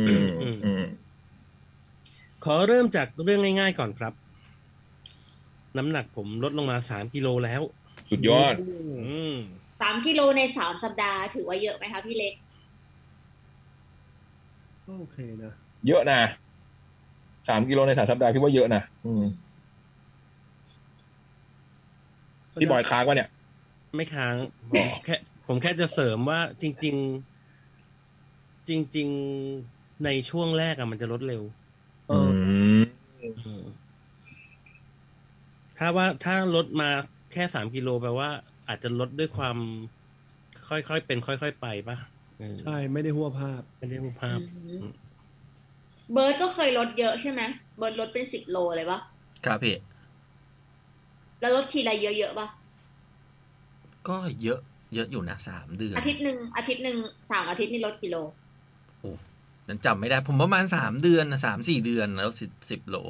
ขอเริ่มจากเรื่องง่ายๆก่อนครับน้ำหนักผมลดลงมา3 กิโลแล้วสุดยอด 3 กิโลใน3 สัปดาห์ถือว่าเยอะไหมคะพี่เล็กโอเคนะเยอะนะ3 กิโลใน3 สัปดาห์พี่ว่าเยอะนะพี่บอยค้างวะเนี่ยไม่ค้างผมแค่จะเสริมว่าจริงในช่วงแรกอะมันจะลดเร็วถ้าลดมาแค่3 กิโลแปลว่าอาจจะลดด้วยความค่อยๆเป็นค่อยๆไปป่ะใช่ไม่ได้หัวภาพเบิร์ดก็เคยลดเยอะใช่ไหมเบิร์ดลดเป็น10 โลเลยป่ะครับพี่แล้วลดทีละเยอะๆป่ะก็เยอะอยู่นะ3 เดือนอาทิตย์หนึ่ง3 อาทิตย์นี่ลดกี่โลโอ้ฉันจำไม่ได้ผมประมาณ3 เดือน3-4 เดือนแล้ว10 โล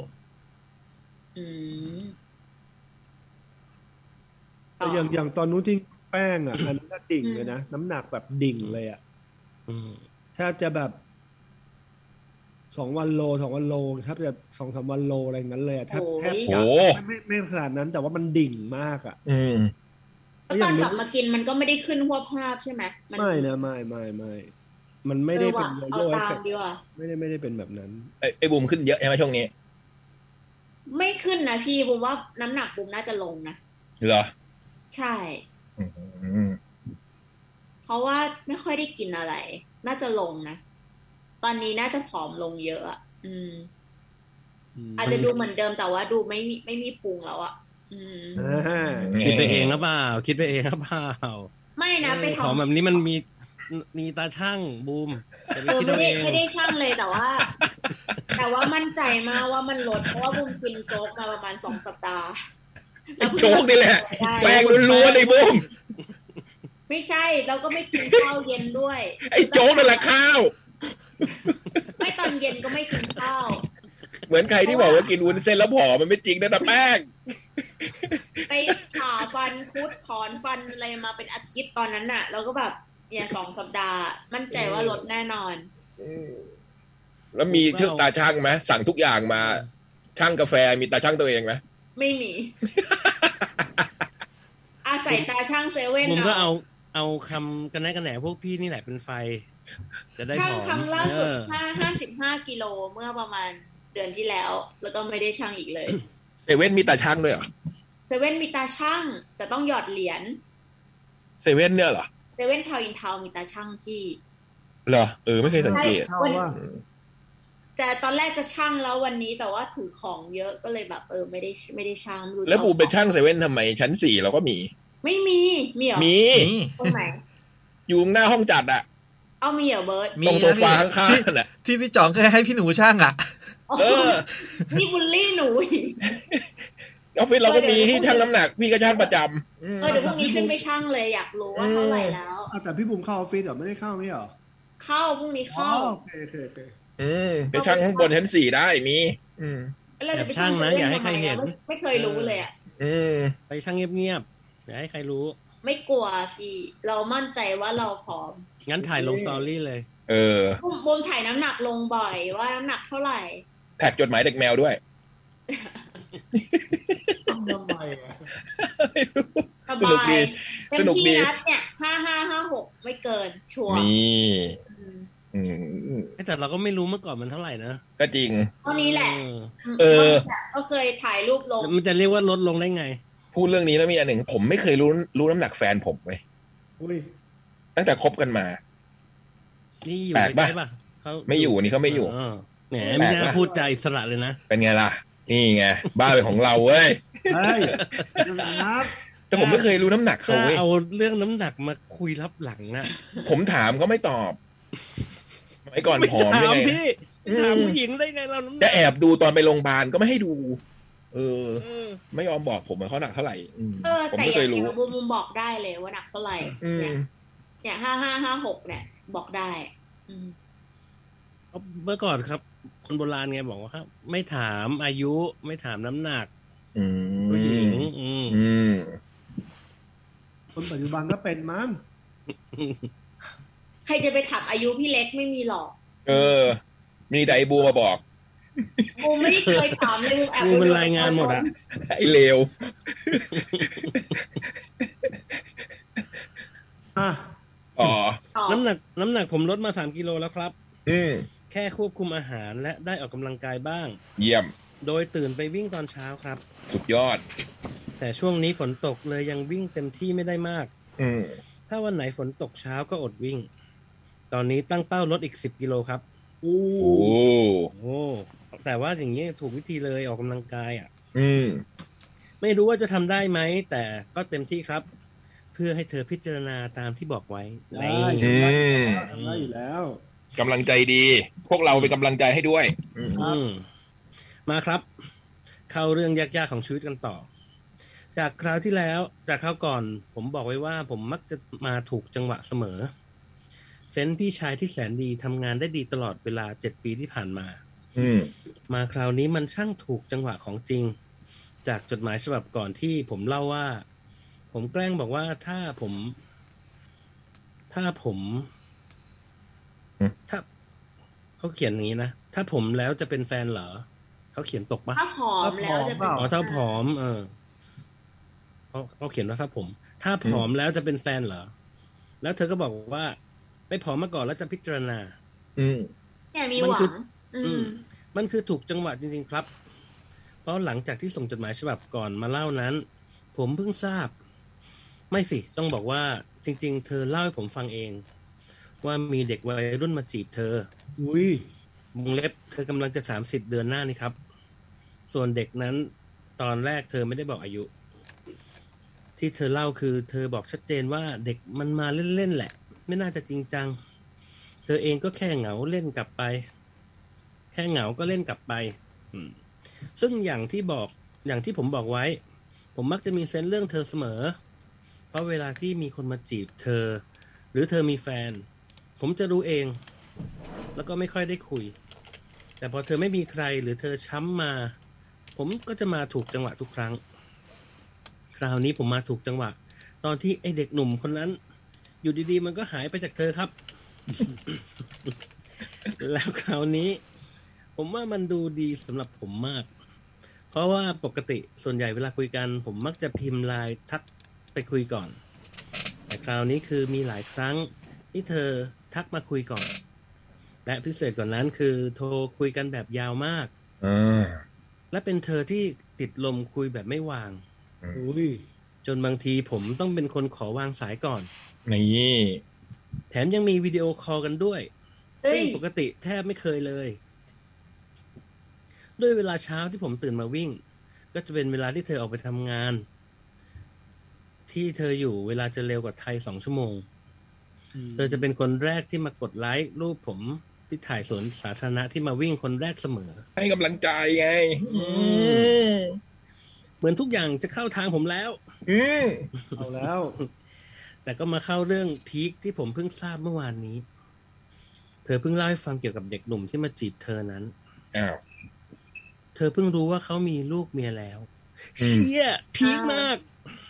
อย่างตอนนู้นที่แป้งอ่ะอันนั้นก็ดิ่งเลยนะน้ำหนักแบบดิ่งเลยอ่ะแทบจะแบบ 2 วันโลครับแบบ2-3 วันโลอะไรอย่างนั้นเลยแทบไม่ขนาดนั้นแต่ว่ามันดิ่งมากอ่ะแล้วตอนกลับมากินมันก็ไม่ได้ขึ้นหัวภาพใช่ไหมไม่นะไม่มันไม่ได้เป็นโยโย่เอฟเฟกต์ไม่ได้เป็นแบบนั้นไอ้บูมขึ้นเยอะใช่ไหมช่วงนี้ไม่ขึ้นนะพี่บูมว่าน้ำหนักบูมน่าจะลงนะเหรอใช่เพราะว่าไม่ค่อยได้กินอะไรน่าจะลงนะตอนนี้น่าจะผอมลงเยอะอ่ะอาจจะดูเหมือนเดิมแต่ว่าดูไม่มีพุงแล้วอ่ะคิดไปเองหรือเปล่าไม่นะไปทำของแบบนี้มันมีตาช่างบูมไม่ได้ช่างเลยแต่ว่ามั่นใจมากว่ามันลดเพราะว่าบูมกินโจ๊กมาประมาณ2 สัปดาห์โจ๊กนี่แหละแป้งล้วนๆเลยบูมไม่ใช่เราก็ไม่กินข้าวเย็นด้วยไอ้โจ๊กนั่นแหละข้าวไม่ตอนเย็นก็ไม่กินข้าวเหมือนใครที่บอกว่ากินวุ้นเส้นแล้วผอมมันไม่จริงนะแต่แป้งไปผ่าฟันคุดถอนฟันอะไรมาเป็นอาทิตย์ตอนนั้นน่ะเราก็แบบเนี่ย2 สัปดาห์มั่นใจว่าลดแน่นอนแล้วมีเชือกตาช่างไหมสั่งทุกอย่างมาช่างกาแฟมีตาช่างตัวเองไหมไม่มีอาศัยตาช่างเซเว่นผมก็เอาคำกันแหนพวกพี่นี่แหละเป็นไฟจะได้ช่างคำล่าสุด55 กิโลเมื่อประมาณเดือนที่แล้วแล้วก็ไม่ได้ช่างอีกเลยเซเว่นมีตาช่างด้วยเหรอเซเว่นมีตาช่างแต่ต้องหยอดเหรียญเซเว่นเนี่ยเหรอเซเว่นทาวน์อินทาวน์มีตาช่างที่เหรอไม่เคยสังเกตจะตอนแรกจะช่างแล้ววันนี้แต่ว่าถือของเยอะก็เลยแบบไม่ได้ช่างแล้วปูเป็นช่างเซเว่นทำไมชั้น4เราก็มีไม่มีเหรอมีตรงไหนอยู่หน้าห้องจัดอะเอามีเหรอเบิร์ดตรงโซฟาข้างๆน่ะที่พี่จ๋องเคยให้พี่หนูช่างอ่ะนี่บูลลี่หนูออฟฟิศเราก็มีที่ชั่งน้ำหนักพี่ก็ช่างประจำเดี๋ยวพรุ่งนี้ขึ้นไปช่างเลยอยากรู้ว่าเท่าไหร่แล้วแต่พี่บุ๋มเข้าออฟฟิศเหรอไม่ได้เข้าไม่เหรอเข้าพรุ่งนี้เข้าโอเคไปช่างข้างบนชั้น4ได้มีแล้วจะไปช่างนะอย่าให้ใครเห็นไม่เคยรู้เลยอ่ะไปช่างเงียบๆอย่าให้ใครรู้ไม่กลัวพี่เรามั่นใจว่าเราพร้อมงั้นถ่ายลงสตอรี่เลยบูมถ่ายน้ำหนักลงบ่อยว่าน้ำหนักเท่าไหร่แท็กจดหมายเด็กแมวด้วยทำไมอ่ะสนุกดีสนุกดีนะเนี่ย5556ไม่เกินชัวร์แต่เราก็ไม่รู้เมื่อก่อนมันเท่าไหร่นะก็จริงเท่านี้แหละก็เคยถ่ายรูปลงมันจะเรียกว่าลดลงได้ไงพูดเรื่องนี้แล้วมีอันหนึ่งผมไม่เคยรู้น้ำหนักแฟนผมเลยตั้งแต่คบกันมานี่อยู่ใช่ป่ะเขาไม่อยู่นี่เขาไม่อยู่แหมไม่น่าพูดใจอิสระเลยนะเป็นไงล่ะนี่ไงบ้าเป็นของเราเว้ยแต่ผมไม่เคยรู้น้ำหนักเขาเว้ยเอาเรื่องน้ำหนักมาคุยลับหลังนะผมถามเขาไม่ตอบไอ้ก่อนผอมยังไงพี่ถามผู้หญิงได้ไงเราจะแอบดูตอนไปโรงพยาบาลก็ไม่ให้ดูไม่ยอมบอกผมว่าเขาหนักเท่าไหร่ผมไม่เคยรู้บูมบอกได้เลยว่าหนักเท่าไหร่เนี่ย5556เนี่ยบอกได้เมื่อก่อนครับคนโบราณไงบอกว่าครับไม่ถามอายุไม่ถามน้ำหนักผู้หญิงคนปัจจุบันก็เป็นมั้งใครจะไปถามอายุพี่เล็กไม่มีหรอกมีแต่ไอ้บูมาบอกบูไม่ได้เคยถามเลยบูมันรายงานหมดอะไอ้เลวน้ำหนักผมลดมา3 กิโลแล้วครับแค่ควบคุมอาหารและได้ออกกำลังกายบ้างเยี่ยมโดยตื่นไปวิ่งตอนเช้าครับสุดยอดแต่ช่วงนี้ฝนตกเลยยังวิ่งเต็มที่ไม่ได้มากถ้าวันไหนฝนตกเช้าก็อดวิ่งตอนนี้ตั้งเป้าลดอีก10 กิโลครับโอ้แต่ว่าอย่างนี้ถูกวิธีเลยออกกำลังกายอ่ะไม่รู้ว่าจะทำได้ไหมแต่ก็เต็มที่ครับเพื่อให้เธอพิจารณาตามที่บอกไว้ได้อยู่แล้วกำลังใจดีพวกเราเป็นกำลังใจให้ด้วยมาครับเข้าเรื่องยากๆของชีวิตกันต่อจากคราวก่อนผมบอกไว้ว่าผมมักจะมาถูกจังหวะเสมอเซนส์พี่ชายที่แสนดีทำงานได้ดีตลอดเวลา7 ปีที่ผ่านมามาคราวนี้มันช่างถูกจังหวะของจริงจากจดหมายฉบับก่อนที่ผมเล่าว่าผมแกล้งบอกว่าถ้าเขาเขียนอย่างนี้นะถ้าผมแล้วจะเป็นแฟนเหรอเขาเขียนตกปะถ้าผอมแล้วจะเป็นถ้าผอมเขาเขียนว่าถ้าผอมแล้วจะเป็นแฟนเหรอแล้วเธอก็บอกว่าไปผอมมาก่อนแล้วจะพิจารณาเนี่ยมีหวังมันคือถูกจังหวะจริงๆครับเพราะหลังจากที่ส่งจดหมายฉบับก่อนมาเล่านั้นผมเพิ่งทราบไม่สิต้องบอกว่าจริงๆเธอเล่าให้ผมฟังเองว่ามีเด็กวัยรุ่นมาจีบเธอวงเล็บเธอกำลังจะ30เดือนหน้านี่ครับส่วนเด็กนั้นตอนแรกเธอไม่ได้บอกอายุที่เธอเล่าคือเธอบอกชัดเจนว่าเด็กมันมาเล่นๆแหละไม่น่าจะจริงจังเธอเองก็แค่เหงาเล่นกลับไปแค่เหงาก็เล่นกลับไปซึ่งอย่างที่ผมบอกไว้ผมมักจะมีเซนส์เรื่องเธอเสมอเพราะเวลาที่มีคนมาจีบเธอหรือเธอมีแฟนผมจะรู้เองแล้วก็ไม่ค่อยได้คุยแต่พอเธอไม่มีใครหรือเธอช้ำมาผมก็จะมาถูกจังหวะทุกครั้งคราวนี้ผมมาถูกจังหวะตอนที่ไอเด็กหนุ่มคนนั้นอยู่ดีๆมันก็หายไปจากเธอครับ แล้วคราวนี้ผมว่ามันดูดีสำหรับผมมากเพราะว่าปกติส่วนใหญ่เวลาคุยกันผมมักจะพิมพ์ไลน์ทักไปคุยก่อนแต่คราวนี้คือมีหลายครั้งที่เธอทักมาคุยก่อนและพิเศษกว่านั้นคือโทรคุยกันแบบยาวมากและเป็นเธอที่ติดลมคุยแบบไม่วางจนบางทีผมต้องเป็นคนขอวางสายก่อนนี่แถมยังมีวิดีโอคอลกันด้วยซึ่งปกติแทบไม่เคยเลยด้วยเวลาเช้าที่ผมตื่นมาวิ่งก็จะเป็นเวลาที่เธอออกไปทำงานที่เธออยู่เวลาจะเร็วกว่าไทย2 ชั่วโมงเธอจะเป็นคนแรกที่มากดไลค์รูปผมที่ถ่ายสวนสาธารณะที่มาวิ่งคนแรกเสมอให้กำลังใจไงเหมือนทุกอย่างจะเข้าทางผมแล้วเอาแล้วแต่ก็มาเข้าเรื่องพีคที่ผมเพิ่งทราบเมื่อวานนี้เธอเพิ่งเล่าให้ฟังเกี่ยวกับเด็กหนุ่มที่มาจีบเธอนั้นเธอเพิ่งรู้ว่าเขามีลูกเมียแล้วเชี่ยพีคมาก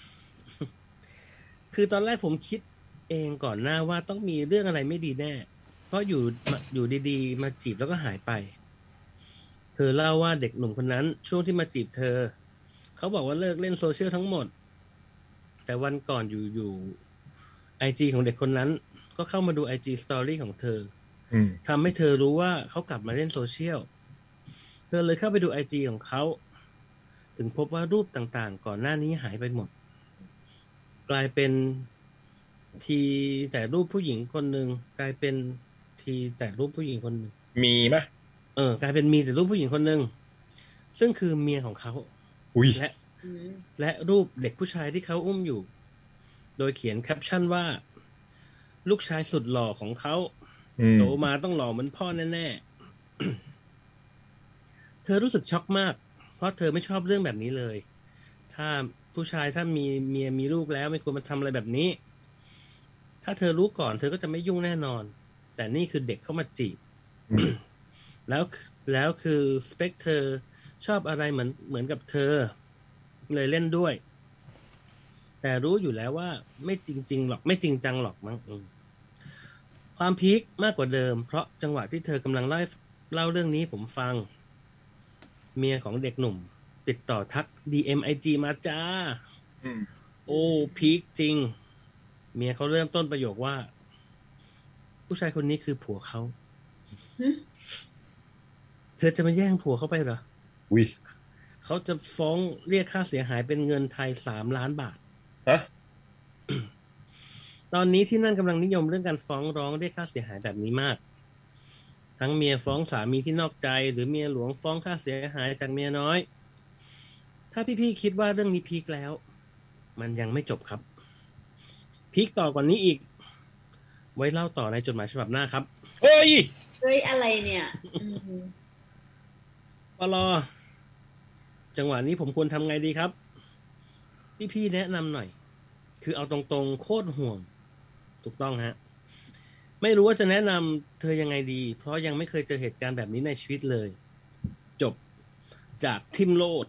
คือตอนแรกผมคิดเองก่อนหน้าว่าต้องมีเรื่องอะไรไม่ดีแน่เพราะอยู่ดีๆมาจีบแล้วก็หายไปเธอเล่าว่าเด็กหนุ่มคนนั้นช่วงที่มาจีบเธอเขาบอกว่าเลิกเล่นโซเชียลทั้งหมดแต่วันก่อนอยู่IG ของเด็กคนนั้นก็เข้ามาดู IG Story ของเธอทำให้เธอรู้ว่าเขากลับมาเล่นโซเชียลเธอเลยเข้าไปดู IG ของเขาถึงพบว่ารูปต่างๆก่อนหน้านี้หายไปหมดกลายเป็นทีแต่รูปผู้หญิงคนหนึ่งกลายเป็นทีแต่รูปผู้หญิงคนหนึ่งมีไหมกลายเป็นมีแต่รูปผู้หญิงคนหนึ่งซึ่งคือเมียของเขาและรูปเด็กผู้ชายที่เขาอุ้มอยู่โดยเขียนแคปชั่นว่าลูกชายสุดหล่อของเขาโตมาต้องหล่อเหมือนพ่อแน่ๆเธอรู้สึกช็อกมากเพราะเธอไม่ชอบเรื่องแบบนี้เลยถ้าผู้ชายถ้ามีเมียมีลูกแล้วไม่ควรมาทำอะไรแบบนี้ถ้าเธอรู้ก่อนเธอก็จะไม่ยุ่งแน่นอนแต่นี่คือเด็กเข้ามาจีบ แล้วคือสเปคเธอชอบอะไรเหมือนกับเธอเลยเล่นด้วยแต่รู้อยู่แล้วว่าไม่จริงๆหรอกไม่จริงจังหรอกมั้งความพีคมากกว่าเดิมเพราะจังหวะที่เธอกำลังเล่าเรื่องนี้ผมฟังเมียของเด็กหนุ่มติดต่อทัก DM IG มาจ้าโอ้พีคจริงเมียเขาเริ่มต้นประโยคว่าผู้ชายคนนี้คือผัวเขาเธอจะมาแย่งผัวเขาไปเหรอเขาจะฟ้องเรียกค่าเสียหายเป็นเงินไทย3 ล้านบาทตอนนี้ที่นั่นกำลังนิยมเรื่องการฟ้องร้องเรียกค่าเสียหายแบบนี้มากทั้งเมียฟ้องสามีที่นอกใจหรือเมียหลวงฟ้องค่าเสียหายจากเมียน้อยถ้าพี่ๆคิดว่าเรื่องนี้พีคแล้วมันยังไม่จบครับพีคต่อกว่านี้อีกไว้เล่าต่อในจดหมายฉบับหน้าครับเฮ้ยอะไรเนี่ยปลอจังหวะนี้ผมควรทำไงดีครับพี่ๆแนะนำหน่อยคือเอาตรงๆโคตรห่วงถูกต้องฮะไม่รู้ว่าจะแนะนำเธอยังไงดีเพราะยังไม่เคยเจอเหตุการณ์แบบนี้ในชีวิตเลยจบจากทิมโลด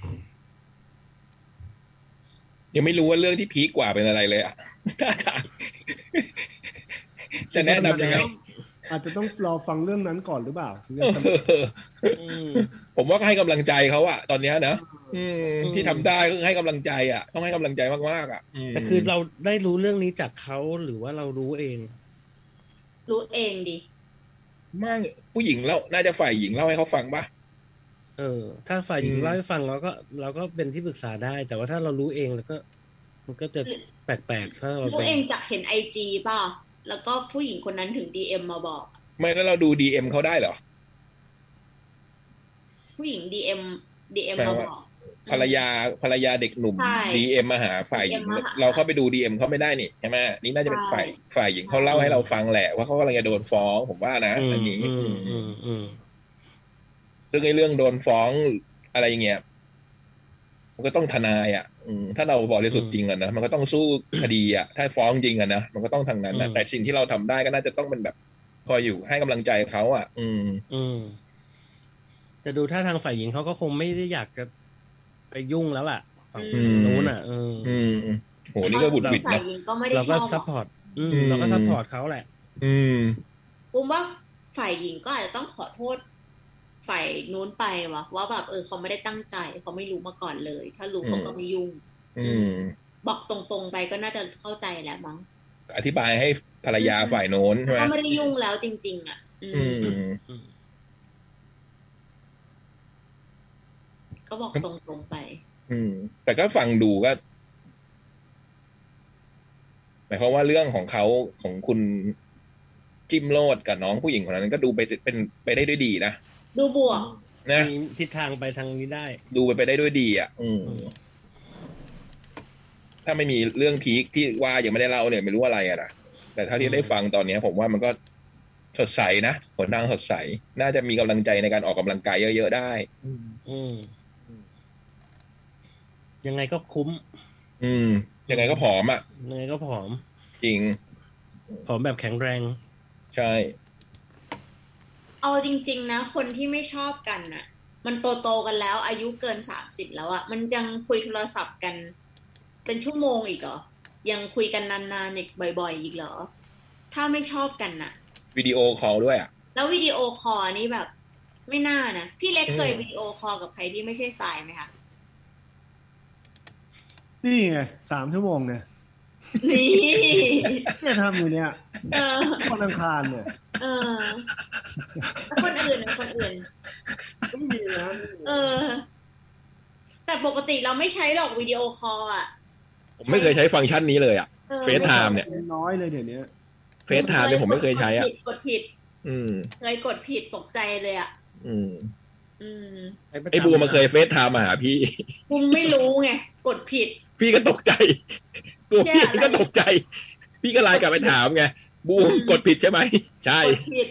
ยังไม่รู้ว่าเรื่องที่พีคกว่าเป็นอะไรเลยอ่ะจะแนะนำยังไงอาจจะต้องรอฟังเรื่องนั้นก่อนหรือเปล่าถึงจะสนุกผมว่าให้กำลังใจเขาอะตอนนี้นะที่ทำได้ก็ให้กำลังใจอะต้องให้กำลังใจมากๆอะแต่คือเราได้รู้เรื่องนี้จากเขาหรือว่าเรารู้เองดิไม่ผู้หญิงเล่าน่าจะฝ่ายหญิงเล่าให้เขาฟังป่ะถ้าฝ่ายหญิงเล่าให้ฟังเราก็เป็นที่ปรึกษาได้แต่ว่าถ้าเรารู้เองแล้วก็มันก็จะแปลกๆถ้าเรารู้เองจากเห็น IG ป่ะแล้วก็ผู้หญิงคนนั้นถึง DM มาบอกไม่แล้วเราดู DM เขาได้เหรอผู้หญิง DM มาบอกภรรยาเด็กหนุ่ม DM มาหาฝ่ายหญิงเราเข้าไปดู DM เขาไม่ได้นี่ใช่ไหมนี่น่าจะเป็นฝ่ายหญิงเขาเล่าให้เราฟังแหละว่าเขากำลังจะโดนฟ้องผมว่านะอันนี้ซึ่งไอ้เรื่องโดนฟ้องอะไรอย่างเงี้ยมันก็ต้องทนายอ่ะถ้าเราบริสุทธิ์จริงอ่ะนะมันก็ต้องสู้คดีอ่ะถ้าฟ้องจริงอ่ะนะมันก็ต้องทางนั้นนะแต่สิ่งที่เราทำได้ก็น่าจะต้องเป็นแบบคอยอยู่ให้กำลังใจเขาอ่ะแต่ดูถ้าทางฝ่ายหญิงเขาก็คงไม่ได้อยากจะไปยุ่งแล้วล่ะฝั่งนู้นอ่ะโหนี่ก็บุดบิดนะเราก็ซัพพอร์ตเราก็ซัพพอร์ตเขาแหละผมว่าฝ่ายหญิงก็อาจจะต้องขอโทษฝ่ายนู้นไปว่าแบบเขาไม่ได้ตั้งใจเขาไม่รู้มาก่อนเลยถ้ารู้เขาก็ไม่ยุ่งบอกตรงๆไปก็น่าจะเข้าใจแหละมั้งอธิบายให้ภรรยาฝ่ายโน้นใช่ไหมก็ไม่ได้ยุ่งแล้วจริงๆอ่ะก็บอกตรงๆไปแต่ก็ฟังดูก็หมายความว่าเรื่องของเขาของคุณจิ้มโลดกับน้องผู้หญิงคนนั้นก็ดูไปได้ด้วยดีนะดูบวกนะมีทิศทางไปทางนี้ได้ดูไปได้ด้วยดีอ่ะถ้าไม่มีเรื่องพีคที่ว่ายังไม่ได้เล่าเนี่ยไม่รู้อะไรอ่ะนะแต่เท่าที่ได้ฟังตอนนี้ผมว่ามันก็สดใสนะผลทางสดใสน่าจะมีกำลังใจในการออกกำลังกายเยอะๆได้ยังไงก็คุ้มยังไงก็ผอมอ่ะยังไงก็ผอมจริงผอมแบบแข็งแรงใช่เอาจริงๆนะคนที่ไม่ชอบกันน่ะมันโตกันแล้วอายุเกิน30แล้วอ่ะมันยังคุยโทรศัพท์กันเป็นชั่วโมงอีกเหรอยังคุยกันนานๆอีกบ่อยๆอีกเหรอถ้าไม่ชอบกันน่ะวิดีโอคอลด้วยอ่ะแล้ววิดีโอคอลนี่แบบไม่น่านะพี่เล็กเคยวิดีโอคอลกับใครที่ไม่ใช่สายไหมคะนี่ไง3 ชั่วโมงเนี่ยนี่ทำอยู่เนี่ยวันอังคารเนี่ยคนอื่นไม่มีนะแต่ปกติเราไม่ใช้หรอกวิดีโอคอลอ่ะผมไม่เคยใช้ฟังก์ชันนี้เลยอ่ะเฟซไทม์เนี่ยน้อยเลยเดี๋ยวนี้เฟซไทม์เนี่ยผมไม่เคยใช้อ่ะกดผิดเคยกดผิดตกใจเลยอ่ะไอ้บูมาเคยเฟซไทม์มาหาพี่บูไม่รู้ไงกดผิดพี่ก็ตกใจตัวพี่ก็ตกใจพี่ก็ไลน์กลับไปถามไงบูมกดผิดใช่ไหมใช่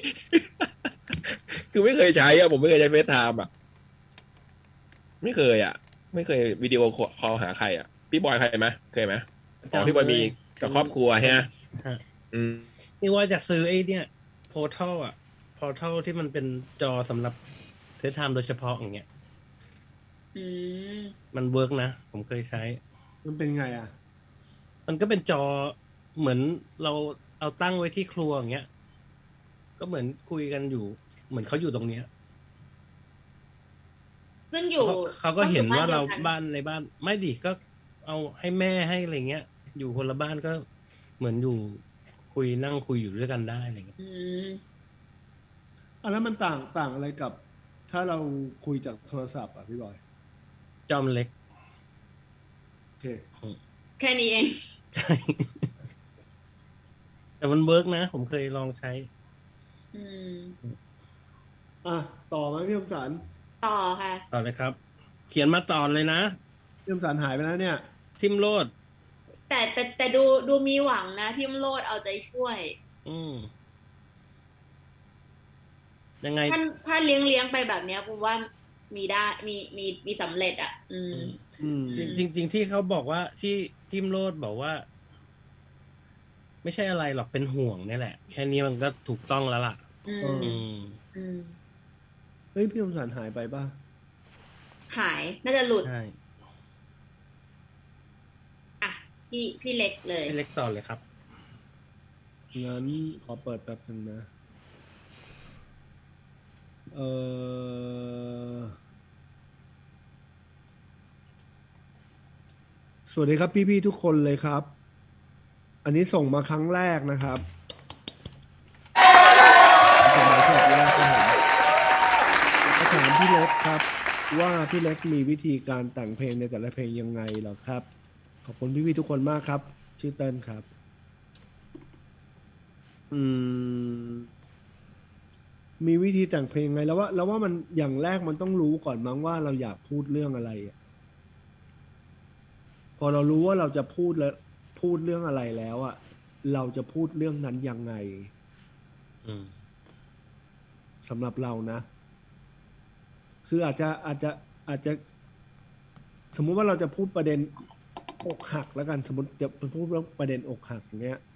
คือไม่เคยใช้อะผมไม่เคยใช้เฟซไทม์อะไม่เคยไม่เคยวิดีโอคอลหาใครอะพี่บอยใครไหมเคยไหมพี่บอยมีกับครอบครัวใช่ไหมนี่ว่าจะซื้อไอ้เนี่ยโพร์ทัลโพร์ทัลที่มันเป็นจอสำหรับเฟซไทม์โดยเฉพาะอย่างเงี้ยมันเวิร์กนะผมเคยใช้มันเป็นไงมันก็เป็นจอเหมือนเราเอาตั้งไว้ที่ครัวอย่างเงี้ยก็เหมือนคุยกันอยู่เหมือนเขาอยู่ตรงเนี้ยซึ่งอยู่เขาก็เห็นว่าเราบ้านในบ้านไม่ดิก็เอาให้แม่ให้อะไรเงี้ยอยู่คนละบ้านก็เหมือนอยู่คุยนั่งคุยอยู่ด้วยกันได้อะไรเงี้ยแล้วมันต่างอะไรกับถ้าเราคุยจากโทรศัพท์พี่บอยจอมเล็กโอเคแค่นี้เองใช่แต่มันเวิร์กนะผมเคยลองใช้ต่อไหมพี่อมสันต่อค่ะต่อเลยครับเขียนมาต่อเลยนะพี่อมสันหายไปแล้วเนี่ยทิมโลดแต่ดูมีหวังนะทิมโลดเอาใจช่วยยังไงถ้าเลี้ยงไปแบบเนี้ยผมว่ามีได้มีสำเร็จอ่ะจริงที่เขาบอกว่าที่ทิมโลดบอกว่าไม่ใช่อะไรหรอกเป็นห่วงนี่แหละแค่นี้มันก็ถูกต้องแล้วล่ะเฮ้ยพี่อมสันหายไปป่ะหายน่าจะหลุดใช่พี่เล็กเลยพี่เล็กต่อเลยครับงั้นขอเปิดแป๊บนึงนะสวัสดีครับพี่ๆทุกคนเลยครับอันนี้ส่งมาครั้งแรกนะครับส่งมาครั้งแรกครับผมถามพี่เล็กครับว่าพี่เล็กมีวิธีการแต่งเพลงในแต่ละเพลงยังไงเหรอครับขอบคุณพี่ๆทุกคนมากครับชื่อเติ้ลครับมีวิธีแต่งเพลงไงแล้วว่ามันอย่างแรกมันต้องรู้ก่อนมั้งว่าเราอยากพูดเรื่องอะไรพอเรารู้ว่าเราจะพูดเรื่องอะไรแล้วอ่ะเราจะพูดเรื่องนั้นยังไงสำหรับเรานะคืออาจจะสมมุติว่าเราจะพูดประเด็นอกหักแล้วกันสมมติจะพูดเรื่องประเด็นอกหักเนี้ย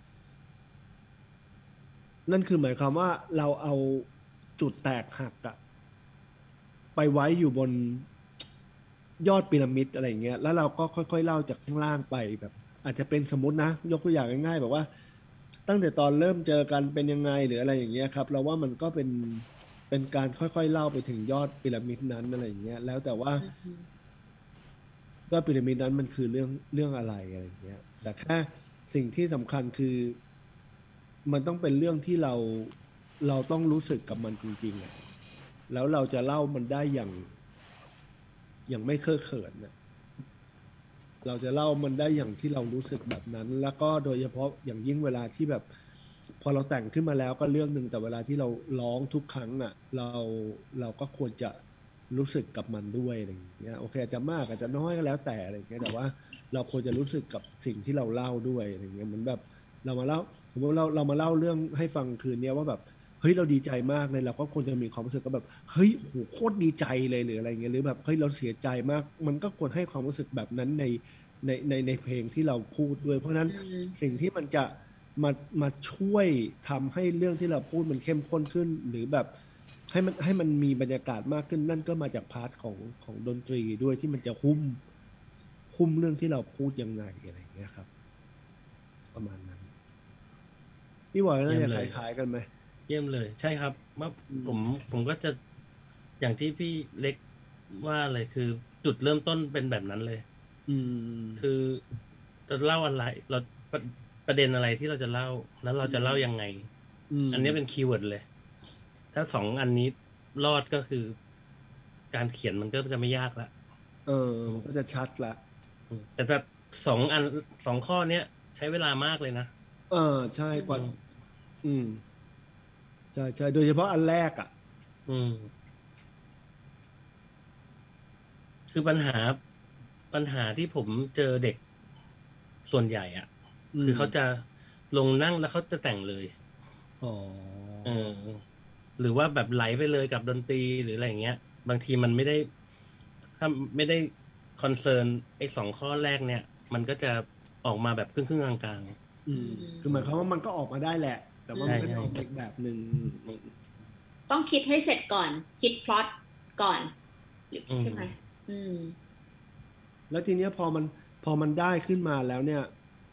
นั่นคือหมายความว่าเราเอาจุดแตกหักอะไปไว้อยู่บนยอดพีระมิดอะไรอย่างเงี้ยแล้วเราก็ค่อยๆเล่าจากข้างล่างไปแบบอาจจะเป็นสมมตินะยกตัวอย่างง่ายๆแบบว่าตั้งแต่ตอนเริ่มเจอกันเป็นยังไงหรืออะไรอย่างเงี้ยครับเราว่ามันก็เป็นการค่อยๆเล่าไปถึงยอดพีระมิดนั้นอะไรอย่างเงี้ยแล้วแต่ว่ายอดพีระมิดนั้นมันคือเรื่องอะไรอะไรอย่างเงี้ยแต่แค่สิ่งที่สำคัญคือมันต้องเป็นเรื่องที่เราต้องรู้สึกกับมันจริงๆอ่ะแล้วเราจะเล่ามันได้อย่างไม่เคอะเขินนะเราจะเล่ามันได้อย่างที่เรารู้สึกแบบนั้นแล้วก็โดยเฉพาะอย่างยิ่งเวลาที่แบบพอเราแต่งขึ้นมาแล้วก็เรื่องนึงแต่เวลาที่เราร้องทุกครั้งอ่ะเราก็ควรจะรู้สึกกับมันด้วยอะไรอย่างเงี้ยโอเคอาจจะมากอาจจะน้อยก็แล้วแต่อะไรอย่างเงี้ยแต่ว่าเราควรจะรู้สึกกับสิ่งที่เราเล่าด้วยอะไรอย่างเงี้ยเหมือนแบบเรามาเล่าสมมติเรามาเล่าเรื่องให้ฟังคืนนี้ว่าแบบเฮ้ยเราดีใจมากเลยเราก็ควรจะมีความรู้สึกก็แบบเฮ้ยโหโคตรดีใจเลยหรืออะไรเงี้ยหรือแบบเฮ้ยเราเสียใจมากมันก็ควรให้ความรู้สึกแบบนั้นในเพลงที่เราพูดด้วยเพราะฉะนั้นสิ่งที่มันจะมาช่วยทำให้เรื่องที่เราพูดมันเข้มข้นขึ้นหรือแบบให้มันมีบรรยากาศมากขึ้นนั่นก็มาจากพาร์ทของดนตรีด้วยที่มันจะหุ้มเรื่องที่เราพูดยังไงอะไรเงี้ยครับประมาณนั้นพี่บอยน่าจะคล้ายๆกันไหมเยี่ยมเลยใช่ครับว่าผมก็จะอย่างที่พี่เล็กว่าเลยคือจุดเริ่มต้นเป็นแบบนั้นเลยคือจะเล่าอะไรเราประเด็นอะไรที่เราจะเล่าแล้วเราจะเล่ายังไงอันนี้เป็นคีย์เวิร์ดเลยถ้า2อันนี้รอดก็คือการเขียนมันก็จะไม่ยากละมันก็จะชัดละแต่แบบ2ข้อเนี้ยใช้เวลามากเลยนะใช่กว่าใช่โดยเฉพาะอันแรกอ่ะคือปัญหาที่ผมเจอเด็กส่วนใหญ่อ่ะคือเขาจะลงนั่งแล้วเขาจะแต่งเลยหรือว่าแบบไหลไปเลยกับดนตรีหรืออะไรอย่างเงี้ยบางทีมันไม่ได้ถ้าไม่ได้คอนเซิร์นไอ้2ข้อแรกเนี่ยมันก็จะออกมาแบบครึ่งๆกลางๆคือหมายความว่ามันก็ออกมาได้แหละแต่ว่ามันก็จะออกอีกแบบนึงต้องคิดให้เสร็จก่อนคิดพล็อตก่อนใช่ไหมแล้วทีเนี้ยพอมันได้ขึ้นมาแล้วเนี่ย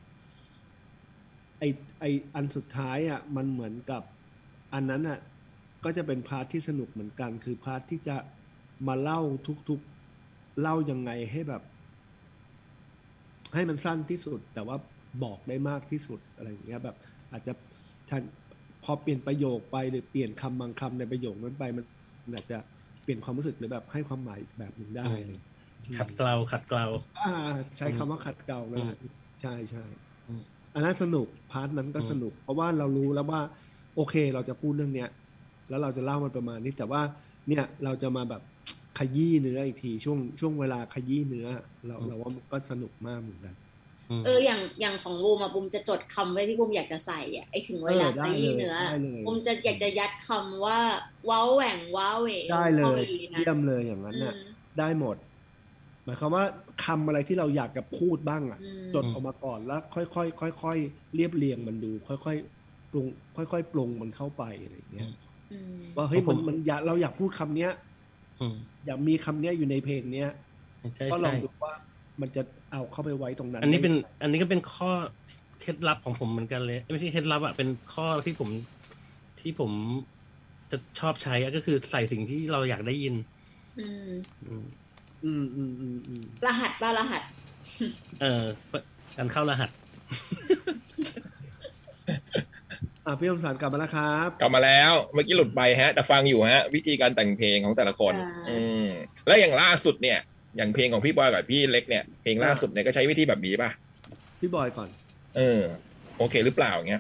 ไออันสุดท้ายอ่ะมันเหมือนกับอันนั้นอ่ะก็จะเป็นพาร์ทที่สนุกเหมือนกันคือพาร์ทที่จะมาเล่าทุกเล่ายังไงให้แบบให้มันสั้นที่สุดแต่ว่าบอกได้มากที่สุดอะไรอย่างเงี้ยแบบอาจจะพอเปลี่ยนประโยคไปหรือเปลี่ยนคำบางคำในประโยคนั้นไปมันอาจจะเปลี่ยนความรู้สึกหรือแบบให้ความหมายแบบหนึ่งได้ขัดเกลาใช้คำว่าขัดเกลานั่นแหละใช่อันนั้นสนุกพาร์ทนั้นก็สนุกเพราะว่าเรารู้แล้วว่าโอเคเราจะพูดเรื่องเนี้ยแล้วเราจะเล่ามันประมาณนี้แต่ว่าเนี่ยเราจะมาแบบขยี้เนื้ออีกทีช่วงเวลาขยี้เนื้อเราว่ามันก็สนุกมากเหมือนกันอย่างของบูมบูมจะจดคำไว้ที่บูมอยากจะใส่ไอ้ถึงเวลาขยี้เนื้อบูมจะอยากจะยัดคำว่าว้าวแหว่งว้าวเหวได้เลยเยี่ยมเลยอย่างนั้นน่ะได้หมดหมายความว่าคำอะไรที่เราอยากจะพูดบ้างอ่ะจดออกมาก่อนแล้วค่อยๆเรียบเรียงมันดูค่อยๆปรุงค่อยๆปรุงมันเข้าไปอะไรอย่างเงี้ยว่าเฮ้ยมันเราอยากพูดคำเนี้ยอยากมีคำเนี้ยอยู่ในเพลงเนี้ยก็ลองดูว่ามันจะเอาเข้าไปไว้ตรงนั้นอันนี้ก็เป็นข้อเคล็ดลับของผมเหมือนกันเลยไม่ใช่เคล็ดลับอ่ะเป็นข้อที่ผมจะชอบใช้ก็คือใส่สิ่งที่เราอยากได้ยินรหัสบ้ารหัสการเข้ารหัสพี่อมสารกลับมาแล้วครับกลับมาแล้วเมื่อกี้หลุดไปฮะแต่ฟังอยู่ฮะวิธีการแต่งเพลงของแต่ละคนแล้วอย่างล่าสุดเนี่ยอย่างเพลงของพี่บอยกับพี่เล็กเนี่ยเพลงล่าสุดเนี่ยก็ใช้วิธีแบบนี้ป่ะพี่บอยก่อนโอเคหรือเปล่าเงี้ย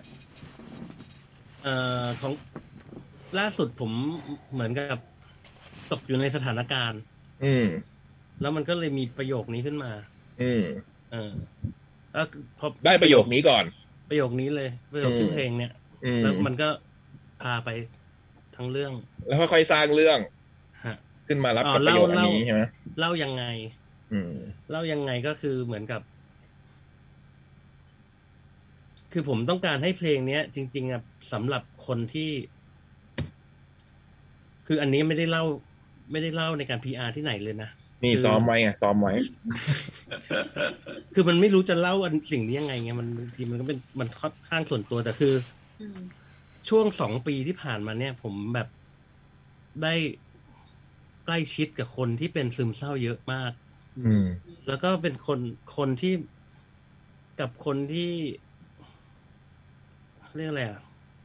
ของล่าสุดผมเหมือนกับตกอยู่ในสถานการณ์แล้วมันก็เลยมีประโยคนี้ขึ้นมาแล้วพอได้ประโยคนี้ก่อนประโยคนี้เลยประโยคชื่อเพลงเนี่ยแล้วมันก็พาไปทั้งเรื่องแล้วค่อยๆสร้างเรื่องขึ้นมารับกับประโยคนี้ใช่ไหมเล่ายังไงเล่ายังไงก็คือเหมือนกับคือผมต้องการให้เพลงเนี้ยจริงๆอ่ะสำหรับคนที่คืออันนี้ไม่ได้เล่าในการ PR ที่ไหนเลยนะนี่ซ้อมไว้ไงซ้อมไว้คือมันไม่รู้จะเล่าสิ่งนี้ยังไงไงมันบางทีมันก็เป็นมันค่อนข้างส่วนตัวแต่คือช่วง2 ปีที่ผ่านมาเนี่ยผมแบบได้ใกล้ชิดกับคนที่เป็นซึมเศร้าเยอะมากแล้วก็เป็นคนที่กับคนที่เรียกอะไรอ่ะ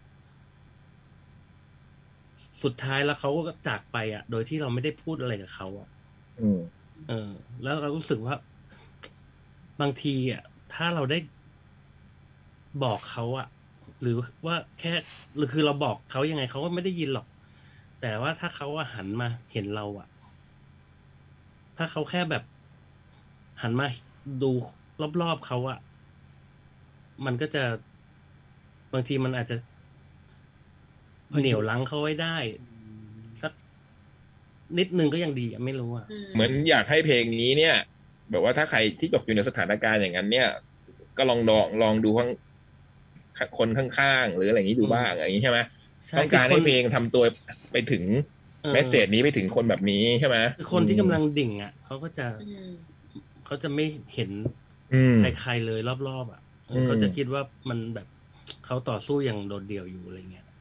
สุดท้ายแล้วเขาก็จากไปอ่ะโดยที่เราไม่ได้พูดอะไรกับเขาอ่ะแล้วเรารู้สึกว่าบางทีอ่ะถ้าเราได้บอกเขาอ่ะหรือว่าแค่หรือคือเราบอกเขายังไงเขาก็ไม่ได้ยินหรอกแต่ว่าถ้าเขาหันมาเห็นเราอ่ะถ้าเขาแค่แบบหันมาดูรอบๆเขาอ่ะมันก็จะบางทีมันอาจจะเหนี่ยวรั้งเขาไว้ได้สักนิดนึงก็ยังดีไม่รู้อ่ะเหมือนอยากให้เพลงนี้เนี่ยแบบว่าถ้าใครที่ตกอยู่ในสถานการณ์อย่างนั้นเนี่ยก็ลองดูคนข้างๆหรืออะไรอย่างนี้ดูบ้างอย่างนี้ใช่ไหมต้องการให้เพลงทำตัวไปถึงเมสเสจนี้ไปถึงคนแบบนี้ใช่ไหมคือคนที่กำลังดิ่งอ่ะเขาจะไม่เห็นใครๆเลยรอบๆอ่ะเขาจะคิดว่ามันแบบเขาต่อสู้อย่างโดดเดี่ยวอยู่อะไรเงี้ย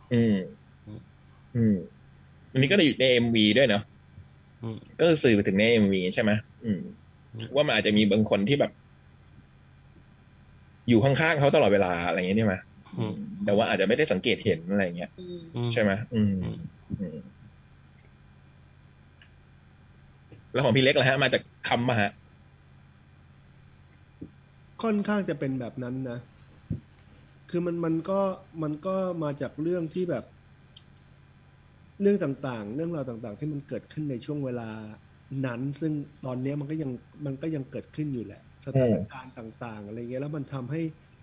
อันนี้ก็ได้อยู่ใน MV ด้วยเนาะก็สื่อไปถึงใน MV ใช่ไหมว่ามันอาจจะมีบางคนที่แบบอยู่ข้างๆเขาตลอดเวลาอะไรเงี้ยใช่ไหมแต่ว่าอาจจะไม่ได้สังเกตเห็นอะไรเงี้ยใช่ไหมแล้วของพี่เล็กล่ะฮะมาจากคำมาฮะค่อนข้างจะเป็นแบบนั้นนะคือมันก็มาจากเรื่องที่แบบเรื่องต่างๆเรื่องราวต่างๆที่มันเกิดขึ้นในช่วงเวลานั้นซึ่งตอนนี้มันก็ยังเกิดขึ้นอยู่แหละสถานการณ์ต่างๆอะไรเงี้ยแล้วมันทำ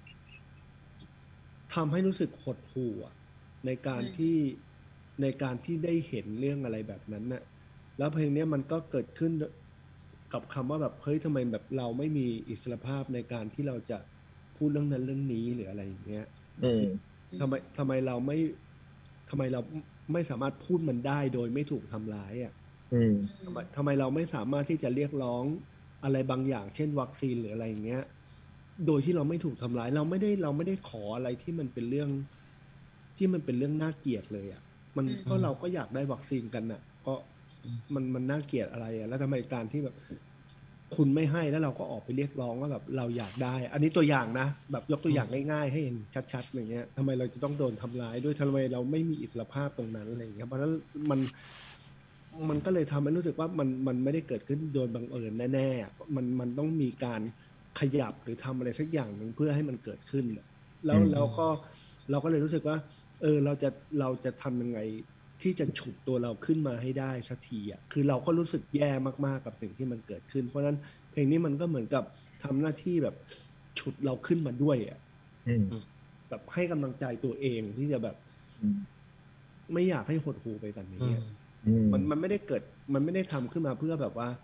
ให้รู้สึกหดหู่ในการที่ได้เห็นเรื่องอะไรแบบนั้นน่ะแล้วเพลงนี้มันก็เกิดขึ้นกับคำว่าแบบเฮ้ยทำไมแบบเราไม่มีอิสรภาพในการที่เราจะพูดเรื่องนั้นเรื่องนี้หรืออะไรอย่างเงี้ยทำไมเราไม่สามารถพูดมันได้โดยไม่ถูกทำร้ายทำไมเราไม่สามารถที่จะเรียกร้องอะไรบางอย่างเช่นวัคซีนหรืออะไรอย่างเงี้ยโดยที่เราไม่ถูกทำร้ายเราไม่ได้ขออะไรที่มันเป็นเรื่องน่าเกลียดเลยมันก็เราก็อยากได้วัคซีนกันก็มันน่าเกลียดอะไรแล้วทำไมการที่แบบคุณไม่ให้แล้วเราก็ออกไปเรียกร้องว่าแบบเราอยากได้อันนี้ตัวอย่างนะแบบยกตัวอย่างง่ายๆให้เห็นชัดๆอย่างเงี้ยทำไมเราจะต้องโดนทำร้ายด้วยทำไมเราไม่มีอิสรภาพตรงนั้นอะไรอย่างเงี้ยเพราะฉะนั้นมันก็เลยทำให้รู้สึกว่ามันไม่ได้เกิดขึ้นโดยบังเอิญแน่ๆมันต้องมีการขยับหรือทำอะไรสักอย่างหนึ่งเพื่อให้มันเกิดขึ้นแล้วก็เราก็เลยรู้สึกว่าเราจะทำยังไงที่จะฉุดตัวเราขึ้นมาให้ได้สักทีคือเราก็รู้สึกแย่มากๆกับสิ่งที่มันเกิดขึ้นเพราะฉะนั้นเพลงนี้มันก็เหมือนกับทำหน้าที่แบบฉุดเราขึ้นมาด้วยแบบให้กำลังใจตัวเองที่จะแบบไม่อยากให้หดหู่ไปแบบนี้มันไม่ได้เกิดมันไม่ได้ทำขึ้นมาเพื่อแบบว่า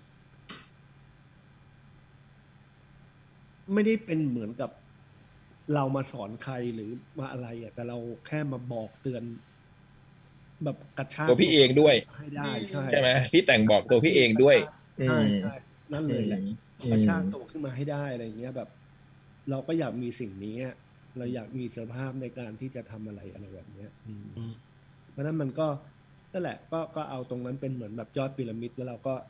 ไม่ได้เป็นเหมือนกับเรามาสอนใครหรือมาอะไรแต่เราแค่มาบอกเตือนแบบกระชากตัวพี่เองด้วยให้ได้ใช่ไหมพี่แต่งบอกตัวพี่เองด้วยใช่นั่นเลยแหละกระชากตัวขึ้นมาให้ได้อะไรอย่างเงี้ยแบบเราก็อยากมีสิ่งนี้เราอยากมีอิสรภาพในการที่จะทำอะไรแบบเนี้ยเพราะนั้นมันก็นั่นแหละก็เอาตรงนั้นเป็นเหมือนแบบยอดพีระมิดแล้วเราก็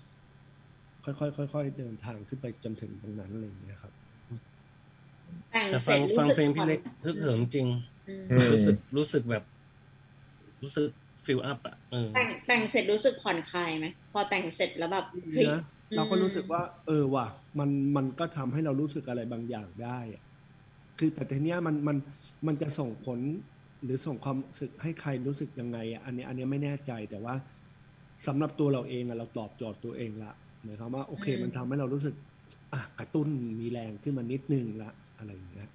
ค่อยๆเดินทางขึ้นไปจนถึงตรงนั้นอะไรอย่างเงี้ยครับแต่ฟังเพลงพี่เล็กฮึกเหิมจริงรู้สึกแบบรู้สึกฟิลอัพอ่ะแต่งเสร็จรู้สึกผ่อนคลายไหมพอแต่งเสร็จแล้วแบบนะเราก็รู้สึกว่าว่ะมันก็ทำให้เรารู้สึกอะไรบางอย่างได้อ่ะคือแต่ทีเนี้ยมันจะส่งผลหรือส่งความรู้สึกให้ใครรู้สึกยังไงอ่ะอันนี้ไม่แน่ใจแต่ว่าสำหรับตัวเราเองเราตอบโจทย์ตัวเองละหมายความว่าโอเคมันทำให้เรารู้สึกกระตุ้นมีแรงขึ้นมานิดนึงละอะไรอย่างเงี้ย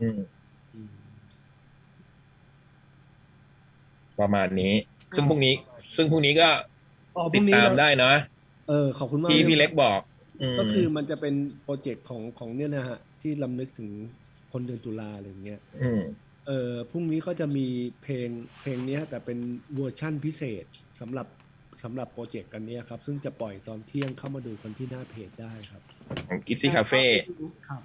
ประมาณนี้ซึ่งพรุ่งนี้ก็ติดตามได้นะขอบคุณมากพี่เล็กบอกก็คือมันจะเป็นโปรเจกต์ของเนี่ยนะฮะที่รำลึกถึงคนเดือนตุลาอะไรอย่างเงี้ยพรุ่งนี้ก็จะมีเพลงนี้แต่เป็นเวอร์ชั่นพิเศษสำหรับโปรเจกต์กันนี้ครับซึ่งจะปล่อยตอนเที่ยงเข้ามาดูกันที่หน้าเพจได้ครับของกิฟซี่คาเฟ่ครับ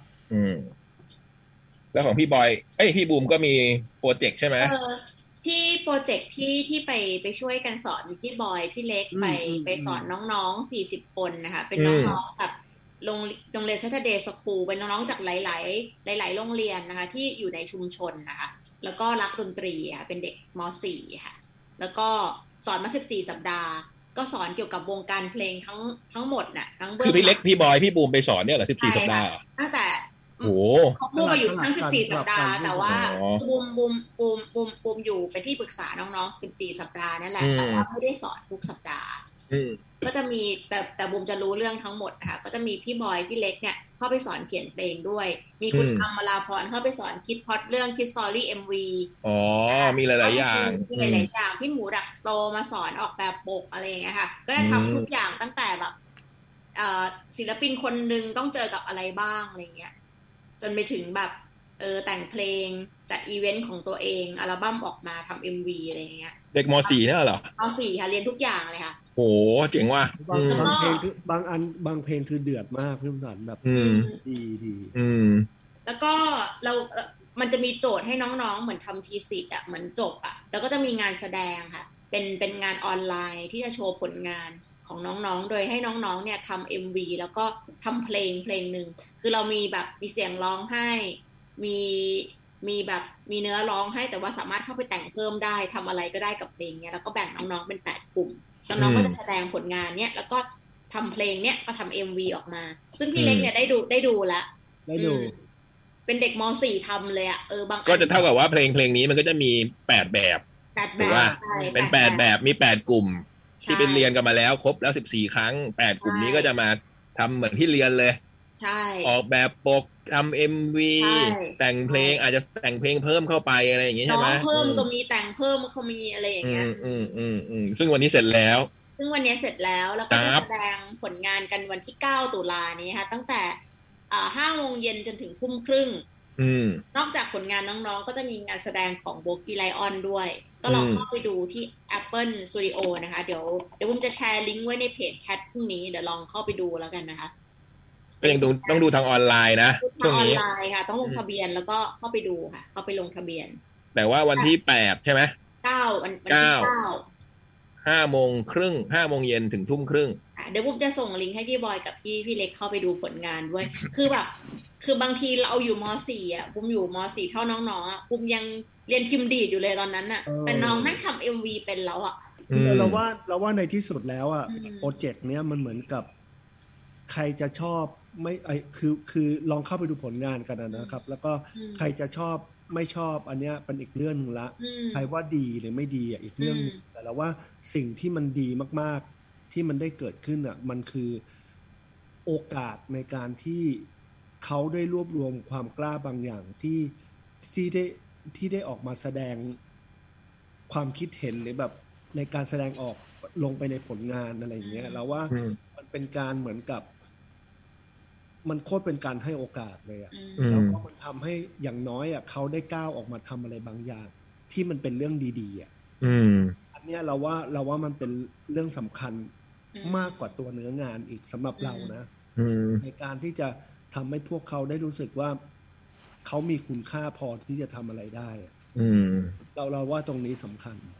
แล้วของพี่บอยพี่บูมก็มีโปรเจกต์ใช่ไหมที่โปรเจกต์ที่ไปช่วยกันสอนพี่บอยพี่เล็กไปสอนน้องๆ40คนนะคะเป็นน้องๆกับโรงเรียน Saturday School เป็นน้องๆจากหลายโรงเรียนนะคะที่อยู่ในชุมชนนะคะแล้วก็รักดนตรีค่ะเป็นเด็กม.4 ค่ะแล้วก็สอนมา14สัปดาห์ก็สอนเกี่ยวกับวงการเพลงทั้งหมดน่ะทั้งเบื้องคือพี่เล็กพี่บอยพี่บูมไปสอนเนี่ยเหรอ14สัปดาห์ตั้งแต่โอ้เขาพูดมาอยู่ทั้ง14สัปดาห์แต่ว่าบูมอยู่เป็นที่ปรึกษาน้องๆ14สัปดาห์นั่นแหละแต่ว่าไม่ได้สอนทุกสัปดาห์ก็จะมีแต่บูมจะรู้เรื่องทั้งหมดนะคะก็จะมีพี่บอยพี่เล็กเนี่ยเข้าไปสอนเขียนเพลงด้วยมีคุณอมราพรเข้าไปสอนคิดพล็อตเรื่องคิดสตอรี่ MV มีหลายๆอย่างมีหลายๆอย่างพี่หมูดักสโตมาสอนออกแบบปกอะไรอย่างเงี้ยค่ะก็จะทำทุกอย่างตั้งแต่แบบศิลปินคนนึงต้องเจอกับอะไรบ้างอะไรเงี้ยจนไปถึงแบบแต่งเพลงจัดอีเวนต์ของตัวเองอัลบั้มออกมาทำ MV อะไรอย่างเงี้ยเด็กม.4 เนี่ยเหรอม.4 ค่ะเรียนทุกอย่างเลยค่ะโหเจ๋งว่ะบางเพลงบางเพลงคือเดือดมากพี่สารแบบดีแล้วก็มันจะมีโจทย์ให้น้องๆเหมือนทำทีสิทธ์เหมือนจบแล้วก็จะมีงานแสดงค่ะเป็นงานออนไลน์ที่จะโชว์ผลงานของน้องๆโดยให้น้องๆเนี่ยทำ MV แล้วก็ทำเพลงหนึ่งคือเรามีแบบมีเสียงร้องให้มีแบบมีเนื้อร้องให้แต่ว่าสามารถเข้าไปแต่งเพิ่มได้ทำอะไรก็ได้กับเพลงเนี้ยแล้วก็แบ่งน้องๆเป็น8กลุ่มน้องๆก็จะแสดงผลงานเนี้ยแล้วก็ทำเพลงเนี้ยก็ทำ MV ออกมาซึ่งพี่เล็กเนี่ยได้ดูแล้วเป็นเด็กม.4 ทำเลยบางก็จะเท่ากับว่าเพลงนี้มันก็จะมี8แบบหรือว่าเป็น8แบบมี8กลุ่มที่เป็นเรียนกันมาแล้วครบแล้ว14ครั้ง8กลุ่มนี้ก็จะมาทำเหมือนที่เรียนเลยใช่ออกแบบปกทำ MV แต่งเพลงอาจจะแต่งเพลงเพิ่มเข้าไปอะไรอย่างงี้ใช่ไหมเพิ่มก็มีแต่งเพิ่มเขามีอะไรอย่างเงี้ยซึ่งวันนี้เสร็จแล้วแล้วก็จะแสดงผลงานกันวันที่9ตุลานี้ค่ะตั้งแต่5 โมงเย็นจนถึงทุ่มครึ่งนอกจากผลงานน้องๆก็จะมีงานแสดงของโบกี้ไลออนด้วยก็ลองเข้าไปดูที่ Apple Studio นะคะเดี๋ยวผมจะแชร์ลิงก์ไว้ในเพจแคทพรุ่งนี้เดี๋ยวลองเข้าไปดูแล้วกันนะคะก็ยังต้องดูทางออนไลน์นะทางออนไลน์ค่ะต้องลงทะเบียนแล้วก็เข้าไปดูค่ะเข้าไปลงทะเบียนแต่ว่าวันที่8ใช่ไหม 9วันที่ 5 โมงครึ่ง5 โมงเย็นถึงทุ่มครึ่งเดี๋ยวผมจะส่งลิงก์ให้พี่บอยกับพี่เล็กเข้าไปดูผลงานด้วยคือบางทีเราอยู่ม.4 ผมอยู่ม.4 เท่าน้องๆผมยังเรียนพิมพ์ดีดอยู่เลยตอนนั้นแต่น้องนั่งทำ MV เป็นแล้วเราว่าในที่สุดแล้วโปรเจกต์เนี้ยมันเหมือนกับใครจะชอบไม่คือลองเข้าไปดูผลงานกันนะครับแล้วก็ใครจะชอบไม่ชอบอันเนี้ยเป็นอีกเรื่องนึงละใครว่าดีหรือไม่ดีอีกเรื่องแต่เราว่าสิ่งที่มันดีมากๆที่มันได้เกิดขึ้นมันคือโอกาสในการที่เขาได้รวบรวมความกล้าบางอย่างที่ได้ออกมาแสดงความคิดเห็นหรือแบบในการแสดงออกลงไปในผลงานอะไรอย่างเงี้ยเราว่ามันเป็นการเหมือนกับมันโคตรเป็นการให้โอกาสเลยแล้วก็มันทำให้อย่างน้อยเขาได้ก้าวออกมาทำอะไรบางอย่างที่มันเป็นเรื่องดีๆอันเนี้ยเราว่ามันเป็นเรื่องสำคัญมากกว่าตัวเนื้องานอีกสำหรับเรานะในการที่จะทำให้พวกเขาได้รู้สึกว่าเขามีคุณค่าพอที่จะทำอะไรได้เราว่าตรงนี้สำคัญ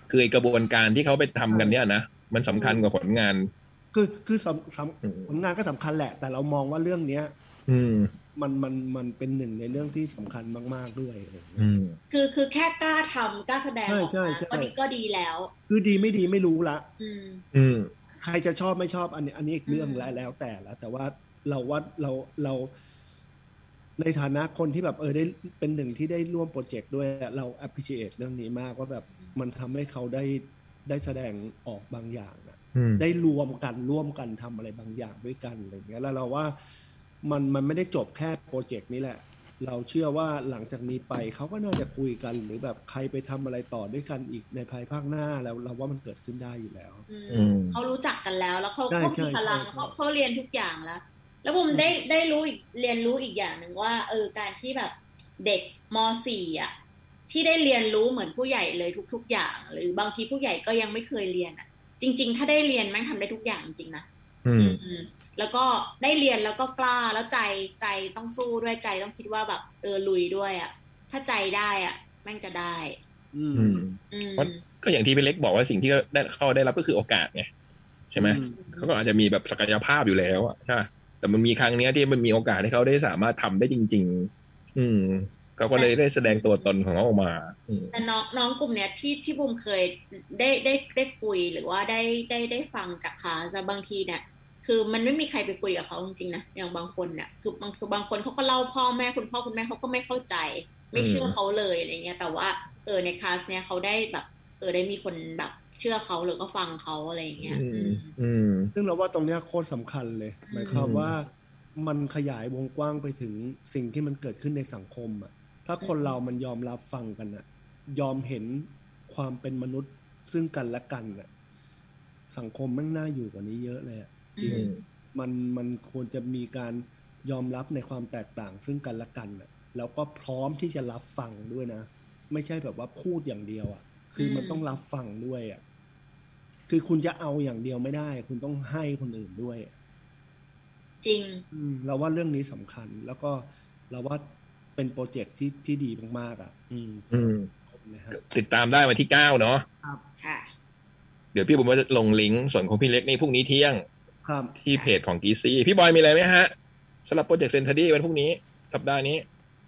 คือกระบวนการที่เขาไปทำกันเนี่ยนะมันสำคัญกว่าผลงานคือผลงานก็สำคัญแหละแต่เรามองว่าเรื่องเนี้ยมันเป็นหนึ่งในเรื่องที่สำคัญมากๆด้วยคือแค่กล้าทำกล้าแสดงออกมาก็ดีแล้วคือดีไม่ดีไม่รู้ละใครจะชอบไม่ชอบอันนี้อีกเรื่องแล้วแต่ว่าเราในฐานะคนที่แบบได้เป็นหนึ่งที่ได้ร่วมโปรเจกต์ด้วยเรา appreciate เรื่องนี้มากว่าแบบมันทำให้เขาได้แสดงออกบางอย่างได้ร่วมกันทำอะไรบางอย่างด้วยกันอะไรอย่างเงี้ยแล้วเราว่ามันไม่ได้จบแค่โปรเจกต์นี้แหละเราเชื่อว่าหลังจากนี้ไปเขาก็น่าจะคุยกันหรือแบบใครไปทำอะไรต่อด้วยกันอีกในภายภาคหน้าแล้วเราว่ามันเกิดขึ้นได้อยู่แล้วเขารู้จักกันแล้วเขามีพลังเขาเรียนทุกอย่างแล้วผมได้รู้เรียนรู้อีกอย่างหนึ่งว่าการที่แบบเด็กม.4 อ่ะที่ได้เรียนรู้เหมือนผู้ใหญ่เลยทุกๆอย่างหรือบางทีผู้ใหญ่ก็ยังไม่เคยเรียนอ่ะจริงๆถ้าได้เรียนแม่งทำได้ทุกอย่างจริงๆนะแล้วก็ได้เรียนแล้วก็กล้าแล้วใจต้องสู้ด้วยใจต้องคิดว่าแบบลุยด้วยอ่ะถ้าใจได้อ่ะแม่งจะได้เพราะก็อย่างที่พี่เล็กบอกว่าสิ่งที่เขาได้รับก็คือโอกาสไงใช่ไหมเขาก็อาจจะมีแบบศักยภาพอยู่แล้วอ่ะใช่แต่มันมีครั้งนี้ที่มันมีโอกาสให้เขาได้สามารถทำได้จริงๆเขาก็เลยได้แสดงตัวตนของเขาออกมาแต่น้องกลุ่มเนี้ยที่บุมเคยได้คุยหรือว่าได้ฟังจากเขาแต่บางทีเนี่ยคือมันไม่มีใครไปคุยกับเขาจริงๆนะอย่างบางคนเนี่ยคือบางคนเขาก็เล่าพ่อแม่คุณพ่อคุณแม่เขาก็ไม่เข้าใจไม่เชื่อเขาเลยอะไรเงี้ยแต่ว่าในคลาสเนี่ยเขาได้แบบได้มีคนแบบเชื่อเขาหรือก็ฟังเขาอะไรอย่างเงี้ยซึ่งเราว่าตรงเนี้ยโคตรสำคัญเลยหมายความว่ามันขยายวงกว้างไปถึงสิ่งที่มันเกิดขึ้นในสังคมอ่ะถ้าคนเรามันยอมรับฟังกันอ่ะยอมเห็นความเป็นมนุษย์ซึ่งกันและกันอ่ะสังคมมันน่าอยู่กว่านี้เยอะเลยจริงมันควรจะมีการยอมรับในความแตกต่างซึ่งกันและกันอ่ะแล้วก็พร้อมที่จะรับฟังด้วยนะไม่ใช่แบบว่าพูดอย่างเดียวอ่ะคือมันต้องรับฟังด้วยอ่ะคือคุณจะเอาอย่างเดียวไม่ได้คุณต้องให้คนอื่นด้วยจริงเราว่าเรื่องนี้สำคัญแล้วก็เราว่าเป็นโปรเจกต์ที่ดีมากๆอ่ะติดตามได้วันที่9เนาะครับเดี๋ยวพี่บุ๋มจะลงลิงก์ส่วนของพี่เล็กนี่พรุ่งนี้เที่ยงครับที่เพจของกีซี่พี่บอยมีอะไรไหมฮะสำหรับโปรเจกต์เซนทาดี้วันพรุ่งนี้สัปดาห์นี้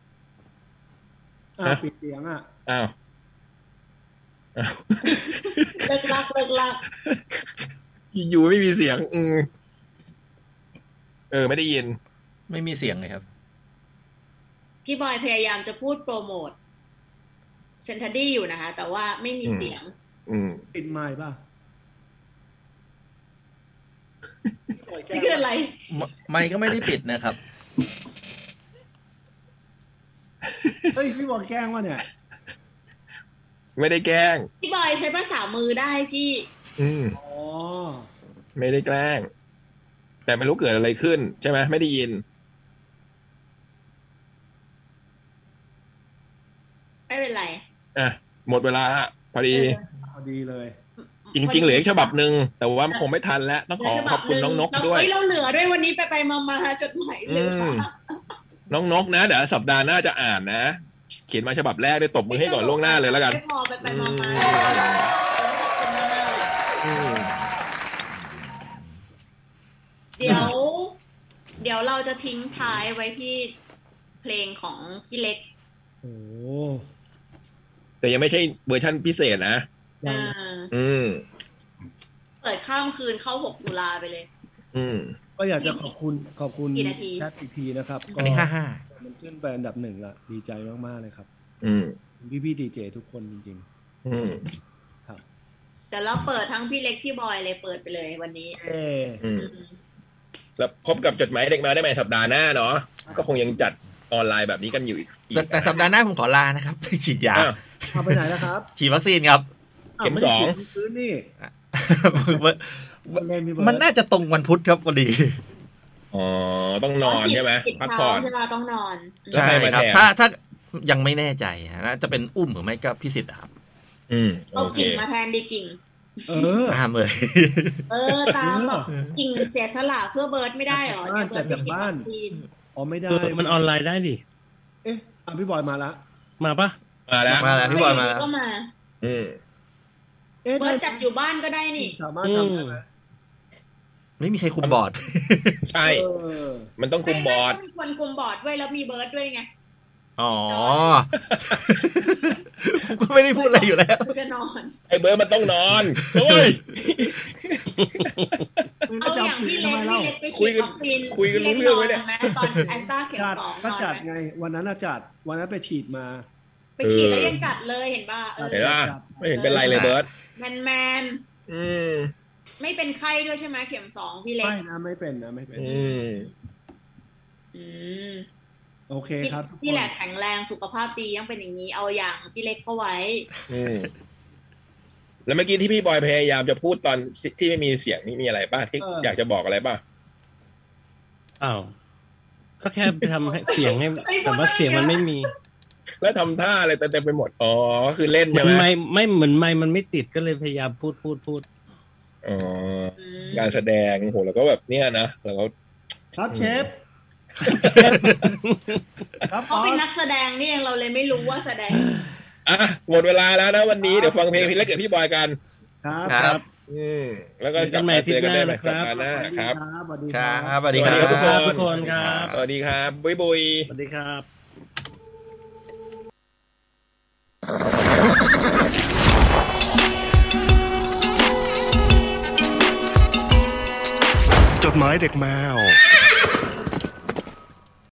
ปิดเสียงอ้าวเลิกลักอยู่ไม่มีเสียงไม่ได้ยินไม่มีเสียงเลยครับพี่บอยพยายามจะพูดโปรโมทเซนทาดี้อยู่นะคะแต่ว่าไม่มีเสียงปิดไมค์ป่ะนี่คืออะไรไมค์ก็ไม่ได้ปิดนะครับเฮ้ยพี่บอกแกล้งว่าเนี่ยไม่ได้แกล้งพี่บอยใช้ภาษามือได้พี่ไม่ได้แกล้งแต่ไม่รู้เกิดอะไรขึ้นใช่ไหมไม่ได้ยินไม่เป็นไรหมดเวลาพอดีเลยจริงๆเหลืออีกฉบับนึงแต่ว่าคงไม่ทันแล้วต้องขอบคุณน้องนกด้วยเราเหลือด้วยวันนี้ไปมาจดหมายเหลือน้องนกนะเดี๋ยวสัปดาห์หน้าจะอ่านนะเขียนมาฉบับแรกได้ตบมือให้ก่อนล่วงหน้าเลยแล้วกันไม่พอไปมาเดี๋ยวเราจะทิ้งท้ายไว้ที่เพลงของพี่เล็กแต่ยังไม่ใช่เวอร์ชันพิเศษนะเปิดข้ามคืนเข้า6 ตุลาไปเลยก็อยากจะขอบคุณแคทอีกทีนะครับอันนี้55 มันขึ้นไปอันดับ1ละดีใจมากๆเลยครับพี่ดีเจทุกคนจริงๆครับแต่เราเปิดทั้งพี่เล็กพี่บอยเลยเปิดไปเลยวันนี้แล้วพบกับจดหมายเด็กมาได้ไหมสัปดาห์หน้าเนาะก็คงยังจัดออนไลน์แบบนี้กันอยู่อีกแต่สัปดาห์หน้าผมขอลานะครับไปฉีดยาไปไหนแล้วครับฉีดวัคซีนครับเข็ม2 ซื้อนี่มันน่าจะตรงวันพุธครับพอดีต้องนอนใช่ไหมพักผ่อนใช่ไหมต้องนอนใช่ครับถ้ายังไม่แน่ใจนะจะเป็นอุ้มหรือไม่ก็พิสิทธิ์ครับเอากิ่งมาแทนดีกิ่งตามเลยตามแบบกิ่งเสียสละเพื่อเบิร์ดไม่ได้หรอจากบ้านไม่ได้มันออนไลน์ได้ดิพี่บอยมาละมาปะมาแล้วพี่บอยมาแล้วก็มาเบิร์ดจัดอยู่บ้านก็ได้นี่สามารถทำได้ไหมไม่มีใครคุมบอร์ดใช่มันต้องคุมบอร์ดมีคนคุมบอร์ดด้วยแล้วมีเบิร์ดด้วยไงอ๋อก็ไม่ได้พูดอะไรอยู่แล้วจะนอนไอ้เบิร์ดมันต้องนอนโอ้ยเอาอย่างพี่เล็กไปฉีดวัคซีนคุยกันรู้เรื่องไหมเนี่ยตอนแอสตราเข็ม 2 ก็จัดไงวันนั้นจัดวันนั้นไปฉีดมาไปฉีดแล้วยังจัดเลยเห็นป่ะเห็นป่ะไม่เห็นเป็นไรเลยเบิร์ดแมนไม่เป็นไข้ด้วยใช่ไหมเข็ม 2พี่เล็กไม่นะไม่เป็นโอเคครับพี่แหละแข็งแรงสุขภาพดียังเป็นอย่างนี้เอาอย่างพี่เล็กเข้าไว้แล้วเมื่อกี้ที่พี่บอยพยายามจะพูดตอนที่ไม่มีเสียงนี่มีอะไรบ้างที่อยากจะบอกอะไรบ้างอ้าวก็แค่ไปทำให้เสียงให้แต่ว่าเสียงมันไม่มีแล้วทำท่าอะไรเต็มไปหมดอ๋อคือเล่นใช่ไหมไม่เหมือนมันไม่ติดก็เลยพยายามพูดอ๋อการแสดงโหแล้วก็แบบเนี้ยนะแล้วก็ครับเชฟเขาเป็นนักแสดงนี่เราเลยไม่รู้ว่าแสดงหมดเวลาแล้วนะวันนี้เดี๋ยวฟังเพลงพี่เล็กกับพี่บอยกันครับแล้วก็กลับมาเจอกันได้นะครับครับสวัสดีครับสวัสดีครับทุกคนครับสวัสดีครับบุยสวัสดีครับจดหมายเด็กแมว